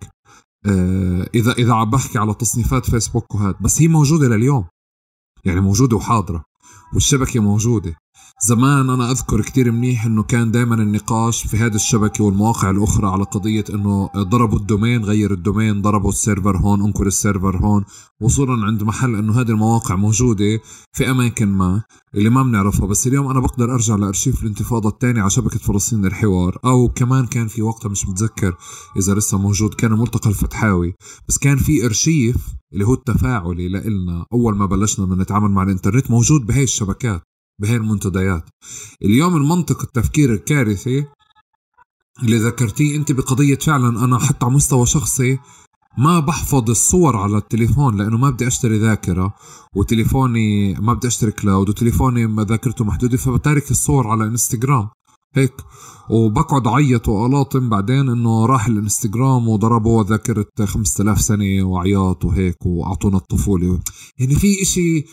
إذا عم بحكي على تصنيفات فيسبوك وهذا. بس هي موجودة لليوم، يعني موجودة وحاضرة، والشبكة موجودة. زمان أنا أذكر كتير منيح أنه كان دائما النقاش في هذه الشبكة والمواقع الأخرى على قضية أنه ضربوا الدومين، غير الدومين، ضربوا السيرفر هون، انكر السيرفر هون، وصولا عند محل أنه هذه المواقع موجودة في أماكن ما اللي ما بنعرفها. بس اليوم أنا بقدر أرجع لأرشيف الانتفاضة الثانية على شبكة فلسطين للحوار، أو كمان كان في وقتها مش متذكر إذا لسه موجود، كان ملتقى الفتحاوي، بس كان في أرشيف اللي هو التفاعلي لإلنا أول ما بلشنا نتعامل مع الإنترنت، موجود بهاي الشبكات بهاي المنتديات. اليوم المنطق التفكير الكارثي اللي ذكرتيه انت بقضية، فعلا انا حتى على مستوى شخصي ما بحفظ الصور على التليفون، لانه ما بدي اشتري ذاكرة، وتليفوني ما بدي اشتري كلاود، وتليفوني ذاكرته محدودة، فبتارك الصور على انستغرام هيك، وبقعد عيط وألاطم بعدين انه راح الانستغرام وضربوا ذاكرة 5000 سنة وعياط وهيك واعطونا الطفولة. يعني في اشي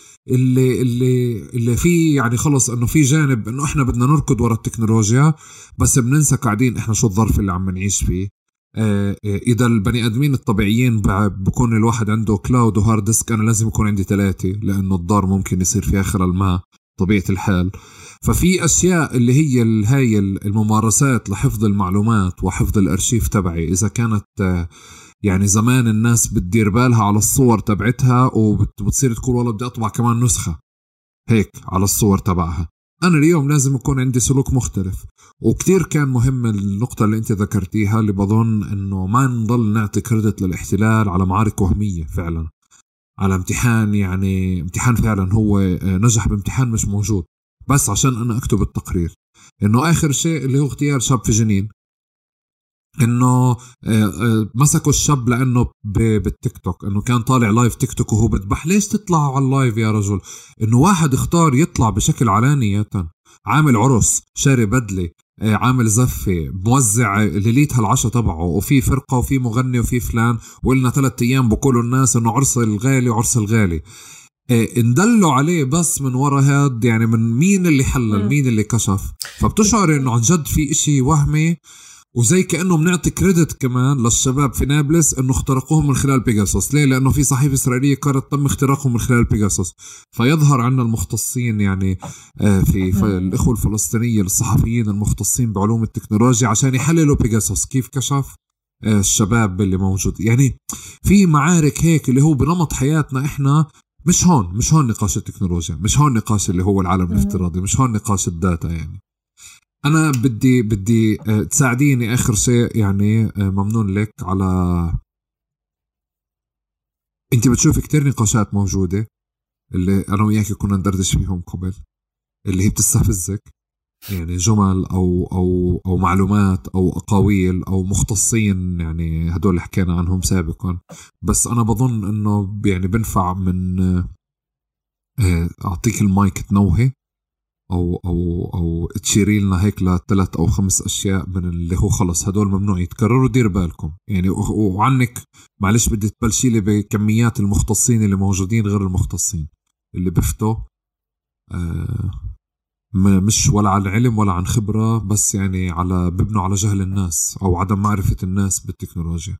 اللي فيه يعني خلص انه في جانب انه احنا بدنا نركض ورا التكنولوجيا، بس بننسى قاعدين احنا شو الظرف اللي عم نعيش فيه. اذا البني ادمين الطبيعيين بكون الواحد عنده كلاود وهارد ديسك، انا لازم يكون عندي 3، لانه الدار ممكن يصير فيها خلل ما طبيعة الحال. ففي أشياء اللي هي هاي الممارسات لحفظ المعلومات وحفظ الأرشيف تبعي، إذا كانت يعني زمان الناس بتدير بالها على الصور تبعتها وبتصير تقول والله بدي أطبع كمان نسخة هيك على الصور تبعها، أنا اليوم لازم يكون عندي سلوك مختلف. وكتير كان مهم النقطة اللي أنت ذكرتيها، اللي بظن أنه ما نضل نعطي كريدت للاحتلال على معارك وهمية فعلا، على امتحان يعني امتحان فعلا هو نجح بامتحان مش موجود بس عشان أنا أكتب التقرير. إنه آخر شيء اللي هو اغتيال شاب في جنين، إنه مسكوا الشاب لأنه بالتيك توك، إنه كان طالع لايف تيك توك وهو بذبح. ليش تطلعوا على اللايف يا رجل؟ إنه واحد اختار يطلع بشكل علانية، عامل عرس، شاري بدلة، عامل زفة، موزع ليلتها العشاء تبعه، وفي فرقة وفي مغني وفي فلان، وقلنا 3 أيام بقولوا الناس إنه عرس الغالي وعرس الغالي. اندلوا عليه بس من وراء هاد، يعني من مين اللي حلل مين اللي كشف. فبتشعر إنه عن جد في إشي وهمي، وزي كأنه بنعطي كريدت كمان للشباب في نابلس انه اخترقوهم من خلال بيجاسوس. ليه؟ لانه في صحيفة اسرائيلية قالت تم اختراقهم من خلال بيجاسوس. فيظهر عنا المختصين يعني في الاخوة الفلسطينية الصحفيين المختصين بعلوم التكنولوجيا عشان يحللوا بيجاسوس كيف كشف الشباب اللي موجود. يعني في معارك هيك اللي هو بنمط حياتنا احنا. مش هون نقاش التكنولوجيا، مش هون نقاش اللي هو العالم الافتراضي، مش هون نقاش الداتا. يعني أنا بدي تساعديني آخر شيء، يعني ممنون لك على أنت بتشوف كتير نقاشات موجودة اللي أنا وياك كنا ندردش فيهم قبل، اللي هي بتستفزك، يعني جمل أو معلومات أو أقاويل أو مختصين، يعني هدول اللي حكينا عنهم سابقا. بس أنا بظن أنه يعني بنفع من أعطيك المايك تنوهي أو تشيري لنا هيك ل3 أو 5 أشياء من اللي هو خلص هدول ممنوع يتكرروا، دير بالكم يعني. وعنك معلش بدي تبلشي لي بكميات المختصين اللي موجودين غير المختصين اللي بفتوا مش ولا عن علم ولا عن خبرة، بس يعني ببنوا على جهل الناس أو عدم معرفة الناس بالتكنولوجيا.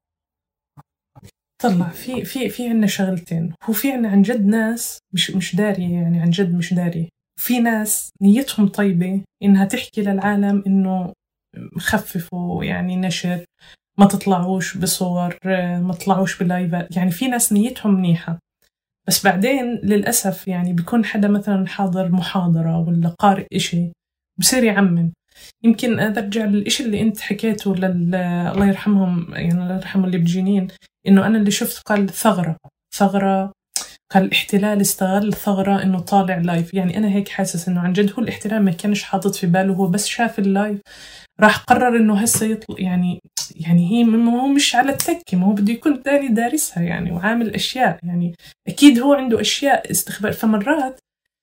طلع في عنا شغلتين. هو في عنا عن جد ناس مش دارية، يعني عن جد مش دارية. في ناس نيتهم طيبة إنها تحكي للعالم إنه خففوا يعني نشر، ما تطلعوش بصور، ما تطلعوش بلايفات. يعني في ناس نيتهم منيحة، بس بعدين للأسف يعني بيكون حدا مثلا حاضر محاضرة ولا قارئ إشي بصير يعمم. يمكن أرجع للإشي اللي أنت حكيته الله يرحمهم، يعني الله يرحمه اللي بجنين، إنه أنا اللي شفت قال ثغرة قال الاحتلال استغل الثغرة إنه طالع لايف. يعني أنا هيك حاسس إنه عن جد هو الاحتلال ما كانش حاطط في باله، هو بس شاف اللايف راح قرر إنه هسه يطلع. يعني هي هو مش على التكة، ما هو بده يكون تاني دارسها يعني وعامل أشياء، يعني أكيد هو عنده أشياء استخبار. فمرات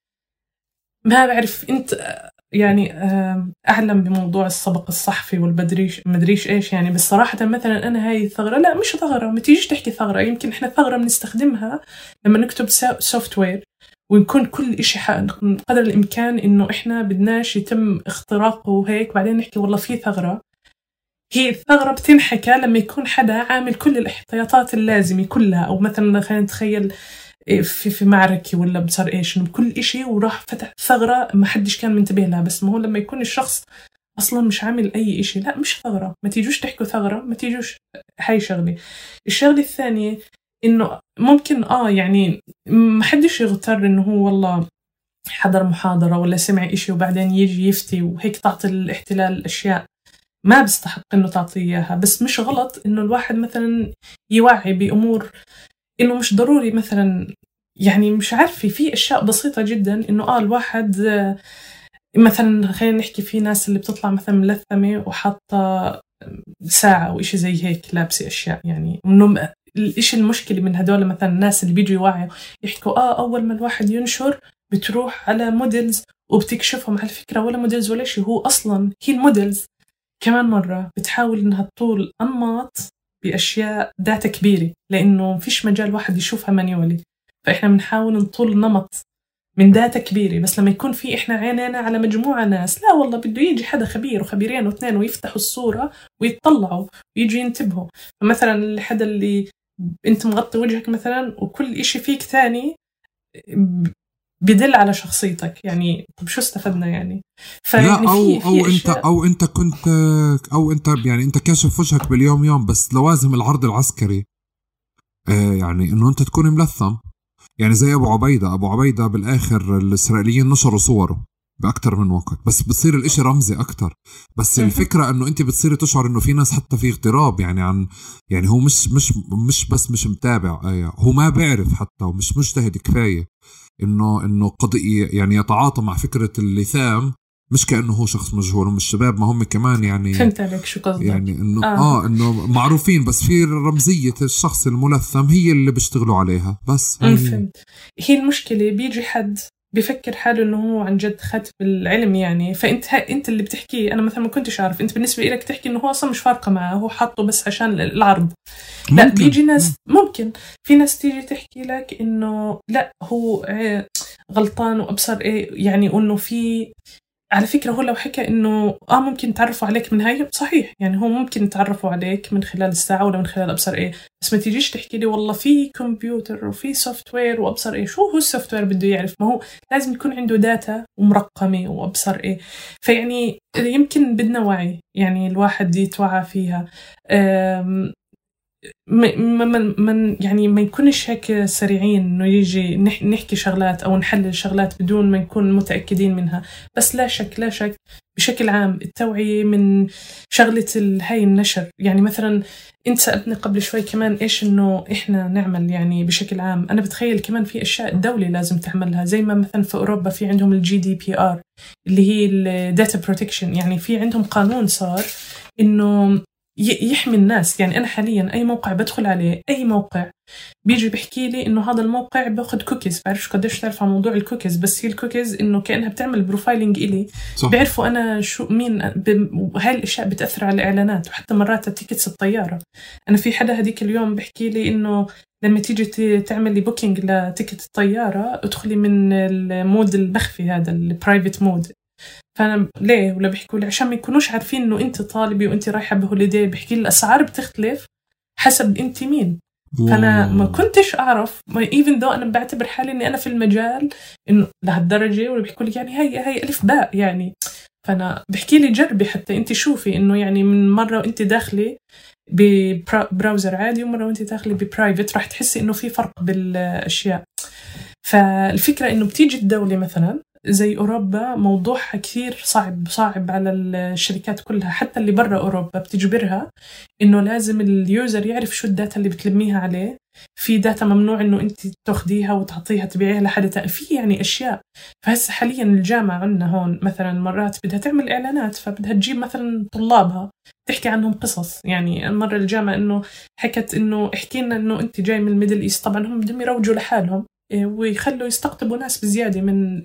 ما بعرف أنت يعني أعلم بموضوع السبق الصحفي والمدريش إيش يعني. بس صراحة مثلا أنا هاي الثغرة لا مش ثغرة، ما تيجيش تحكي ثغرة. يمكن إحنا ثغرة بنستخدمها لما نكتب سوفت وير ونكون كل إشي قدر الإمكان إنه إحنا بدناش يتم اختراقه وهيك، بعدين نحكي والله في ثغرة. هي الثغرة بتنحكى لما يكون حدا عامل كل الاحتياطات اللازمة كلها، أو مثلا خلينا نتخيل في معركة ولا بصار إيش بكل إشي وراح فتح ثغرة ما حدش كان منتبه لها. بس ما هو لما يكون الشخص أصلا مش عامل أي إشي، لا مش ثغرة. ما تيجوش تحكوا ثغرة، ما تيجوش. هاي شغلة. الشغلة الثانية إنه ممكن يعني ما حدش يغتر إنه هو والله حضر محاضرة ولا سمع إشي وبعدين يجي يفتي وهيك تعطي الاحتلال أشياء ما بيستحق إنه تعطيه إياها. بس مش غلط إنه الواحد مثلا يوعي بأمور، إنه مش ضروري مثلا يعني مش عارفة في أشياء بسيطة جدا إنه الواحد مثلا خلينا نحكي في ناس اللي بتطلع مثلا ملثمة وحاطة ساعة أو إشي زي هيك لابسة أشياء. يعني إنه الإشي المشكلة من هدول مثلا الناس اللي بيجوا يوعوا يحكوا أول ما الواحد ينشر بتروح على موديلز وبتكشفهم. على فكرة ولا موديلز ولا شيء، هو أصلا هي الموديلز كمان مرة بتحاول إنها تطول أنماط بأشياء داتا كبيرة، لأنه فيش مجال واحد يشوفها مانيولي. فإحنا بنحاول نطول نمط من داتا كبيرة. بس لما يكون في إحنا عينينا على مجموعة ناس، لا والله بده يجي حدا خبير وخبيرين واثنين ويفتحوا الصورة ويتطلعوا ويجي ينتبهوا. فمثلا الحدا اللي أنت مغطي وجهك مثلا وكل إشي فيك ثاني بدل على شخصيتك، يعني طب شو استفدنا يعني؟ لا او انت يعني انت كاشف وجهك باليوم بس لوازم العرض العسكري يعني انه انت تكون ملثم. يعني زي ابو عبيدة بالاخر الاسرائيليين نشروا صوره بأكتر من وقت، بس بتصير الاشي رمزي أكتر. بس الفكرة انه انت بتصيري تشعر انه في ناس حتى في اغتراب، يعني هو مش بس مش متابع، هو ما بيعرف حتى ومش مجتهد كفاية انه قضية يعني يتعاطى مع فكرة اللثام، مش كأنه هو شخص مجهول. ومن الشباب ما هم كمان يعني فهمت عليك شو قصدك، يعني انه انه معروفين، بس في رمزية الشخص الملثم هي اللي بيشتغلوا عليها بس. فهمت. هي المشكلة بيجي حد بيفكر حاله انه هو عن جد خاتم العلم يعني، فانت اللي بتحكيه انا مثلا ما كنتش عارف، انت بالنسبة لك تحكي انه هو اصلا مش فارقة معه، هو حاطه بس عشان العرض. لا بيجي ناس ممكن في ناس تيجي تحكي لك انه لا هو غلطان وابصر ايه يعني، وانه في على فكرة هو لو حكى إنه ممكن تعرفوا عليك من هاي صحيح، يعني هو ممكن تعرفوا عليك من خلال الساعة ولا من خلال أبصر إيه، بس ما تيجيش تحكي لي والله في كمبيوتر وفي سوفت وير وأبصر إيه. شو هو السوفت وير بده يعرف؟ ما هو لازم يكون عنده داتا ومرقمة وأبصر إيه. فيعني يمكن بدنا وعي، يعني الواحد يتوعى فيها. يعني ما يكونش هيك سريعين انه يجي نحكي شغلات او نحلل شغلات بدون ما نكون متأكدين منها. بس لا شك بشكل عام التوعية من شغلة هاي النشر. يعني مثلا انت سألتني قبل شوي كمان ايش انه احنا نعمل يعني بشكل عام. انا بتخيل كمان في اشياء الدولة لازم تعملها، زي ما مثلا في اوروبا في عندهم GDPR اللي هي الداتا بروتكشن، يعني في عندهم قانون صار انه يحمي الناس. يعني أنا حاليا أي موقع بدخل عليه، أي موقع بيجي بيحكي لي إنه هذا الموقع بأخذ كوكيز. بعرفش قديش تعرف عن موضوع الكوكيز، بس هي الكوكيز إنه كأنها بتعمل بروفايلينج إلي، بيعرفوا أنا شو مين. وهاي الأشياء بتأثر على الإعلانات وحتى مرات تيكتس الطيارة. أنا في حدا هديك اليوم بحكي لي إنه لما تيجي تعمل لي بوكينج لتيكت الطيارة ادخلي من المود المخفي هذا البرايفت مود. فأنا ليه؟ ولا بيحكوا لي عشان ما يكونوش عارفين إنه أنت طالبة وأنت رايحة بهوليداي. بحكي لي الأسعار بتختلف حسب أنت مين. فأنا ما كنتش أعرف، even though أنا بعتبر حالي إني أنا في المجال إنه لهالدرجة، ولا بيحكوا لي يعني هي ألف باء يعني. فأنا بحكي لي جربي حتى أنت شوفي إنه يعني من مرة وأنت داخلي ببراوزر عادي ومرة وأنت داخلي ببرايفت راح تحسي إنه في فرق بالأشياء. فالفكرة إنه بتيجي الدولة مثلا زي أوروبا موضوعها كثير صعب على الشركات كلها، حتى اللي برا أوروبا بتجبرها إنه لازم اليوزر يعرف شو الداتا اللي بتلميها عليه. في داتا ممنوع إنه أنت تاخديها وتعطيها تبيعيها لحد تاني، في يعني أشياء. فهسه حاليا الجامعة عندنا هون مثلا مرات بدها تعمل إعلانات، فبدها تجيب مثلا طلابها تحكي عنهم قصص. يعني مرة الجامعة إنه حكت إنه احكي لنا إنه أنت جاي من الميدل إيست، طبعا هم بدهم يروجوا لحالهم ويخلوا يستقطبوا ناس بزيادة من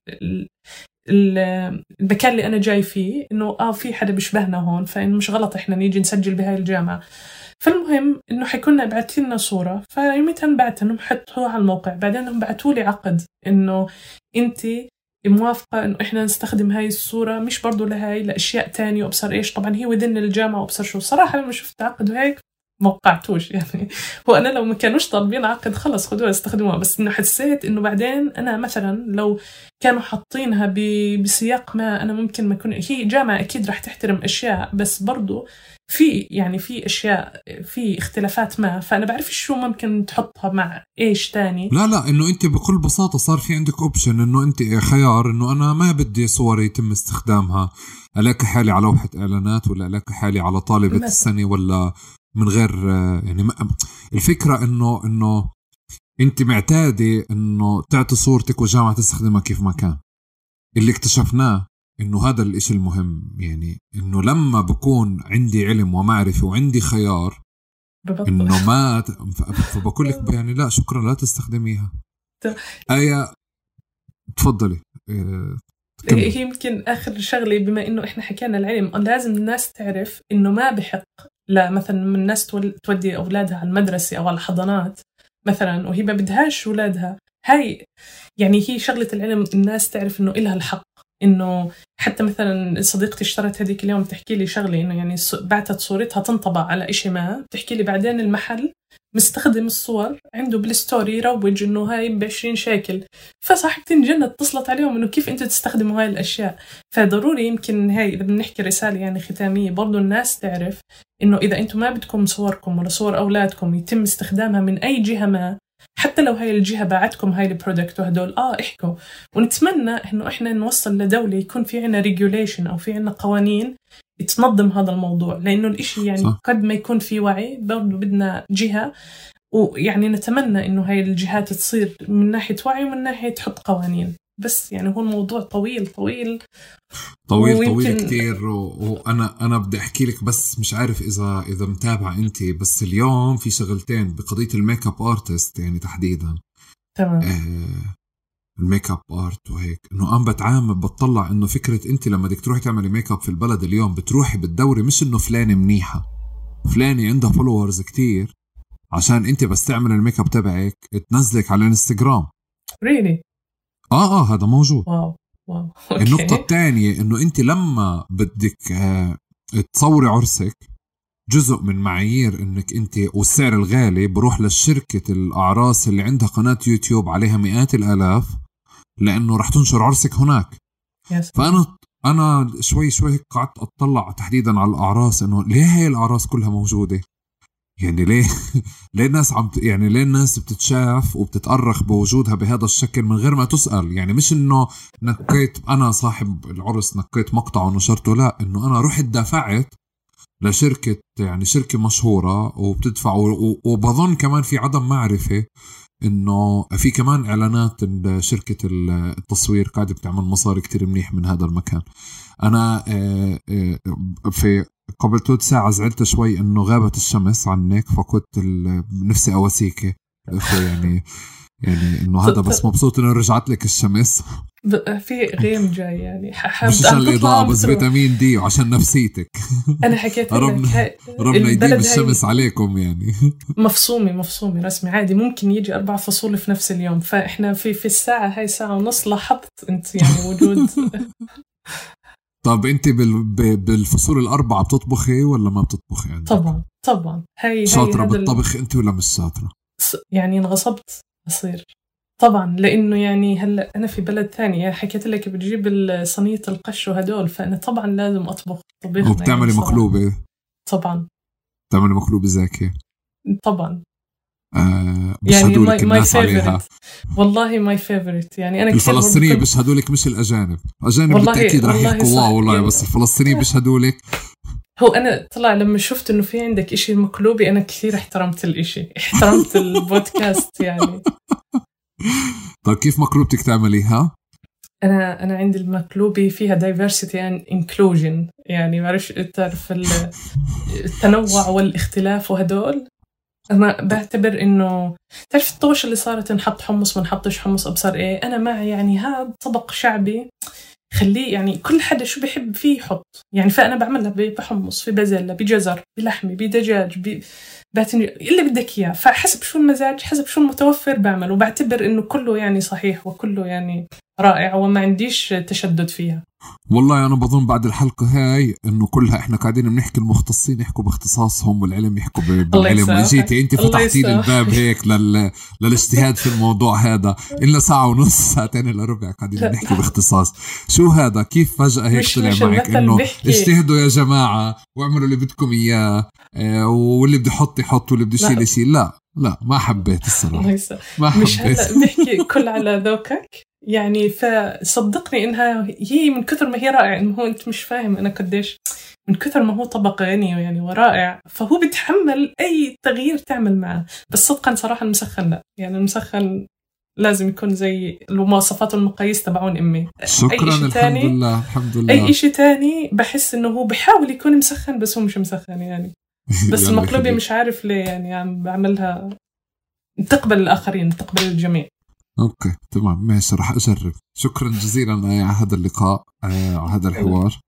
المكان اللي أنا جاي فيه، إنه في حدا بيشبهنا هون، فإنه مش غلط إحنا نيجي نسجل بهاي الجامعة. فالمهم إنه حيكون بعت لنا صورة، فيوميتها بعتها إنهم حطوها على الموقع. بعدين هم بعتوا لي عقد إنه أنت موافقة إنه إحنا نستخدم هاي الصورة مش برضو لهاي لأشياء تانية وأبصر إيش. طبعا هي وذن الجامعة وأبصر شو. صراحة لما شفت عقد وهيك موقعتوش يعني. هو أنا لو ما كانوش طالبين عقد خلص خدوها استخدموها، بس إنه حسيت إنه بعدين أنا مثلا لو كانوا حاطينها بسياق ما أنا ممكن ما يكون. هي جامعة أكيد رح تحترم أشياء، بس برضو في أشياء في اختلافات ما، فأنا بعرف شو ممكن تحطها مع إيش تاني. لا إنه أنت بكل بساطة صار في عندك أوبشن، إنه أنت خيار إنه أنا ما بدي صور يتم استخدامها، ألاقي حالي على لوحة إعلانات ولا ألاقي حالي على طالبة السنة ولا من غير. يعني الفكرة إنه أنت معتادة إنه تعطي صورتك وجامعة تستخدمها كيف ما كان. اللي اكتشفناه إنه هذا الإشي المهم، يعني إنه لما بكون عندي علم ومعرفة وعندي خيار إنه ما فبقول لك يعني لا شكرا لا تستخدميها. آية تفضلي. هي يمكن آخر شغلة، بما إنه إحنا حكينا العلم، لازم الناس تعرف إنه ما بحق لا مثلا من الناس تودي أولادها على المدرسة أو على الحضانات مثلا وهي ما بدهاش أولادها. هاي يعني هي شغلة العلم، الناس تعرف إنه إلها الحق. إنه حتى مثلا صديقتي اشترت هذيك اليوم تحكي لي شغلة إنه يعني بعتت صورتها تنطبع على إشي ما، تحكي لي بعدين المحل مستخدم الصور عنده بالستوري يروج إنه هاي ب20 شيكل. فصاحبتي الجنة اتصلت عليهم إنه كيف أنتوا تستخدموا هاي الأشياء. فضروري يمكن هاي إذا بنحكي رسالة يعني ختامية، برضو الناس تعرف إنه إذا أنتوا ما بدكم صوركم ولا صور أولادكم يتم استخدامها من أي جهة ما، حتى لو هاي الجهة باعتكم هاي البرودكت وهدول احكوا. ونتمنى انه احنا نوصل لدولة يكون في عنا ريجوليشن او في عنا قوانين تنظم هذا الموضوع، لانه الاشي يعني صح. قد ما يكون في وعي برضو بدنا جهة، ويعني نتمنى انه هاي الجهات تصير من ناحية وعي ومن ناحية تحط قوانين. بس يعني هو الموضوع طويل كتير. وانا بدي احكي لك، بس مش عارف اذا متابعه انت، بس اليوم في شغلتين بقضيه الميك اب ارتست يعني تحديدا. تمام. الميك اب ارت وهيك، انه انا بتطلع انه فكره انت لما بدك تروحي تعملي ميك اب في البلد اليوم بتروحي بتدوري مش انه فلانه منيحه، فلانه عندها فولورز كتير، عشان انت بس تعمل الميك اب تبعك تنزلك على الانستغرام. really؟ هذا موجود. واو. النقطة الثانية انه انت لما بدك تصوري عرسك، جزء من معايير انك انت والسعر الغالي بروح للشركة الاعراس اللي عندها قناة يوتيوب عليها مئات الالاف، لانه رح تنشر عرسك هناك. فانا شوي قعدت اطلع تحديدا على الاعراس، انه ليه هاي الاعراس كلها موجودة؟ يعني ليه الناس ليه الناس بتتشاف وبتتأرخ بوجودها بهذا الشكل من غير ما تسأل؟ يعني مش انه نكيت انا صاحب العرس نكيت مقطع ونشرته، لا، انه انا رحت دافعت لشركة، يعني شركة مشهورة وبتدفع، وبظن كمان في عدم معرفة انه في كمان اعلانات شركة التصوير قاعدة بتعمل مصاري كتير منيح من هذا المكان. انا في قبل 3 ساعة زعلت شوي انه غابت الشمس عنك، فكنت نفسي اواسيكي يعني انه هذا، بس مبسوط انه رجعت لك الشمس. في غيم جاي يعني، مش عشان الإضاءة بس فيتامين دي وعشان نفسيتك. أنا حكيت لك ربنا يديم الشمس عليكم يعني. مفصومي رسمي عادي، ممكن يجي 4 فصول في نفس اليوم، فإحنا في الساعة هاي ساعة ونص لاحظت أنت يعني وجود. طب أنت بالفصول ال4 بتطبخي ولا ما بتطبخي يعني؟ طبعا هاي شاطرة بالطبخ أنت ولا مش شاطرة؟ يعني انغصبت أصير طبعا، لأنه يعني هلا أنا في بلد ثاني، حكيت لك بتجيب صينية القش وهدول، فأنا طبعا لازم أطبخ طبيخ. وبتعملي يعني مقلوبة؟ طبعا. بتعملي مقلوبة زاكية؟ طبعا. بيشهدوا لك الناس عليها. والله ماي فيفورت يعني. أنا الفلسطينية بيشهدوا لك، مش الأجانب بالتأكيد رح يحكوا واو والله يعني. بس الفلسطينيين بيشهدوا لك. هو أنا طلع لما شفت إنه في عندك إشي مقلوبة، أنا كثير احترمت الإشي، احترمت البودكاست يعني. طيب كيف مقلوبتك تعمليها؟ أنا عندي المقلوبة فيها diversity and inclusion، يعني معرفش تعرف التنوع والاختلاف وهدول. أنا بعتبر إنه تعرف الطوش اللي صارت نحط حمص ما نحطش حمص أبصر إيه، أنا مع يعني هذا طبق شعبي، خليه يعني كل حدا شو بيحب فيه يحط يعني. فأنا بعملها بحمص، في بازلة، بجزر، بلحمة، بدجاج، باذنجان، اللي بدك إياه، فحسب شو المزاج، حسب شو المتوفر بعمل، وبعتبر إنه كله يعني صحيح وكله يعني رائع وما عنديش تشدد فيها. والله أنا بظن بعد الحلقة هاي إنه كلها إحنا قاعدين بنحكي، المختصين يحكوا باختصاصهم والعلم يحكوا بالعلم، وجيتي أنت فتحتي لي الباب هيك للاجتهاد في الموضوع هذا. إلا ساعة ونص، ساعتين إلا ربع قاعدين بنحكي باختصاص. شو هذا؟ كيف فجأة هيك طلع معك إنه اجتهدوا يا جماعة واعملوا اللي بدكم إياه، واللي بده يحط واللي بده يشيل يشيل؟ لا ما حبيت الصراحة، ما حبيت. مش هلا بحكي كل على ذوقك يعني، فصدقني إنها هي من كثر ما هي رائع، إنه هو أنت مش فاهم أنا قديش من كثر ما هو طبق غني يعني ورائع، فهو بيتحمل أي تغيير تعمل معه. بس صدقا صراحة المسخن لا، يعني المسخن لازم يكون زي المواصفات والمقاييس تبعون أمي. شكرا. الحمد لله. أي إشي تاني بحس إنه هو بحاول يكون مسخن بس هو مش مسخن يعني. بس المقلوبة مش عارف ليه يعني عم بعملها تقبل الآخرين، تقبل الجميع. اوكي تمام ماشي، رح اجرب. شكرا جزيلا على هذا اللقاء، على هذا الحوار.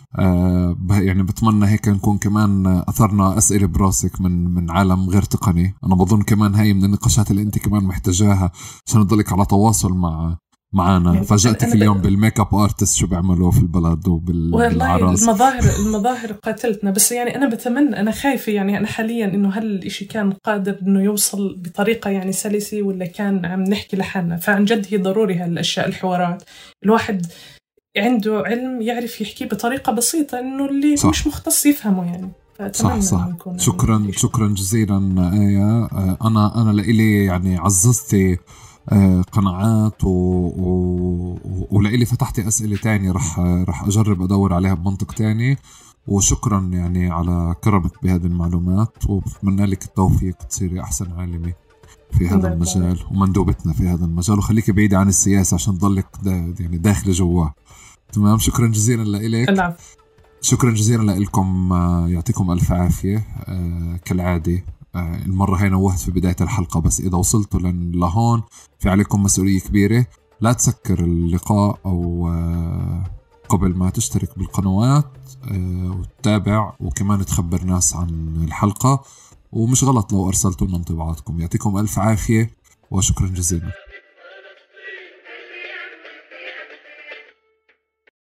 يعني بتمنى هيك نكون كمان اثرنا اسئله براسك من عالم غير تقني. انا بظن كمان هاي من النقاشات اللي انت كمان محتاجاها عشان تضلك على تواصل معنا. يعني فاجأتك اليوم بالميك اب ارتست شو بيعملوا في البلد وبالعراس. المظاهر قاتلتنا، بس يعني انا بتمنى، انا خايفه يعني انا حاليا انه هل الاشي كان قادر انه يوصل بطريقه يعني سلسه ولا كان عم نحكي لحالنا. فعن جد هي ضروري هالاشياء، الحوارات، الواحد عنده علم يعرف يحكي بطريقه بسيطه انه اللي صح. مش مختص يفهمه يعني. صح. شكرا جزيلا آية. أنا لإلي يعني عززتي قناعات ولإلي فتحتي أسئلة تاني رح أجرب أدور عليها بمنطق تاني. وشكرا يعني على كرمك بهذه المعلومات، وبتمنى لك التوفيق تصيري أحسن عالمة في هذا المجال ومندوبتنا في هذا المجال، وخليكي بعيدة عن السياسة عشان تضلك يعني داخل جوا. تمام. شكرا جزيلا لإلك. شكرا جزيلا لكم. يعطيكم ألف عافية. كالعادة المرة هاي نوهت في بداية الحلقة، بس إذا وصلتوا لهون في عليكم مسؤولية كبيرة. لا تسكر اللقاء أو قبل ما تشترك بالقنوات وتتابع، وكمان تخبر ناس عن الحلقة، ومش غلط لو أرسلتوا لنا انطباعاتكم. يعطيكم ألف عافية وشكرا جزيلا.